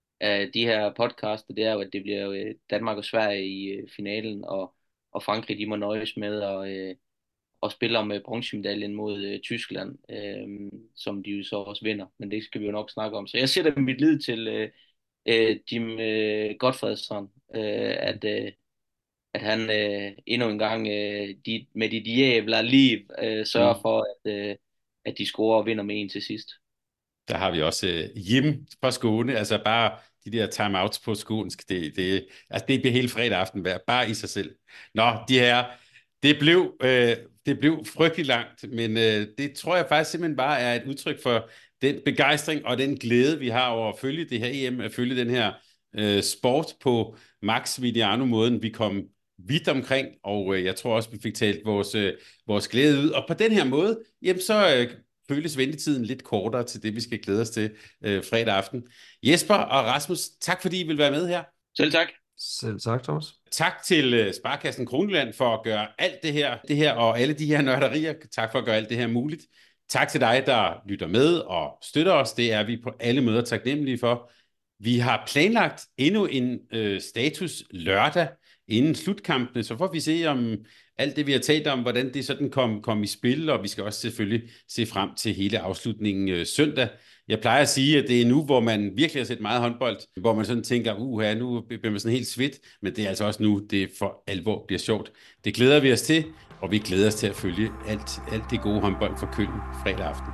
af de her podcast, det er jo, at det bliver jo Danmark og Sverige i øh, finalen, og, og Frankrig, de må nøjes med at, øh, at spille om øh, bronzemedaljen mod øh, Tyskland, øh, som de jo så også vinder, men det skal vi jo nok snakke om. Så jeg sætter mit lid til øh, øh, Jim øh, Godfredsson, øh, at, øh, at han øh, endnu en gang øh, de, med de djævler liv øh, sørger mm. for, at, øh, at de scorer og vinder med en til sidst. Der har vi også øh, Jim fra Skåne, altså bare de der timeouts på skånsk, det, det, altså det bliver hele fredag aften værd, bare i sig selv. Nå, de her, det blev, øh, det blev frygtelig langt, men øh, det tror jeg faktisk simpelthen bare er et udtryk for den begejstring og den glæde, vi har over at følge det her E M, at følge den her øh, sport på Max Vidiano-måden, vi kom vidt omkring, og øh, jeg tror også, vi fik talt vores, øh, vores glæde ud, og på den her måde, jamen så øh, føles ventetiden lidt kortere til det, vi skal glæde os til øh, fredag aften. Jesper og Rasmus, tak fordi I vil være med her. Selv tak. Selv tak, Thomas. Tak til øh, Sparkassen Kronjylland for at gøre alt det her, det her og alle de her nørderier. Tak for at gøre alt det her muligt. Tak til dig, der lytter med og støtter os. Det er vi på alle måder taknemmelige for. Vi har planlagt endnu en øh, status lørdag inden slutkampene, så får vi se om alt det, vi har talt om, hvordan det sådan kom, kom i spil, og vi skal også selvfølgelig se frem til hele afslutningen øh, søndag Jeg plejer at sige, at det er nu, hvor man virkelig har set meget håndbold, hvor man sådan tænker, uha, nu bliver man sådan helt svedt, men det er altså også nu, det for alvor bliver sjovt. Det glæder vi os til, og vi glæder os til at følge alt, alt det gode håndbold fra Køln fredag aften.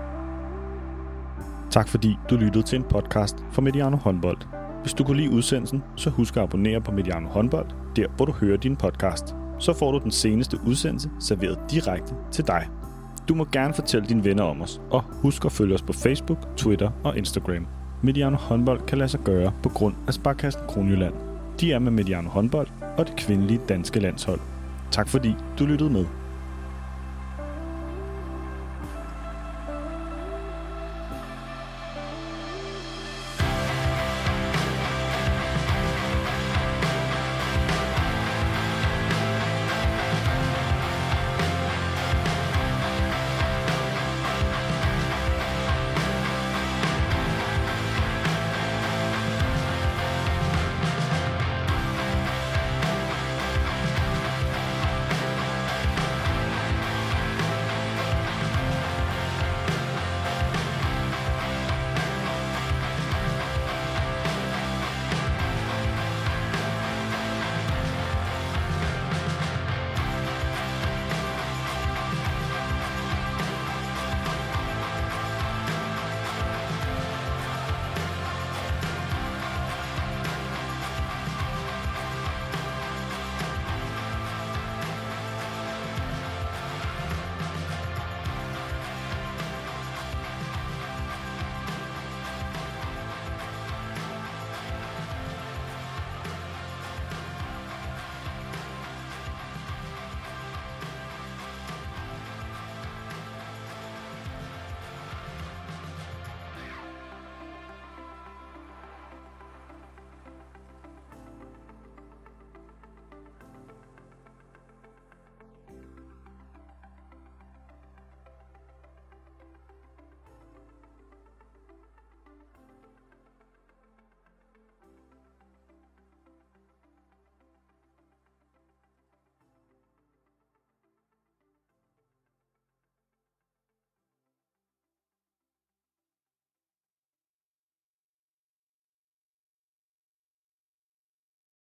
Tak fordi du lyttede til en podcast fra Mediano Håndbold. Hvis du kunne lide udsendelsen, så husk at abonnere på Mediano Håndbold, der hvor du hører din podcast. Så får du den seneste udsendelse serveret direkte til dig. Du må gerne fortælle dine venner om os, og husk at følge os på Facebook, Twitter og Instagram. Mediano Håndbold kan lade sig gøre på grund af Sparkassen Kronjylland. De er med Mediano Håndbold og det kvindelige danske landshold. Tak fordi du lyttede med.